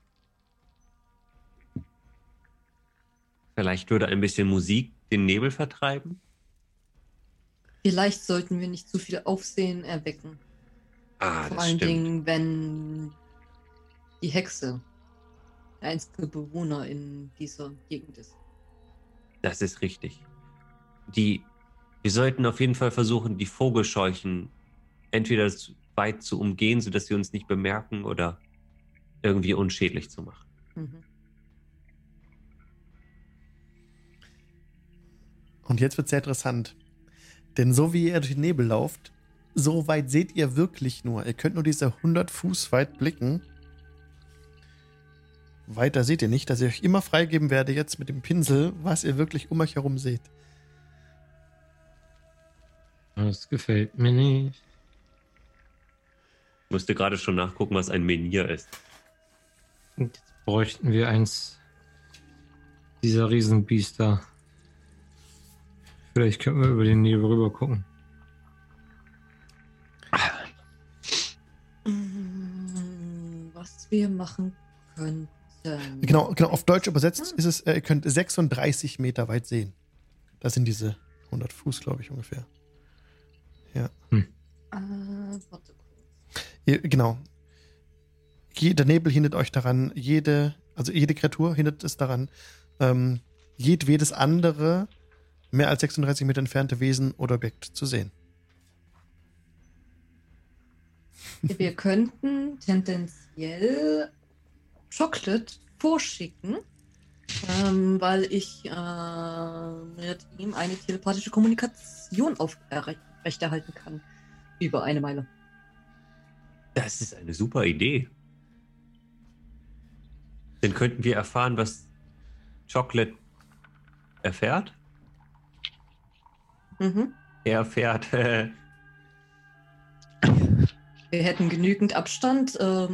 Vielleicht würde ein bisschen Musik den Nebel vertreiben? Vielleicht sollten wir nicht zu viel Aufsehen erwecken. Vor allen Dingen, wenn die Hexe der einzige Bewohner in dieser Gegend ist. Das ist richtig. Wir sollten auf jeden Fall versuchen, die Vogelscheuchen entweder weit zu umgehen, sodass sie uns nicht bemerken oder irgendwie unschädlich zu machen. Mhm. Und jetzt wird es sehr interessant. Denn so wie ihr durch den Nebel lauft, so weit seht ihr wirklich nur. Ihr könnt nur diese 100 Fuß weit blicken. Weiter seht ihr nicht, dass ich euch immer freigeben werde jetzt mit dem Pinsel, was ihr wirklich um euch herum seht. Das gefällt mir nicht. Ich musste gerade schon nachgucken, was ein Menhir ist. Und jetzt bräuchten wir eins dieser Riesenbiester. Vielleicht können wir über den Nebel rüber gucken. Was wir machen könnten. Genau, auf Deutsch übersetzt ist es, ihr könnt 36 Meter weit sehen. Das sind diese 100 Fuß, glaube ich, ungefähr. Ja. Warte kurz. Genau. Der Nebel hindert euch daran, jede Kreatur hindert es daran, jedwedes andere mehr als 36 Meter entfernte Wesen oder Objekt zu sehen. Wir könnten tendenziell Chocolate vorschicken, weil ich mit ihm eine telepathische Kommunikation aufrechterhalten kann. Über eine Meile. Das ist eine super Idee. Dann könnten wir erfahren, was Chocolate erfährt. Mhm. Er erfährt. Wir hätten genügend Abstand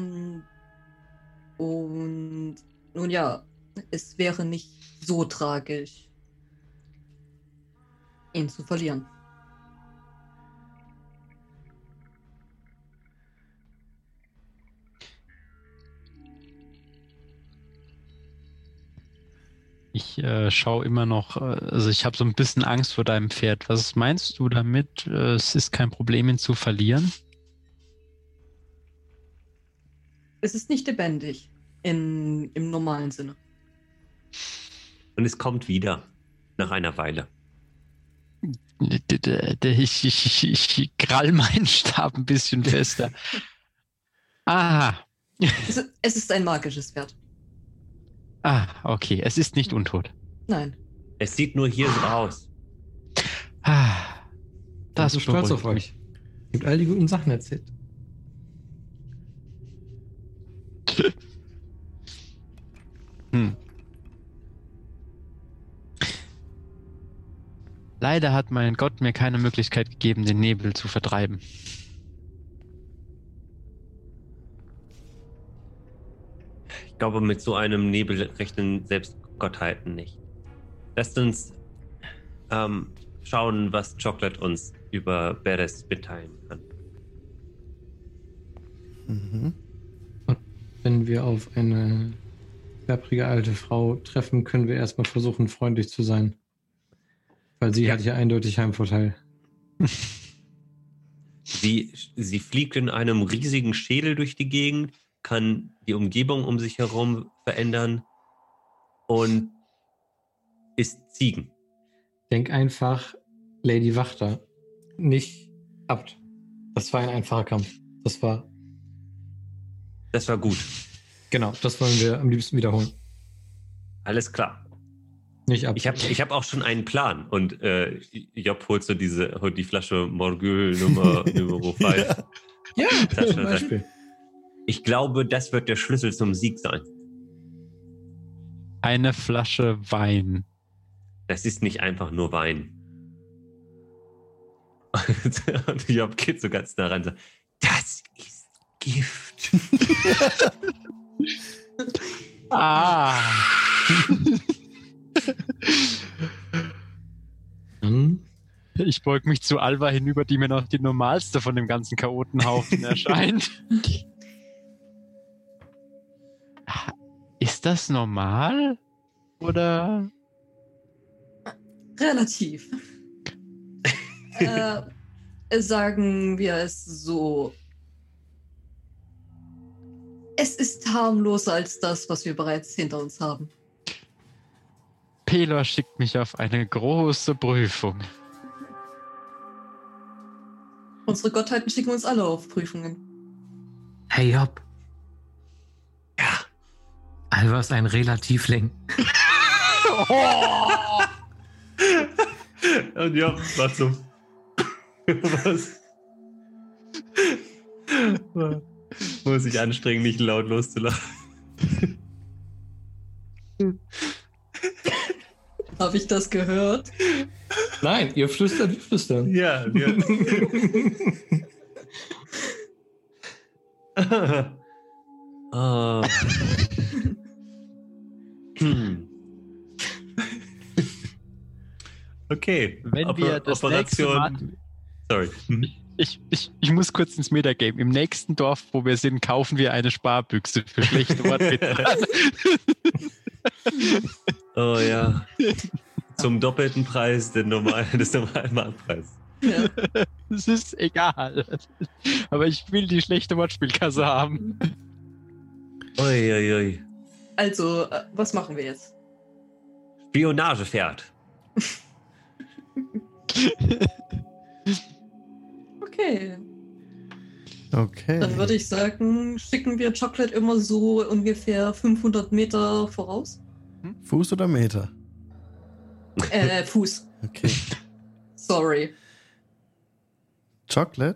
und nun ja, es wäre nicht so tragisch, ihn zu verlieren. Ich schaue immer noch, also ich habe so ein bisschen Angst vor deinem Pferd. Was meinst du damit? Es ist kein Problem, ihn zu verlieren? Es ist nicht lebendig im normalen Sinne. Und es kommt wieder nach einer Weile. Ich krall meinen Stab ein bisschen fester. Ah. Es ist ein magisches Pferd. Ah, okay. Es ist nicht untot. Nein. Es sieht nur hier so aus. Ah, das ist stolz auf euch. Ihr habt all die guten Sachen erzählt. Leider hat mein Gott mir keine Möglichkeit gegeben, den Nebel zu vertreiben. Ich glaube, mit so einem Nebel rechnen selbst Gottheiten nicht. Lasst uns schauen, was Chocolate uns über Beres mitteilen kann. Mhm. Und wenn wir auf eine klapprige alte Frau treffen, können wir erstmal versuchen, freundlich zu sein. Weil sie hat ja eindeutig Heimvorteil. Sie fliegt in einem riesigen Schädel durch die Gegend, kann die Umgebung um sich herum verändern und isst Ziegen. Denk einfach Lady Wachter, nicht Abt. Das war ein einfacher Kampf. Das war gut. Genau, das wollen wir am liebsten wiederholen. Alles klar. Nicht Abt. Ich hab auch schon einen Plan und Job holt die Flasche Morgül Nummer 5. Ja, zum Beispiel. Ich glaube, das wird der Schlüssel zum Sieg sein. Eine Flasche Wein. Das ist nicht einfach nur Wein. Und Job geht so ganz nah ran und sagt, das ist Gift. Ah. Ich beug mich zu Alva hinüber, die mir noch die normalste von dem ganzen Chaotenhaufen erscheint. Ist das normal? Oder? Relativ. Sagen wir es so. Es ist harmloser als das, was wir bereits hinter uns haben. Pelor schickt mich auf eine große Prüfung. Unsere Gottheiten schicken uns alle auf Prüfungen. Hey Job. Ja. Alva ist ein Relativling. Und Job war so. Was? Muss ich anstrengen, nicht laut loszulachen. Habe ich das gehört? Nein, ihr flüstert, wir flüstern. Ja, Oh. Okay. Wenn wir das nächste Mal... Sorry. Ich muss kurz ins Metagame. Im nächsten Dorf, wo wir sind, kaufen wir eine Sparbüchse für schlechte Wortwitze. Oh ja. Zum doppelten Preis des normalen Marktpreises. Ja. Es ist egal. Aber ich will die schlechte Wortspielkasse haben. Uiuiui. Also, was machen wir jetzt? Spionagepferd. Okay. Okay. Dann würde ich sagen, schicken wir Chocolate immer so ungefähr 500 Meter voraus. Fuß oder Meter? Fuß. Okay. Sorry. Chocolate,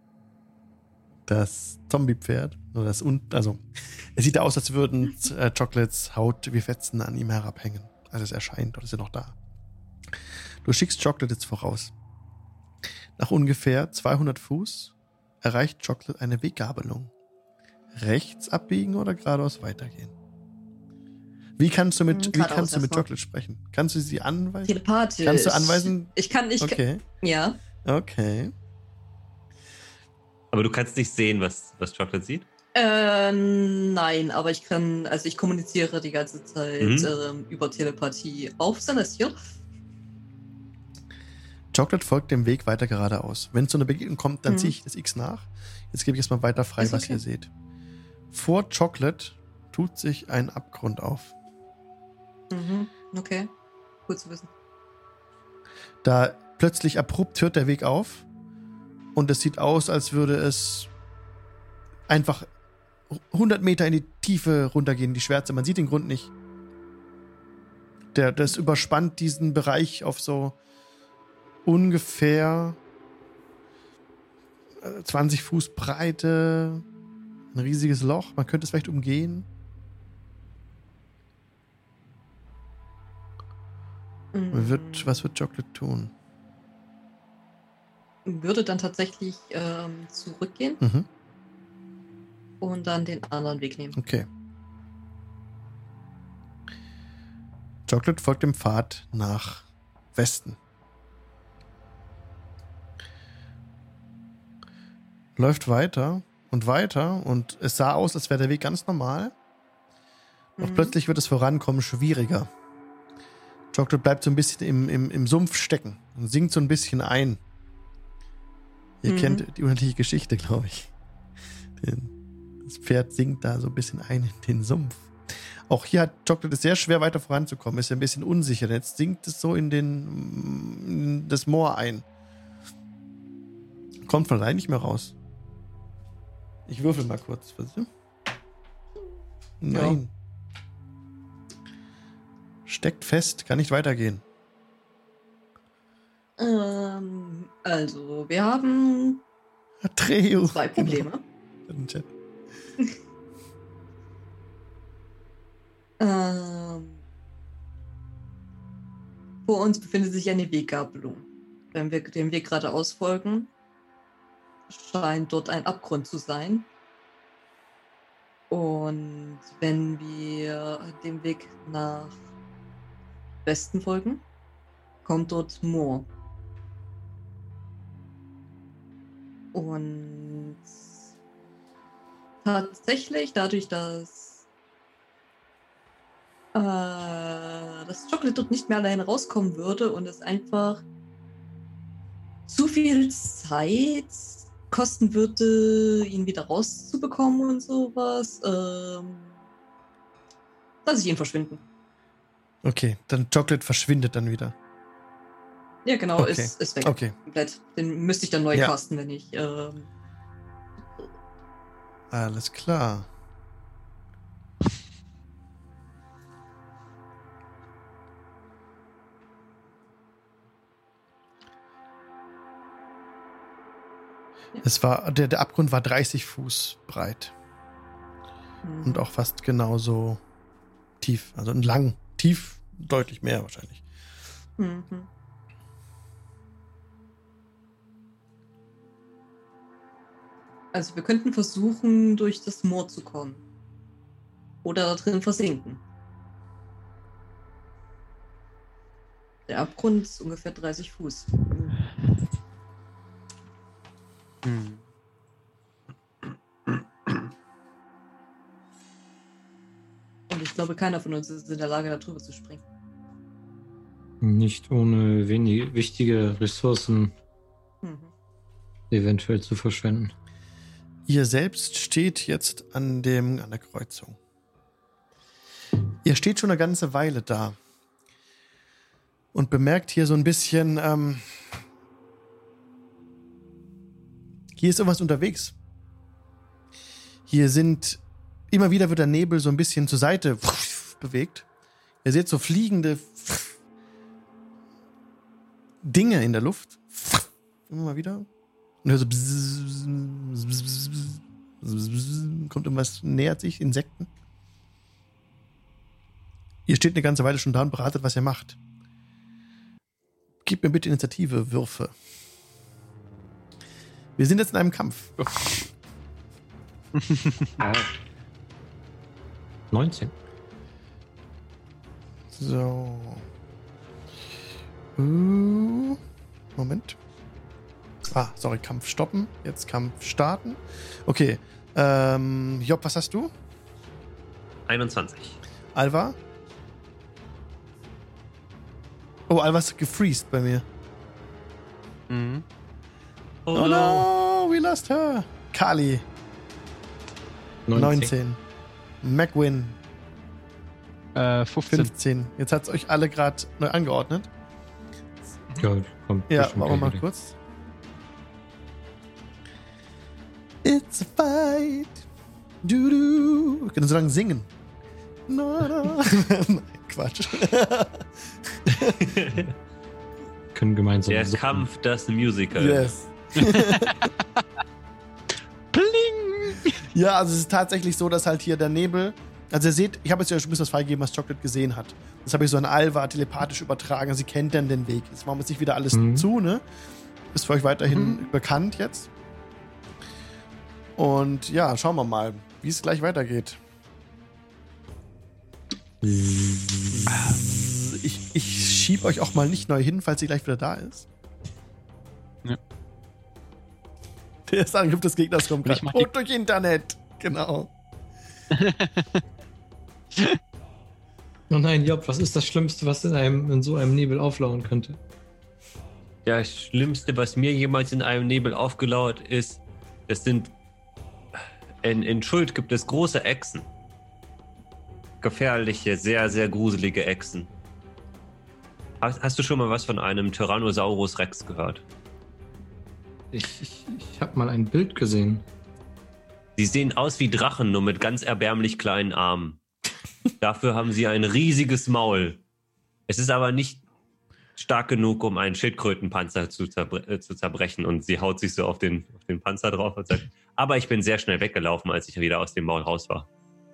das Zombie-Pferd, also es sieht aus, als würden Chocolates Haut wie Fetzen an ihm herabhängen, als es erscheint, oder ist er noch da? Du schickst Chocolate jetzt voraus. Nach ungefähr 200 Fuß erreicht Chocolate eine Weggabelung. Rechts abbiegen oder geradeaus weitergehen? Wie kannst du mit Chocolate sprechen? Kannst du sie anweisen? Telepathisch. Kannst du anweisen? Okay. Ja. Okay. Aber du kannst nicht sehen, was Chocolate sieht? Nein, aber ich kommuniziere die ganze Zeit über Telepathie auf Celestial. Chocolate folgt dem Weg weiter geradeaus. Wenn es zu einer Begegnung kommt, dann ziehe ich das X nach. Jetzt gebe ich erstmal weiter frei, Ist okay. was ihr seht. Vor Chocolate tut sich ein Abgrund auf. Mhm. Okay. Gut zu wissen. Da plötzlich abrupt hört der Weg auf und es sieht aus, als würde es einfach 100 Meter in die Tiefe runtergehen, die Schwärze. Man sieht den Grund nicht. Das überspannt diesen Bereich auf so ungefähr 20 Fuß Breite. Ein riesiges Loch. Man könnte es vielleicht umgehen. Was wird Chocolate tun? Würde dann tatsächlich zurückgehen und dann den anderen Weg nehmen. Okay. Chocolate folgt dem Pfad nach Westen. Läuft weiter und es sah aus, als wäre der Weg ganz normal. Doch plötzlich wird das Vorankommen schwieriger. Chocolate bleibt so ein bisschen im Sumpf stecken und sinkt so ein bisschen ein. Ihr kennt die unendliche Geschichte, glaube ich. Das Pferd sinkt da so ein bisschen ein in den Sumpf. Auch hier hat Chocolate es sehr schwer, weiter voranzukommen. Ist ja ein bisschen unsicher. Jetzt sinkt es so in das Moor ein. Kommt von allein nicht mehr raus. Ich würfel mal kurz. Was? Nein. Ja. Steckt fest, kann nicht weitergehen. Also, wir haben Atreo. 2 Probleme. Chat. Vor uns befindet sich eine Weggabelung. Wenn wir dem Weg geradeaus folgen, scheint dort ein Abgrund zu sein. Und wenn wir dem Weg nach Westen folgen, kommt dort Moor. Und tatsächlich, dadurch, dass das Chocolate dort nicht mehr alleine rauskommen würde und es einfach zu viel Zeit kosten würde, ihn wieder rauszubekommen und sowas, lasse ich ihn verschwinden. Okay, dann Chocolate verschwindet dann wieder. Ja, genau, okay. Ist weg. Okay. Komplett. Den müsste ich dann neu casten, wenn ich... Alles klar. Der Abgrund war 30 Fuß breit. Und auch fast genauso tief. Also lang. Tief deutlich mehr wahrscheinlich. Also wir könnten versuchen, durch das Moor zu kommen. Oder da drin versinken. Der Abgrund ist ungefähr 30 Fuß. Und ich glaube, keiner von uns ist in der Lage, darüber zu springen. Nicht ohne wichtige Ressourcen eventuell zu verschwenden. Ihr selbst steht jetzt an der Kreuzung. Ihr steht schon eine ganze Weile da und bemerkt hier so ein bisschen, hier ist irgendwas unterwegs. Hier immer wieder wird der Nebel so ein bisschen zur Seite bewegt. Ihr seht so fliegende Dinge in der Luft. Immer mal wieder. Und hört so kommt irgendwas, nähert sich, Insekten. Ihr steht eine ganze Weile schon da und beratet, was ihr macht. Gebt mir bitte Initiative-Würfe. Wir sind jetzt in einem Kampf. 19. So. Moment. Sorry, Kampf stoppen. Jetzt Kampf starten. Okay. Job, was hast du? 21. Alva? Oh, Alva ist gefreezed bei mir. Oh no, we lost her. Kali. 19. McWin. 15. Jetzt hat es euch alle gerade neu angeordnet. Ja, komm. Ja, machen wir mal kurz. It's a fight Wir können so lange singen. Nein, Quatsch. Können gemeinsam Der singen. Kampf, das Musical. Yes. Pling! Ja, also es ist tatsächlich so, dass halt hier der Nebel. Also ihr seht, ich habe jetzt ja schon ein bisschen was freigegeben, was Chocolate gesehen hat. Das habe ich so an Alva telepathisch übertragen. Sie kennt dann den Weg. Jetzt machen wir jetzt nicht wieder alles zu, ne? Ist für euch weiterhin bekannt jetzt. Und ja, schauen wir mal, wie es gleich weitergeht. Ich schieb euch auch mal nicht neu hin, falls sie gleich wieder da ist. Ja. Der erste Angriff des Gegners kommt Ich gerade. mach die- Und durch Internet. Genau. Oh nein, Job, was ist das Schlimmste, was in so einem Nebel auflauern könnte? Das Schlimmste, was mir jemals in einem Nebel aufgelauert ist, das sind. In Schuld gibt es große Echsen. Gefährliche, sehr, sehr gruselige Echsen. Hast du schon mal was von einem Tyrannosaurus Rex gehört? Ich habe mal ein Bild gesehen. Sie sehen aus wie Drachen, nur mit ganz erbärmlich kleinen Armen. Dafür haben sie ein riesiges Maul. Es ist aber nicht stark genug, um einen Schildkrötenpanzer zu zerbrechen. Und sie haut sich so auf den Panzer drauf und sagt, aber ich bin sehr schnell weggelaufen, als ich wieder aus dem Maul raus war.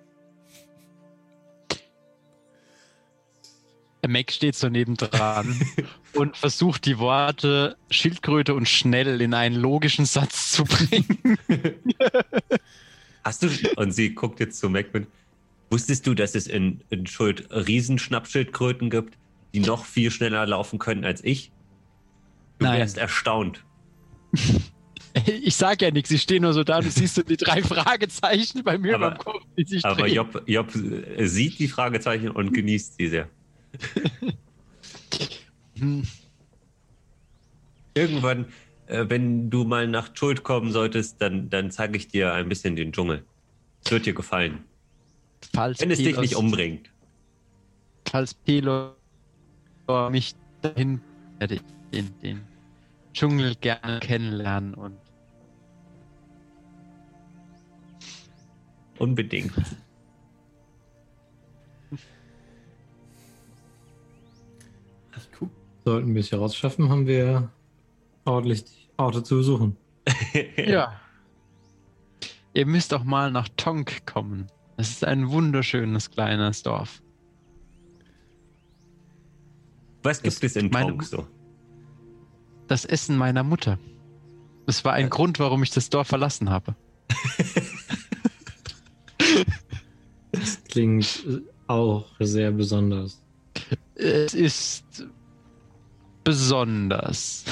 Mac steht so nebendran und versucht die Worte Schildkröte und schnell in einen logischen Satz zu bringen. Hast du, und sie guckt jetzt zu Mac mit, wusstest du, dass es in Schuld Riesenschnappschildkröten gibt, die noch viel schneller laufen können als ich? Du Nein. wärst erstaunt. Ich sag ja nichts, ich stehe nur so da und du siehst so die 3 Fragezeichen bei mir Aber- beim Kopf, die sich Aber drehen. Job sieht die Fragezeichen und genießt sie sehr. Irgendwann, wenn du mal nach Schuld kommen solltest, dann zeige ich dir ein bisschen den Dschungel. Es wird dir gefallen. Falls Wenn es dich nicht umbringt. Falls Pelor mich dahin werde ich den Dschungel gerne kennenlernen und Unbedingt. Sollten wir es hier rausschaffen, haben wir ordentlich Orte zu besuchen. ja. Ihr müsst auch mal nach Tonk kommen. Es ist ein wunderschönes kleines Dorf. Was gibt es in meine- Tonk so? Das Essen meiner Mutter. Das war ein Grund, warum ich das Dorf verlassen habe. Das klingt auch sehr besonders. Es ist besonders.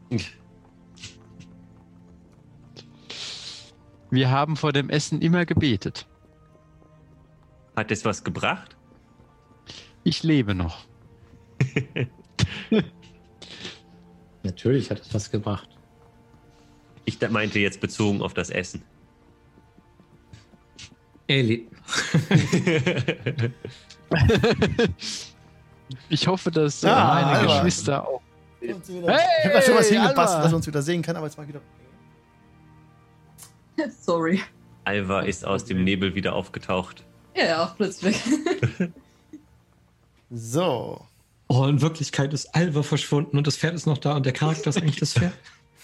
Wir haben vor dem Essen immer gebetet. Hat es was gebracht? Ich lebe noch. Natürlich hat es was gebracht. Ich meinte jetzt bezogen auf das Essen. Eli. Ich hoffe, dass Ah, meine Alba. Geschwister auch. Ich hab da schon was hingebastelt, Alba. dass man uns wieder sehen kann, aber jetzt mal wieder. Sorry. Alva ist aus dem Nebel wieder aufgetaucht. Ja, plötzlich. So. Oh, in Wirklichkeit ist Alva verschwunden und das Pferd ist noch da und der Charakter ist eigentlich das Pferd.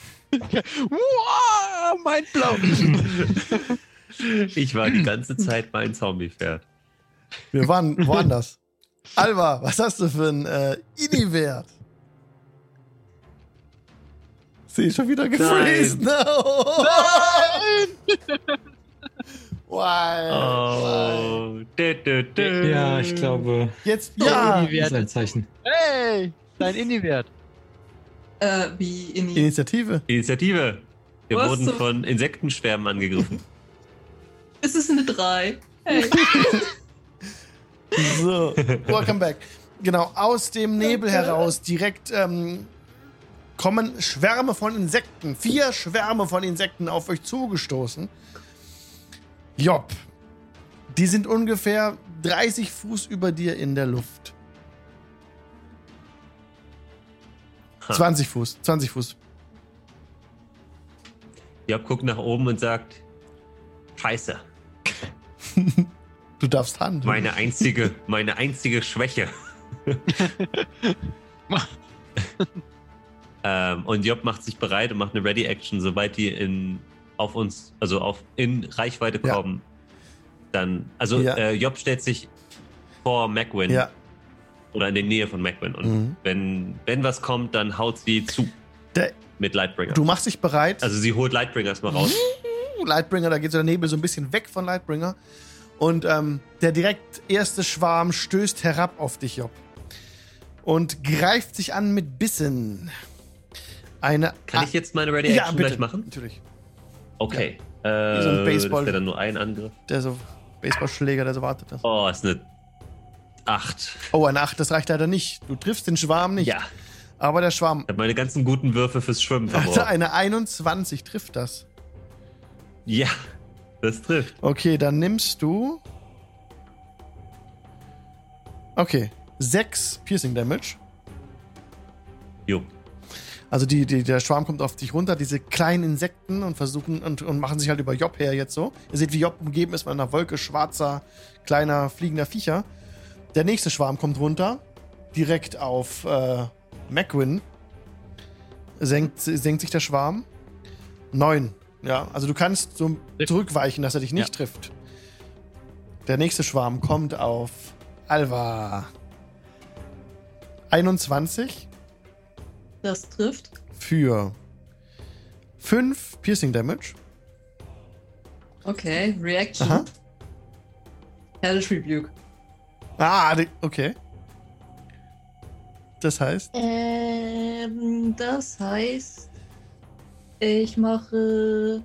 Wow, mein Blau. Ich war die ganze Zeit mein Zombie-Pferd. Wir waren woanders. Alva, was hast du für einen Ini-Wert? Sie ist schon wieder gefreezed. No. Why? Oh. Why? Ja, ich glaube, Jetzt, ja. das ist ein Zeichen. Hey, dein Inni-Wert. Wie in die. Initiative. Initiative. Wir Was wurden zum- von Insektenschwärmen angegriffen. Es ist eine 3. Hey. So, welcome back. Genau, aus dem Nebel heraus direkt kommen Schwärme von Insekten. 4 Schwärme von Insekten auf euch zugestoßen. Job, die sind ungefähr 30 Fuß über dir in der Luft. 20 Fuß, 20 Fuß. Job guckt nach oben und sagt, Scheiße. Du darfst handeln. Meine einzige Schwäche. Und Job macht sich bereit und macht eine Ready-Action, sobald die in Reichweite kommen. Dann, Job stellt sich vor Macwin. Ja. Oder in der Nähe von Macwin. Und wenn was kommt, dann haut sie zu. Mit Lightbringer. Du machst dich bereit. Also sie holt Lightbringer erstmal raus. Lightbringer, da geht so der Nebel so ein bisschen weg von Lightbringer. Und der direkt erste Schwarm stößt herab auf dich, Job. Und greift sich an mit Bissen. Kann ich jetzt meine Ready-Action gleich machen? Natürlich. Okay. Wie so ein Baseball. Das wäre dann nur ein Angriff. Der so Baseballschläger, der so wartet. Das. Oh, ist eine 8. Oh, eine 8, das reicht leider nicht. Du triffst den Schwarm nicht. Ja. Aber der Schwarm... Ich habe meine ganzen guten Würfe fürs Schwimmen verbraucht. Eine 21 trifft das. Ja, das trifft. Okay, dann nimmst du... Okay, 6 Piercing Damage. Jo. Also der Schwarm kommt auf dich runter, diese kleinen Insekten und versuchen und machen sich halt über Job her jetzt so. Ihr seht, wie Job umgeben ist von einer Wolke schwarzer, kleiner, fliegender Viecher. Der nächste Schwarm kommt runter, direkt auf Macwin. Senkt sich der Schwarm. 9. Ja, also du kannst so zurückweichen, dass er dich nicht trifft. Der nächste Schwarm kommt auf Alva. 21. Das trifft. Für 5 Piercing Damage. Okay, Reaction. Aha. Hellish Rebuke. Okay. Das heißt? Das heißt, ich mache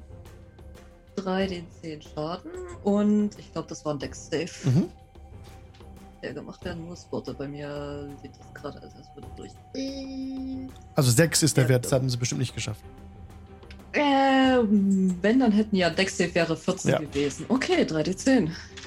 3d10 Schaden und ich glaube, das war ein Dex-Save. Der gemacht werden muss. Warte, bei mir sieht das gerade als würde durch. Also 6 ist der Wert, das hatten sie bestimmt nicht geschafft. Wenn, dann hätten ja Dex-Save wäre 14 gewesen. Okay, 3d10.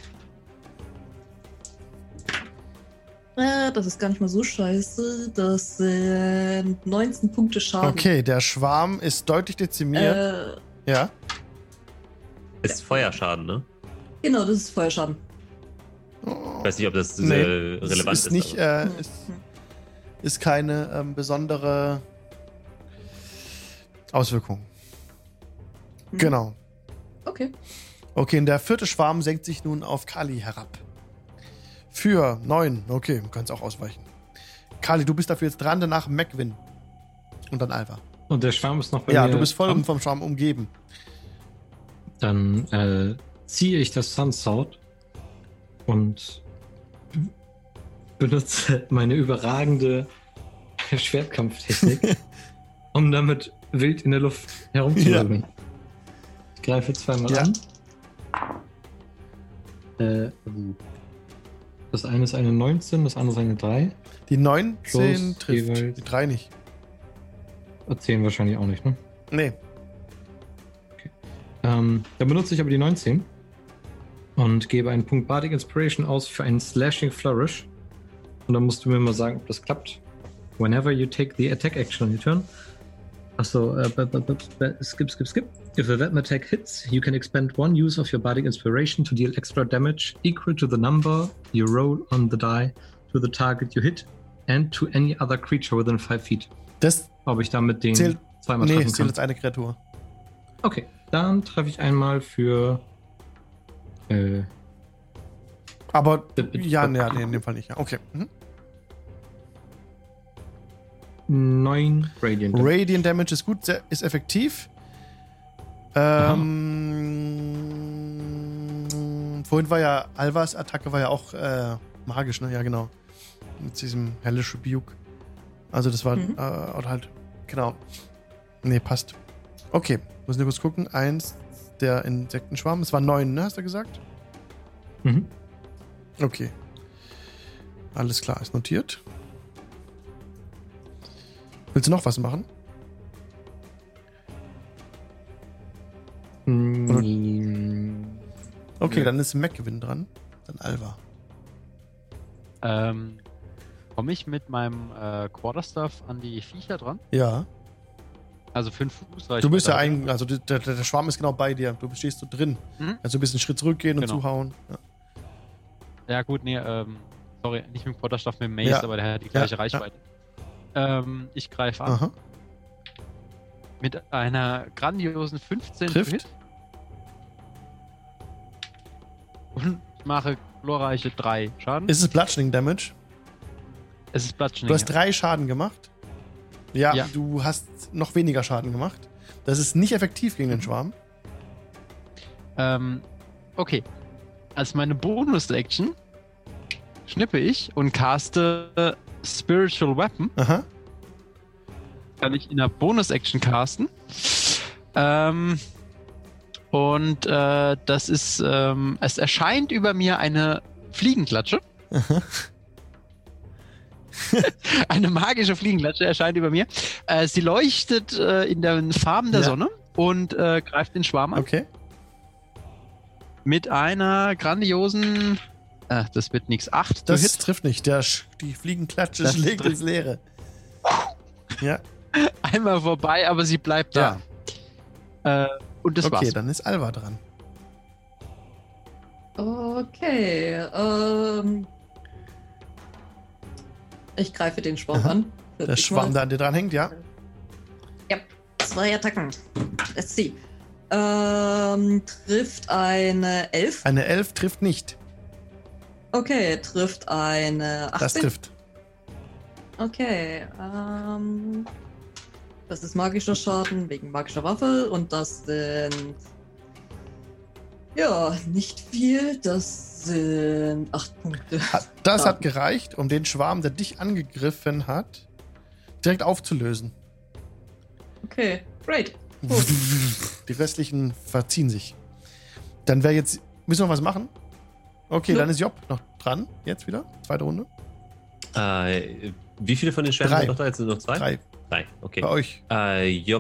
Das ist gar nicht mal so scheiße. Das sind 19 Punkte Schaden. Okay, der Schwarm ist deutlich dezimiert. Ja. Ist Feuerschaden, ne? Genau, das ist Feuerschaden. Ich weiß nicht, ob das relevant ist. Nicht, ist keine besondere Auswirkung. Genau. Okay. Okay, und der vierte Schwarm senkt sich nun auf Kali herab. Für 9. Okay, du kannst auch ausweichen. Kali, du bist dafür jetzt dran, danach Macwin. Und dann Alva. Und der Schwarm ist noch bei mir. Ja, du bist voll vom Schwarm umgeben. Dann ziehe ich das Sunsword und benutze meine überragende Schwertkampftechnik, um damit wild in der Luft herumzuwirbeln. Ich greife zweimal an. Das eine ist eine 19, das andere ist eine 3. Die 19 trifft, jeweils. die 3 nicht. 10 wahrscheinlich auch nicht, ne? Nee. Okay. Dann benutze ich aber die 19 und gebe einen Punkt Bardic Inspiration aus für einen Slashing Flourish. Und dann musst du mir mal sagen, ob das klappt. Whenever you take the attack action on your turn. Achso, skip. If a weapon attack hits, you can expend 1 use of your Bardic Inspiration to deal extra damage equal to the number you roll on the die to the target you hit and to any other creature within 5 feet. Das ob ich damit den zweimal treffen kann. Nee, es zählt als eine Kreatur. Okay, dann treffe ich einmal für aber ja, nee, in dem Fall nicht. Ja. Okay. 9 Radiant Damage. Radiant Damage ist gut, ist effektiv. Vorhin war ja Alvas Attacke war ja auch magisch, ne? Ja, genau. Mit diesem Hellish Rebuke. Also das war oder halt, genau. Nee, passt. Okay, muss nur kurz gucken. 1, der Insektenschwarm. Es war 9, ne? Hast du gesagt? Mhm. Okay. Alles klar, ist notiert. Willst du noch was machen? Okay, dann ist Macwin dran. Dann Alva. Komme ich mit meinem Quarterstaff an die Viecher dran? Ja. Also 5 Fuß reicht. Du bist ja also der Schwarm ist genau bei dir. Du stehst so drin. Also ein bisschen Schritt zurückgehen und zuhauen. Ja gut, nee, sorry, nicht mit dem Vorderstoff, mit dem Mace, aber der hat die gleiche Reichweite. Ich greife an. Aha. Mit einer grandiosen 15 Trifft. Hit. Und ich mache glorreiche 3 Schaden. Ist es Bludgeoning Damage? Es ist Bludgeoning. Du hast 3 Schaden gemacht. Ja, du hast noch weniger Schaden gemacht. Das ist nicht effektiv gegen den Schwarm. Okay. Als meine Bonus-Action schnippe ich und caste Spiritual Weapon. Aha. Kann ich in der Bonus-Action casten. Das ist, es erscheint über mir eine Fliegenklatsche. Aha. Eine magische Fliegenklatsche erscheint über mir. Sie leuchtet in den Farben der Sonne und greift den Schwarm an. Okay. Mit einer grandiosen, das wird nichts, 8. Das trifft nicht. Die Fliegenklatsche schlägt ins Leere. Ja. Einmal vorbei, aber sie bleibt da. Und das war's. Okay, dann ist Alva dran. Okay, ich greife den Schwarm an. Der Schwarm, der an dir dran hängt, ja. Ja, 2 Attacken. Let's see. Trifft eine 11. Eine 11 trifft nicht. Okay, trifft eine 18. Das trifft. Okay, das ist magischer Schaden wegen magischer Waffe und das sind nicht viel, das sind 8 Punkte. Das hat gereicht, um den Schwarm, der dich angegriffen hat, direkt aufzulösen. Okay, great. Die restlichen verziehen sich. Dann wäre jetzt, müssen wir was machen? Okay, dann ist Job noch dran, jetzt wieder, zweite Runde. Wie viele von den Schwertern sind noch da? Jetzt sind noch 2? 3, okay. Bei euch. Job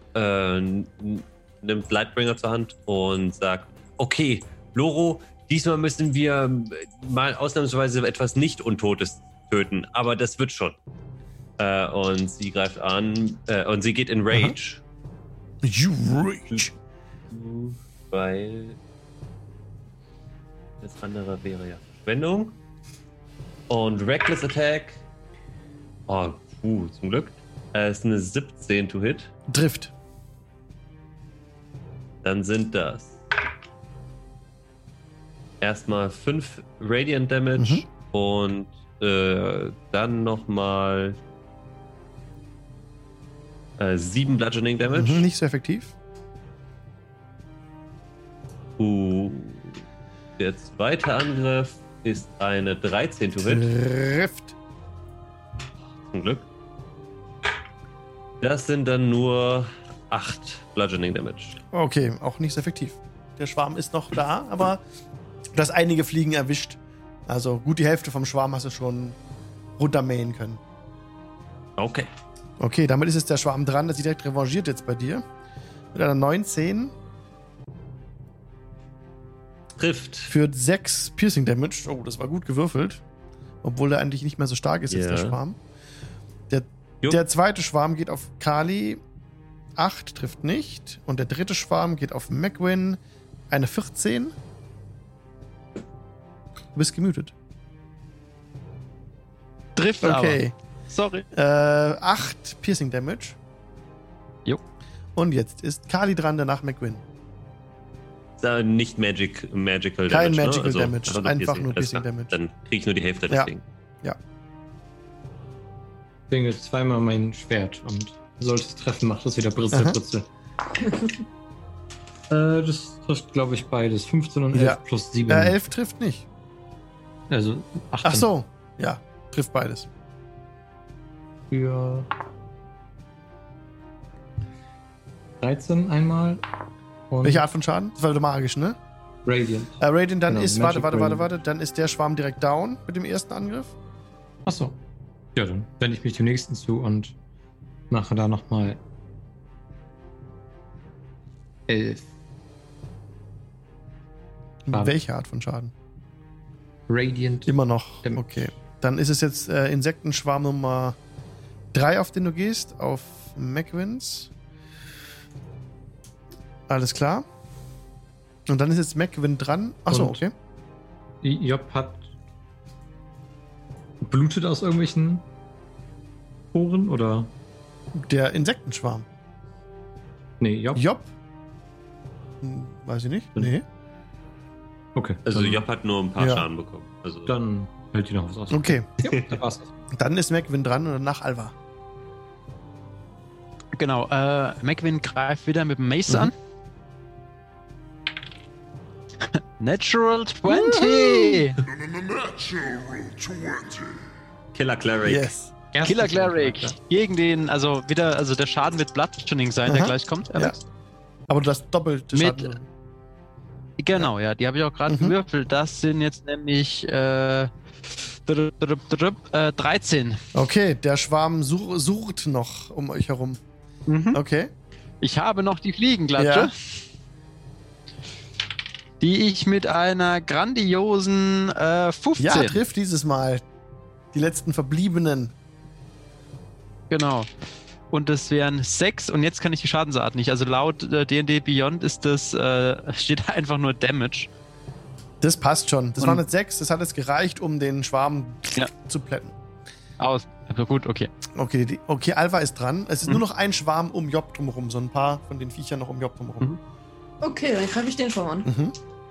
nimmt Lightbringer zur Hand und sagt, okay, Loro, diesmal müssen wir mal ausnahmsweise etwas Nicht-Untotes töten, aber das wird schon. Und sie greift an und sie geht in Rage. You Rage. Weil das andere wäre ja Verschwendung. Und Reckless Attack. Oh, zum Glück. Ist eine 17 to hit. Trifft. Dann sind das erstmal 5 Radiant Damage und dann nochmal 7 Bludgeoning Damage. Nicht so effektiv. Der zweite Angriff ist eine 13 to hit. Trifft. Zum Glück. Das sind dann nur 8 Bludgeoning Damage. Okay, auch nicht so effektiv. Der Schwarm ist noch da, aber du hast einige Fliegen erwischt. Also gut die Hälfte vom Schwarm hast du schon runtermähen können. Okay. Okay, damit ist jetzt der Schwarm dran, der sich direkt revanchiert jetzt bei dir. Mit einer 19. Trifft. Führt 6 Piercing Damage. Oh, das war gut gewürfelt. Obwohl der eigentlich nicht mehr so stark ist jetzt, der Schwarm. Der zweite Schwarm geht auf Kali. 8 trifft nicht. Und der dritte Schwarm geht auf Megwin. Eine 14. Du bist gemutet. Trifft okay. Aber. Sorry. 8 Piercing Damage. Jo. Und jetzt ist Kali dran, danach Megwin. Nicht magical Damage. Kein Magical ne? Damage, einfach nur Piercing Damage. Dann kriege ich nur die Hälfte deswegen. Ja. Ich schwinge zweimal mein Schwert und sollte es treffen, macht das wieder Britzel. Das trifft, glaube ich, beides. 15 und 11 plus 7. 11 trifft nicht. Also 18. Ach so, ja, trifft beides. Für 13 einmal. Und welche Art von Schaden? Das war wieder magisch, ne? Radiant. Radiant, dann genau, ist, warte. Dann ist der Schwarm direkt down mit dem ersten Angriff. Achso. Ja, dann wende ich mich dem nächsten zu und mache da nochmal 11. Schaden. Welche Art von Schaden? Radiant. Immer noch. Okay. Dann ist es jetzt Insektenschwarm Nummer 3, auf den du gehst, auf Megwins. Alles klar. Und dann ist jetzt Macwin dran. Achso, Und okay. Job hat blutet aus irgendwelchen Poren oder? Der Insektenschwarm. Nee, Job. Job? Weiß ich nicht. Nee. Okay. Also dann, Job hat nur ein paar Ja. Schaden bekommen. Also Dann hält die noch was aus. Okay. Ja, das war's. Dann ist Macwin dran und danach Alva. Genau, Macwin greift wieder mit dem Mace an. Natural 20! Natural 20. Killer Cleric. Yes. Killer Cleric gegen den, also der Schaden wird Bludgeoning sein, der Aha. gleich kommt. Ja. Aber du hast doppelte Mit- Schaden. Genau, ja, die habe ich auch gerade gewürfelt. Das sind jetzt nämlich 13. Okay, der Schwarm sucht noch um euch herum. Okay. Ich habe noch die Fliegenklatsche, Ja. die ich mit einer grandiosen 15. Ja, trifft dieses Mal. Die letzten Verbliebenen. Genau. Und das wären 6 und jetzt kann ich die Schadensart nicht. Also laut D&D Beyond ist das, steht einfach nur Damage. Das passt schon. Das Und- waren jetzt 6. Das hat jetzt gereicht, um den Schwarm Ja. zu plätten. Aus. Aber gut, okay. Okay, Alva ist dran. Es ist nur noch ein Schwarm um Job drumherum. So ein paar von den Viechern noch um Job drumherum. Okay, dann greife ich den schon an. Mhm.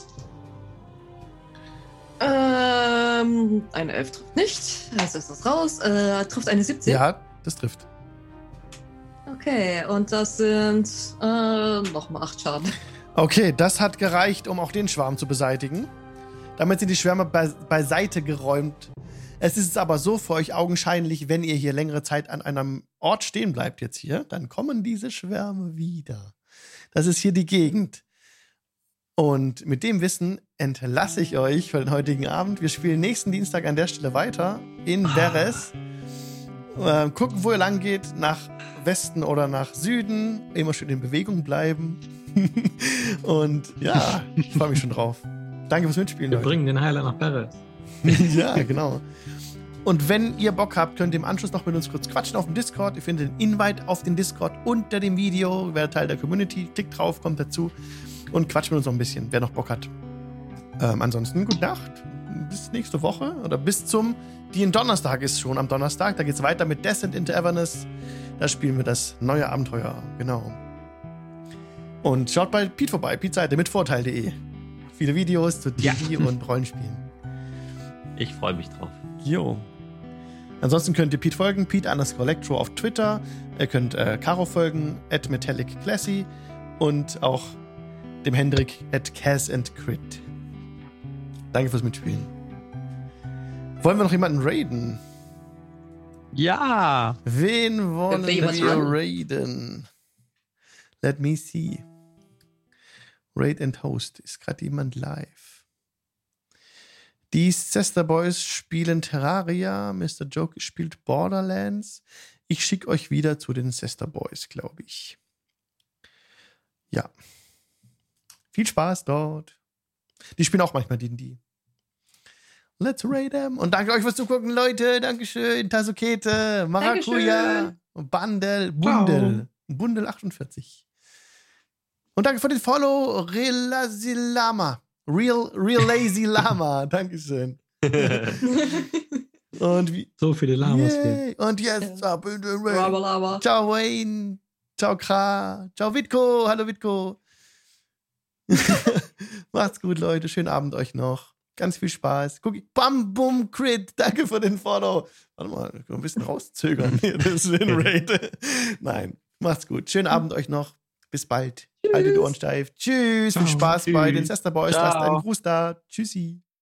Eine 11 trifft nicht. Also ist das raus. Trifft eine 17. Ja, das trifft. Okay, und das sind nochmal 8 Schaden. Okay, das hat gereicht, um auch den Schwarm zu beseitigen. Damit sind die Schwärme beiseite geräumt. Es ist aber so für euch augenscheinlich, wenn ihr hier längere Zeit an einem Ort stehen bleibt jetzt hier, dann kommen diese Schwärme wieder. Das ist hier die Gegend. Und mit dem Wissen entlasse ich euch für den heutigen Abend. Wir spielen nächsten Dienstag an der Stelle weiter in Veres. Gucken, wo ihr lang geht, nach Westen oder nach Süden. Immer schön in Bewegung bleiben. Und ja, ich freue mich schon drauf. Danke fürs Mitspielen, Wir Leute. bringen den Heiler nach Barret. Ja, genau. Und wenn ihr Bock habt, könnt ihr im Anschluss noch mit uns kurz quatschen auf dem Discord. Ihr findet den Invite auf den Discord unter dem Video. Wer Teil der Community, klickt drauf, kommt dazu und quatscht mit uns noch ein bisschen, wer noch Bock hat. Ansonsten, gute Nacht. Bis nächste Woche oder bis zum Donnerstag ist schon am Donnerstag. Da geht's weiter mit Descent into Avernus. Da spielen wir das neue Abenteuer. Genau. Und schaut bei Pete vorbei, Pete-Seite mit Vorteil.de. Viele Videos zu D&D und Rollenspielen. Ich freue mich drauf. Jo. Ansonsten könnt ihr Pete folgen, Pete_Electro auf Twitter. Ihr könnt Caro folgen, @MetallicClassy und auch dem Hendrik @CasAndCrit. Danke fürs Mitspielen. Wollen wir noch jemanden raiden? Ja. Wen wollen Dürfte jemand wir ran? raiden? Let me see. Raid and Host. Ist gerade jemand live? Die Sester Boys spielen Terraria. Mr. Joke spielt Borderlands. Ich schicke euch wieder zu den Sester Boys, glaube ich. Ja. Viel Spaß dort. Die spielen auch manchmal D&D. Let's raid them. Und danke euch fürs Zugucken, Leute. Dankeschön. Tasukete, Maracuja, Bundel 48. Und danke für den Follow, Real Lazy Lama. Dankeschön. Und wie. So viele Lamas hier. Yay. Und jetzt ab in den Raid. Rabalaba. Ciao Wayne. Ciao Kra. Ciao Witko. Hallo Witko. Macht's gut, Leute. Schönen Abend euch noch. Ganz viel Spaß. Guck, Bam, Bum, Crit. Danke für den Follow. Warte mal, ich kann ein bisschen rauszögern. Hier, das ist ein Raid. Nein, macht's gut. Schönen Abend euch noch. Bis bald. Haltet die Ohren steif. Tschüss. Viel Ciao. Spaß bei den Sester Boys. Ciao. Lasst einen Gruß da. Tschüssi.